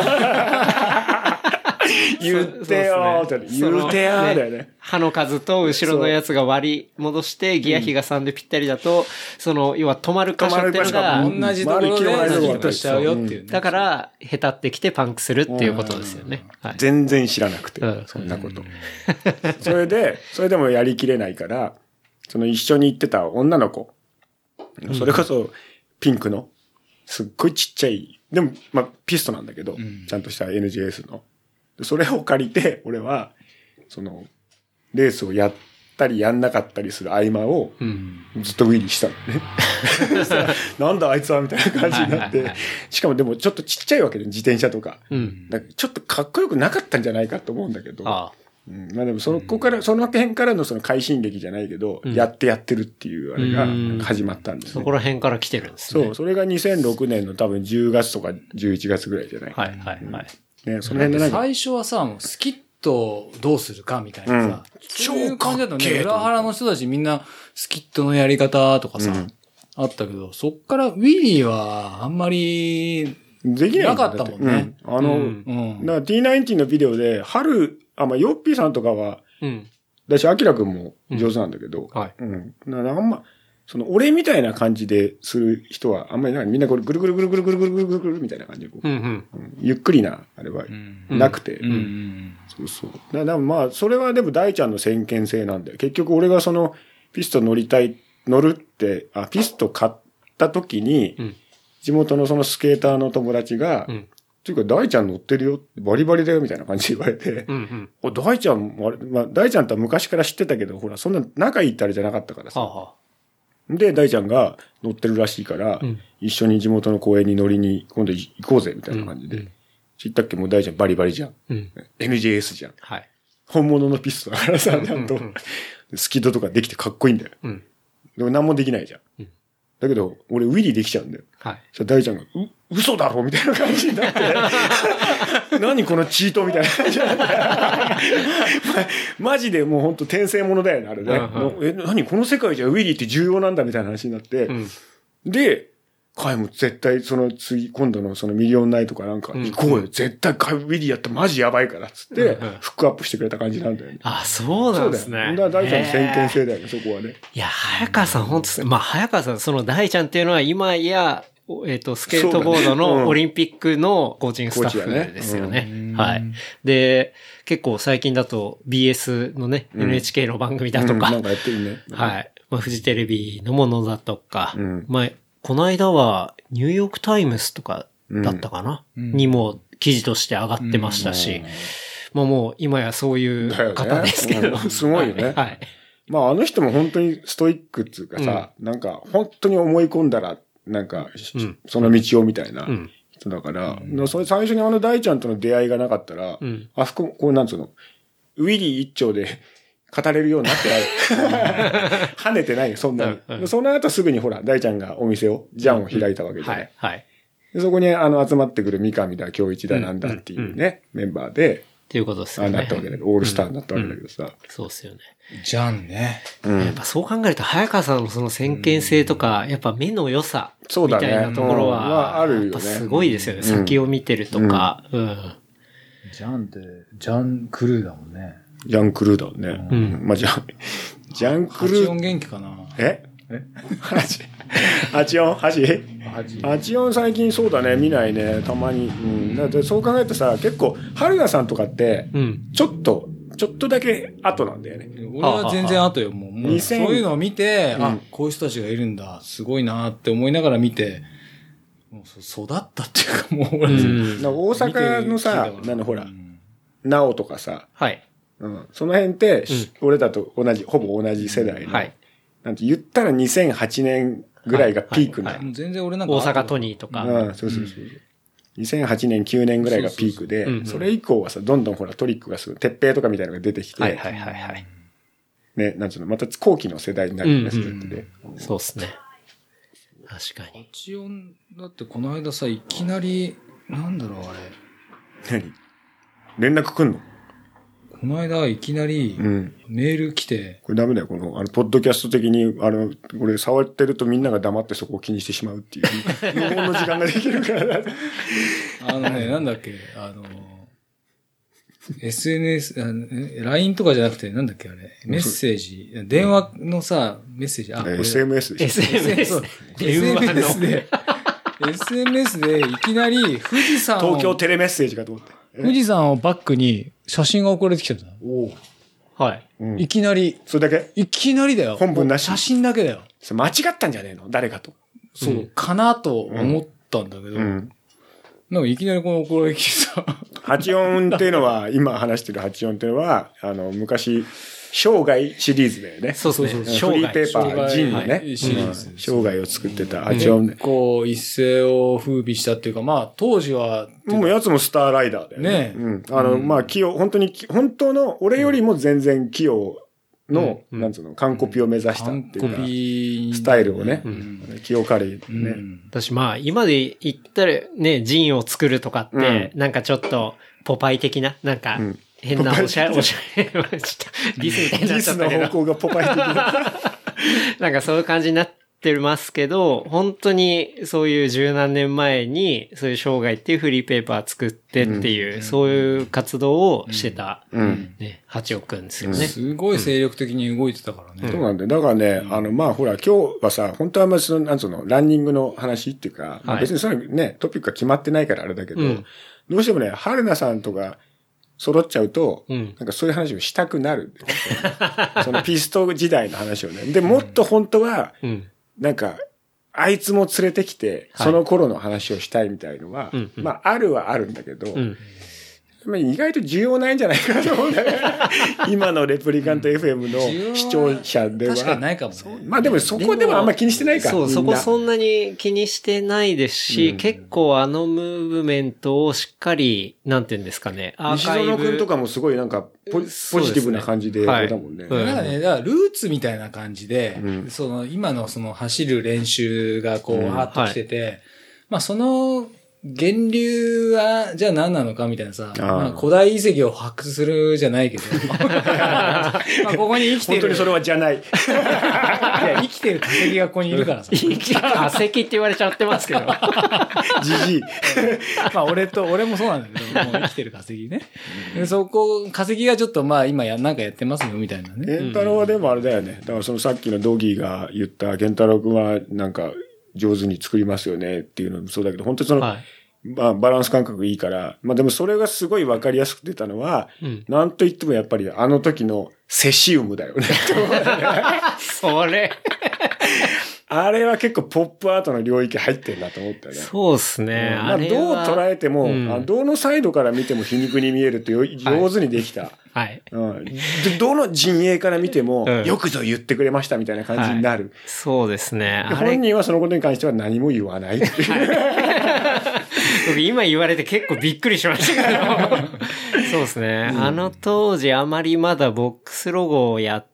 言ってよーって言ってよーだよね。
刃の数と後ろのやつが割り戻してギア比が3でぴったりだと、要は止まる箇所っていうのが
同じところでヒットしちゃうよっていう。
だから、へたってきてパンクするっていうことですよね。
全然知らなくて、そんなこと。それでもやりきれないから、一緒に行ってた女の子。それこそピンクの、すっごいちっちゃい、でも、まあ、ピストなんだけど、ちゃんとした NGS の。それを借りて、俺は、レースをやったりやんなかったりする合間を、ずっとウィリーしたのね。なんだあいつはみたいな感じになって、しかもでもちょっとちっちゃいわけで、自転車とか。だからちょっとかっこよくなかったんじゃないかと思うんだけど、まあでもその辺からの快進撃じゃないけど、やってるっていうあれが始まったんですね。
そこら辺から来てるんですね。
そう、それが2006年の多分10月とか11月ぐらいじゃない。ね、その辺で
最初はさ、スキットどうするかみたいなさ、そういう感じだとね、裏腹の人たちみんなスキットのやり方とかさ、あったけど、そっからウィリーはあんまり
でき
なかったもんね。
だから T19 のビデオで、まあ、ヨッピーさんとかは、だし、アキラくんも上手なんだけど、あんま、俺みたいな感じでする人は、あんまりない。みんなこれぐるぐるぐるぐるぐるぐるぐるぐるぐるみたいな感じで、ゆっくりな、あれは、なくて。そうそう。だからまあ、それはでも大ちゃんの先見性なんだよ。結局俺がピスト乗るって、ピスト買った時に、地元のスケーターの友達が、っていうか、大ちゃん乗ってるよ、バリバリだよ、みたいな感じで言われて、大ちゃんもまあ、大ちゃんとは昔から知ってたけど、ほら、そんな仲いいってあれじゃなかったからさ。で、大ちゃんが乗ってるらしいから、一緒に地元の公園に乗りに、今度行こうぜ、みたいな感じで。知ったっけもう大ちゃんバリバリじゃん。NJS じゃん。本物のピストだからさ、ちゃんと、スキッドとかできてかっこいいんだよ。でも何もできないじゃん。だけど、俺ウィリーできちゃうんだよ。そしたら大ちゃんが、嘘だろみたいな感じになって。何このチートみたいな感じになって。マジでもうほんと転生ものだよね、あれね。何この世界じゃウィリーって重要なんだみたいな話になって。で、カイも絶対今度のミリオンナイトかなんか行こうよ。絶対ウィリーやったらマジやばいからっつって、フックアップしてくれた感じなんだよね。
あ、そうなんですね。
だから大ちゃんの先見性だよね、そこはね。
いや、早川さん本当まあ、早川さん、大ちゃんっていうのは今や、スケートボードのオリンピックのコーチングスタッフですよね。はい。で、結構最近だと BS のね、NHK の番組だとか。
なんかやってるね。
はい。まあ、フジテレビのものだとか。まあ、この間はニューヨークタイムズとかだったかな、にも記事として上がってましたし。まあもう今やそういう方ですけど。
すごいよね。はい。まああの人も本当にストイックっていうかさ、なんか本当に思い込んだら、なんか、その道をみたいな人だから、それ最初に大ちゃんとの出会いがなかったら、あそこ、なんつうの、ウィリー一丁で、 語れるようになってない。跳ねてないよ、そんなに。
うんうん、
その後すぐにほら、大ちゃんがお店を、ジャンを開いたわけで、ね、
はい。はい。
でそこに集まってくる三上だ、京一だ、なんだっていうね、メンバーで、
っていうことですよね。
なったわけだけど、オールスターになったわけだけどさ。
そうっすよね。
ジャンね。
やっぱそう考えると、早川さんのその先見性とか、やっぱ目の良さ、みたいなところは、
あるよね。
やっぱすごいですよね。先を見てるとか。
ジャンって、ジャンクルーだもんね。
ジャンクルーだもんね。まあ、ジャンクルー。
84元気かな。
84最近そうだね、見ないね、たまに。だってそう考えるとさ、結構、春菜さんとかって、ちょっとだけ後なんだよね。
俺は全然後よ、もう。そういうのを見て、こういう人たちがいるんだ、すごいなって思いながら見て、もう育ったっていうか、もう俺、
大阪のさ、ほら、なおとかさ、
はい。
その辺って、俺だとほぼ同じ世代の、なんて言ったら2008年ぐらいがピークな。
全然俺なんか。
大阪トニーとか。
そう。2008年、9年ぐらいがピークで、それ以降はさ、どんどんほらトリックがする、鉄平とかみたいなのが出てきて、ね、なんつうの、また後期の世代になるんですよね。
そうっすね。確かに。
84だってこの間さ、いきなり、なんだろうあれ。
何連絡来んの？
この間いきなり、メール来て、
これダメだよ、ポッドキャスト的に、俺触ってるとみんなが黙ってそこを気にしてしまうっていう、無言の時間ができるからだ。
なんだっけ、SNS、LINE とかじゃなくて、なんだっけあれ、メッセージ、電話のさ、メッセージ、
SMS でしょ。
SMS でいきなり富士山を、
東京テレメッセージかと思って。
富士山をバックに写真が送られてきたんだ。
はい。
いきなり。
それだけ？
いきなりだよ。
本文なし。
写真だけだよ。
間違ったんじゃねえの？誰かと。
そう、かなと思ったんだけど、なんかいきなりこの送られてきてさ。
84っていうのは、今話してる84っていうのは、昔、生涯シリーズだよね。
そう。フリ
ーペーパー、ジンのね、生涯を作ってた84ね。
結構一世を風靡したっていうか、まあ当時は。
もうやつもスターライダーだよね。まあ本当の、俺よりも全然器用の、なんつうの、完コピを目指したっていうか、スタイルをね、器用カレーね。
私まあ今で言ったらね、ジンを作るとかって、なんかちょっとポパイ的な、なんか、変なおしゃれ、ディスみたいになっちゃったけど。
ディスの方向がポパイ的な。
なんかそういう感じになってますけど、本当にそういう十何年前に、そういう生涯っていうフリーペーパー作ってっていう、そういう活動をしてた、ね、八億くんですよね。
すごい精力的に動いてたからね。
そうなんだよ。だからね、まあほら、今日はさ、本当はなんつうの、ランニングの話っていうか、別にそれね、トピックが決まってないからあれだけど、どうしてもね、春菜さんとか、揃っちゃうと、なんかそういう話をしたくなるんだよね。そのピスト時代の話をね。で、もっと本当は、なんか、あいつも連れてきて、その頃の話をしたいみたいのは、まあ、あるはあるんだけど、意外と需要ないんじゃないかなと思うんだよね。今のレプリカント FM の視聴者では。
確かにないかもね。
まあでもそこでもあんま気にしてないから。
そう、そこそんなに気にしてないですし、結構ムーブメントをしっかり、なんていうんですかね、
西園くんとかもすごいなんかポジティブな感じで、だもんね。
だからね、だからルーツみたいな感じで、今のその走る練習がこう、わーっと来てて、まあその、源流は、じゃあ何なのかみたいなさ、まあ、古代遺跡を発掘するじゃないけど。まあここに生きてる。
本当にそれはじゃない。い
や、生きてる化石がここにいるからさ。
化石って言われちゃってますけど。
じじい。
まあ俺もそうなんだけど、もう生きてる化石ね。でそこ、化石がちょっとまあ今なんかやってますよみたいなね。
健太郎はでもあれだよね。だからそのさっきのドギーが言った健太郎くんはなんか、上手に作りますよねっていうのもそうだけど、本当にその、まあ、バランス感覚いいから、まあでもそれがすごいわかりやすく出たのは、なんと言ってもやっぱりあの時のセシウムだよね。
それ。
あれは結構ポップアートの領域入ってんだと思ったよね。
そうですね。
まあどう捉えても、どのサイドから見ても皮肉に見えると上手にできた。
はい。
で、どの陣営から見ても、よくぞ言ってくれましたみたいな感じになる。
そうですね。
本人はそのことに関しては何も言わないっていう。
僕今言われて結構びっくりしましたけど。 そうですね。あの当時あまりまだボックスロゴをやって、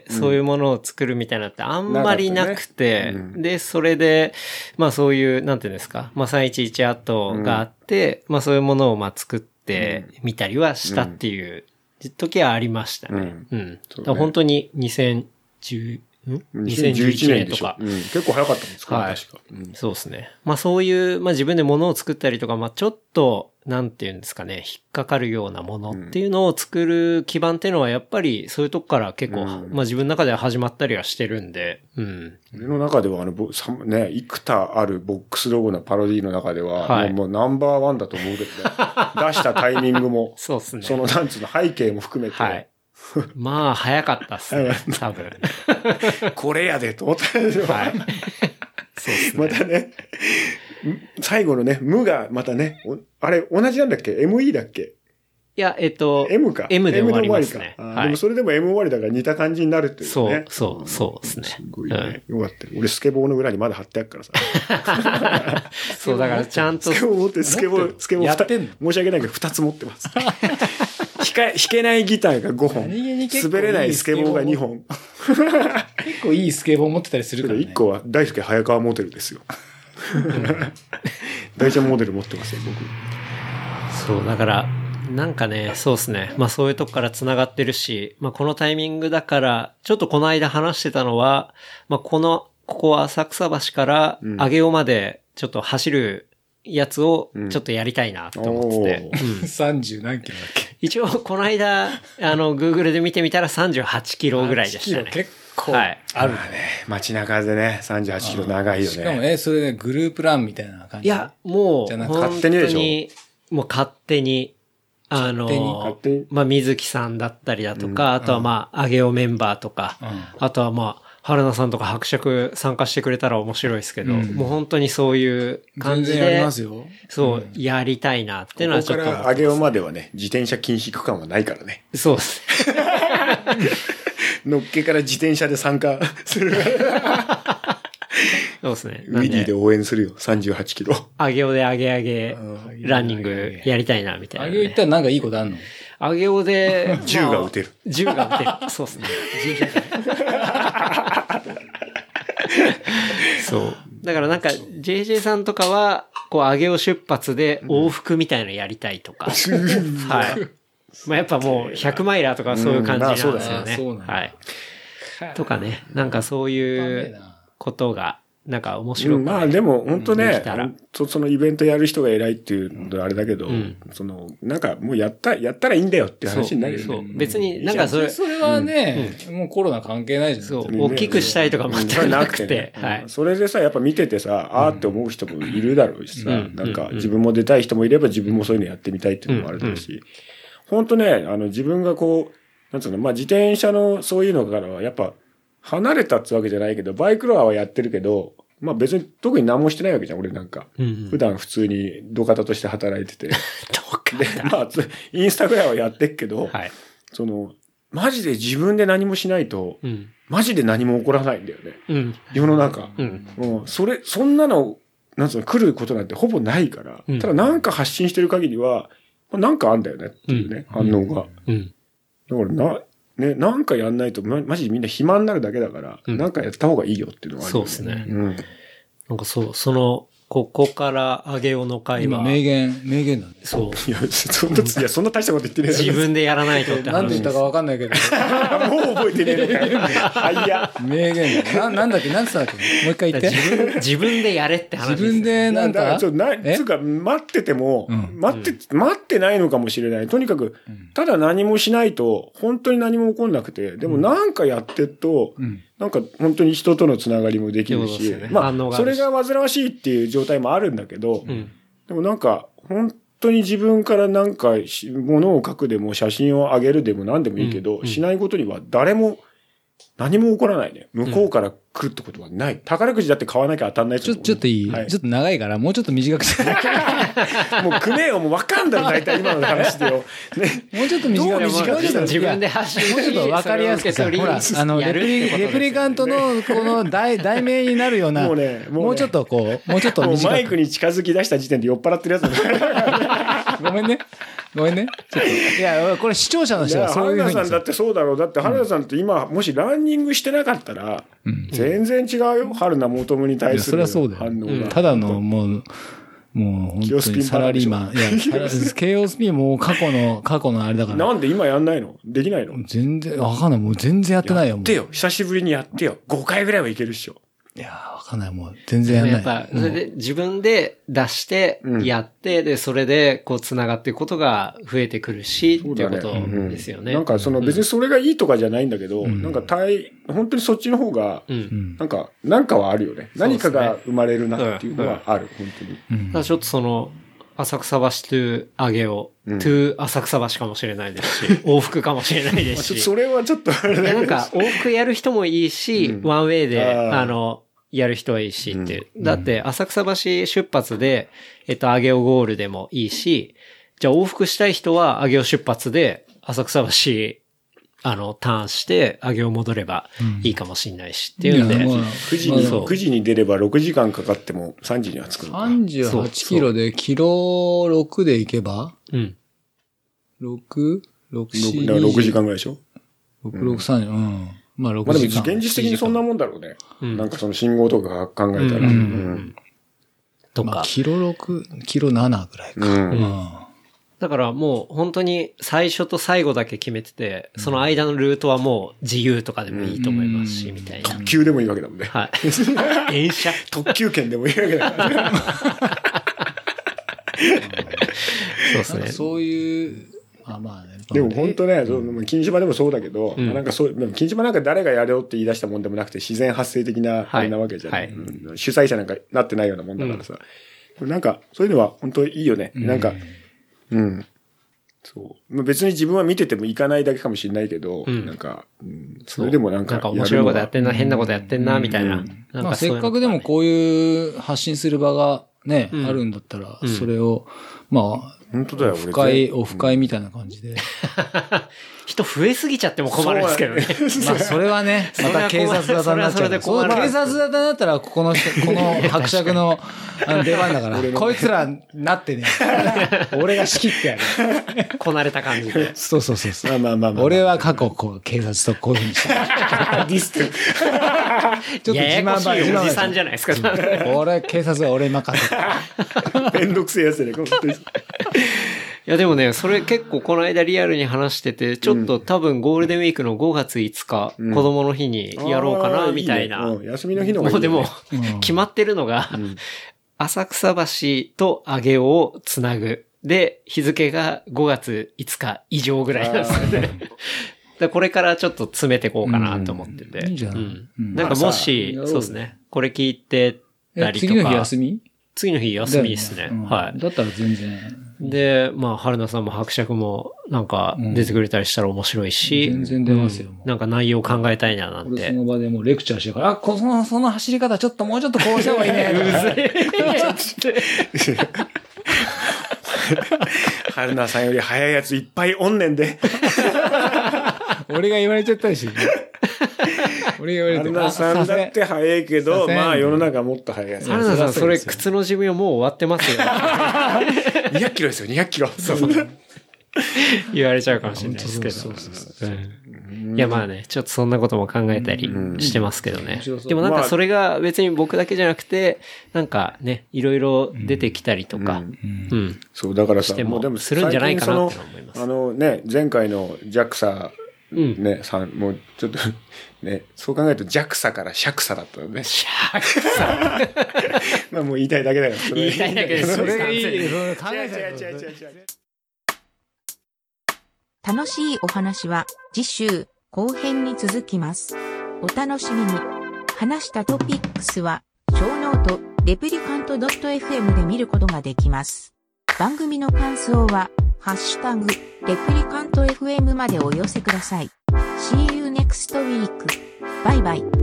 そういうものを作るみたいなのってあんまりなくて、で、それで、まあそういう、なんていうんですか、まあ311アートがあって、まあそういうものをまあ作ってみたりはしたっていう時はありましたね。だから本当に2011年とか。
結構早かったんですか、
はい、
確か。
そうですね。まあそういう、まあ自分で物を作ったりとか、まあちょっと、なんていうんですかね、引っかかるようなものっていうのを作る基盤っていうのはやっぱりそういうとこから結構、まあ自分の中では始まったりはしてるんで、
俺の中ではね、幾多あるボックスロゴのパロディの中では、はい、もうナンバーワンだと思うけどね。出したタイミングも、
そうですね。
そのなんつうの背景も含めて、はい、
まあ、早かったっすね。多分。
これやで、と思ったんですよ。はい。そうですね。またね、最後のね、無がまたね、あれ、同じなんだっけ ?ME だっけ
いや、
M か。
M で終わりますね。
はい、でもそれでも M 終わりだから似た感じになるっていうね。
そうですね。
すごいね。よかった。俺スケボーの裏にまだ貼ってあるからさ。
そう、だからちゃんと。
スケボー持って、スケボー
やってんの
申し訳ないけど2つ持ってます。弾けないギターが5本。滑れないスケボーが2本。
結構いいスケボー持ってたりするからね。
1個は大輔早川モデルですよ。大ちゃんモデル持ってますよ、僕。
そう、だから、なんかね、そうですね。まあそういうとこから繋がってるし、まあこのタイミングだから、ちょっとこの間話してたのは、まあここは浅草橋から上尾までちょっと走るやつをちょっとやりたいなと思ってて。
30何キロだっけ？
一応この間、Google で見てみたら38キロぐらいでしたね。
結構
はい、
あるね。街中でね、38キロ長いよね。
しかもそれでグループランみたいな感じ？
いや、もう、
勝手にでし
ょ？もう勝手に。まあ、水木さんだったりだとか、あとはまあ、上尾メンバーとか、あとはまあ、春菜さんとか伯爵参加してくれたら面白いですけど、もう本当にそういう感じで、
やりますよ。
そう、やりたいなっていうのはちょっと。
ここから上尾まではね、自転車禁止区間はないからね。
そうです。
のっけから自転車で参加する。
そうですね。
ウィディで応援するよ、38キロ。
上尾で上げ、ランニングやりたいな、みたいな、ね。
上尾行ったらなんかいいことあんの？
上尾で、
銃が撃てる。
銃が撃てる。そうですね。そう。だからなんか、JJ さんとかは、こう、上尾出発で往復みたいなのやりたいとか。はい。まあやっぱもう、100マイラーとかそういう感じなんですよね。はい。とかね、なんかそういうことが、なんか面白く、
まあでも本当ね、そのイベントやる人が偉いっていうのはあれだけど、なんかもうやったらいいんだよって話になるよね。
そう。別になんかそれ
はね、もうコロナ関係ないじゃん。
そう。大きくしたいとか全くなくて。はい。
それでさ、やっぱ見ててさ、あーって思う人もいるだろうしさ、なんか自分も出たい人もいれば自分もそういうのやってみたいっていうのもあるだろうし、本当ね、自分がこう、なんつうの、まあ自転車のそういうのからはやっぱ離れたってわけじゃないけど、バイクロアはやってるけど、まあ別に特に何もしてないわけじゃん、俺なんか。普段普通に土方として働いてて。で、まあ、インスタグラムはやってっけど、マジで自分で何もしないと、マジで何も起こらないんだよね。世の中。そんなの、なんつうの、来ることなんてほぼないから、ただなんか発信してる限りは、なんかあんだよねっていうね、反応が。だからなんかやんないと、マジでみんな暇になるだけだから、なんかやった方がいいよっていうのはあるよね。
そうですね。なんかここから上尾の会は。
名言だね。
そう。
いや、そんな大したこと言ってねえ。
自分でやらないとって話。
なんて言ったかわかんないけど。
もう覚えてねえのか。はいや。
名言だ。なんだっけなんつったっけもう一回言って。
自分でやれって話。
自分でなんか。
つうか、待ってても、待ってないのかもしれない。とにかく、ただ何もしないと、本当に何も起こんなくて、でもなんかやってると、なんか本当に人とのつながりもできるし、まあ、それが煩わしいっていう状態もあるんだけど、でもなんか、本当に自分からなんか、物を書くでも写真を上げるでも何でもいいけど、しないことには誰も、何も起こらないね。向こうから来るってことはない。宝くじだって買わなきゃ当たんない
ちょっといい、ちょっと長いから、もうちょっと短くして。
もう組めよ、もう分かんだろ、大体今の話でよ。ね。
もうちょっと短くして。
自分で発信
もうちょっと分かりやすくさ、ほら、レプリカントのこの題名になるような、もうちょっとこう、もうちょっと短く。
マイクに近づき出した時点で酔っ払ってるやつだ。
ごめんね。ちょっと。いや、これ視聴者の人はそういうふうに。
原田さんだってそうだろう。だって原田さんって今、もしランニングしてなかったら、全然違うよ。春名求に対する反応が。
ただのもう本当にサラリーマン。いや、KOSP もう過去のあれだから。
なんで今やんないの？できないの？
全然、わかんない。もう全然やってないよ。
やってよ。久しぶりにやってよ。5回ぐらいはいけるっしょ。
いやー、わかんない。もう全然やんない。
やっぱ、それで自分で出して、やって、で、それでこう繋がっていくことが増えてくるし、っていうことですよね。
なんか別にそれがいいとかじゃないんだけど、なんか本当にそっちの方が、なんかはあるよね。何かが生まれるなっていうのはある、本当に。
ただちょっと浅草橋と上尾、to 浅草橋かもしれないですし、往復かもしれないですし。
それはちょっとあれだけど。
なんか往復やる人もいいし、ワンウェイで、やる人はいいしっていう。だって、浅草橋出発で、上尾ゴールでもいいし、じゃあ往復したい人は上尾出発で、浅草橋、ターンして、上尾戻ればいいかもしれないしっていうんで。
9時に出れば6時間かかっても3時には着くのか。
38キロで、キロ6で行けば6
時間ぐらいでしょ
?6、3、まあ6時間。
まあでも現実的にそんなもんだろうね。なんかその信号とか考えたら。
とか。
キロ6、キロ7ぐらいか。
だからもう本当に最初と最後だけ決めてて、その間のルートはもう自由とかでもいいと思いますし、みたいな。
特急でもいいわけだもんね。
はい。電車
特急券でもいいわけだからね。
そうですね。
そういう、まあね。
でも本当ね、金島でもそうだけど、なんか金島なんか誰がやれよって言い出したもんでもなくて自然発生的なあれなわけじゃない。主催者なんかなってないようなもんだからさ。なんかそういうのは本当いいよね。なんか、そう。別に自分は見てても行かないだけかもしれないけど、なんか、それでもなんか
面白いことやってんな、変なことやってんな、みたいな。
まあせっかくでもこういう発信する場がね、あるんだったら、それを、まあ、
本当だよ、
オフ会みたいな感じで。
人増えすぎちゃっても困るんですけどね。
まあ、それはね、また警察沙汰になっちゃう。警察沙汰になったら、この伯爵の出番だから、こいつらなってね、俺が仕切ってやる。
こなれた感じで。
そう。まあ。俺は過去、警察とこういうふうにした。
ディスって。
ちょっと自慢おじさんじゃないですか。
俺、警察は俺任せた。
めんどくせえやつね、本当に。
いやでもね、それ結構この間リアルに話してて、ちょっと多分ゴールデンウィークの5月5日、子供の日にやろうかな、みたいな。
休みの日の方がいい。
もうでも、決まってるのが、浅草橋と上尾をつなぐ。で、日付が5月5日以上ぐらいなんですよね。これからちょっと詰めていこうかなと思ってて。
いいじゃん。
なんかもし、そうですね。これ聞いてたりとか。
次の日休み？
次の日休みですね。はい。
だったら全然。
で、まあ、春菜さんも伯爵もなんか出てくれたりしたら面白いし。
全然出ますよ。
なんか内容考えたいななんて。
その場でもうレクチャーしてから、その走り方ちょっともうちょっとこうした方がいいね。うぜえ。
春菜さんより早いやついっぱいおんねんで。
俺が言われちゃったりして。俺が言われて
春菜さんだって早いけど、まあ世の中もっと早いやつ。
春菜さんそれ靴の寿命もう終わってますよ。
200キロですよ、200キロ。
言われちゃうかもしれないですけど。いやまあね、ちょっとそんなことも考えたりしてますけどね。でもなんかそれが別に僕だけじゃなくて、なんかね、いろいろ出てきたりとか、
そう、だからさ、
もうでもするんじゃないかなって思います。
ね、前回の JAXA、ね、もうちょっと、ね、そう考えると JAXA からSHAXAだったのね。
SHAXA
まあもう言いたいだけだから。
言いたいだけです。
それがいい。考えちゃう。
楽しいお話は次週後編に続きます。お楽しみに。話したトピックスは小ノートレプリカント .fm で見ることができます。番組の感想はハッシュタグレプリカント FM までお寄せください。See you next week. バイバイ。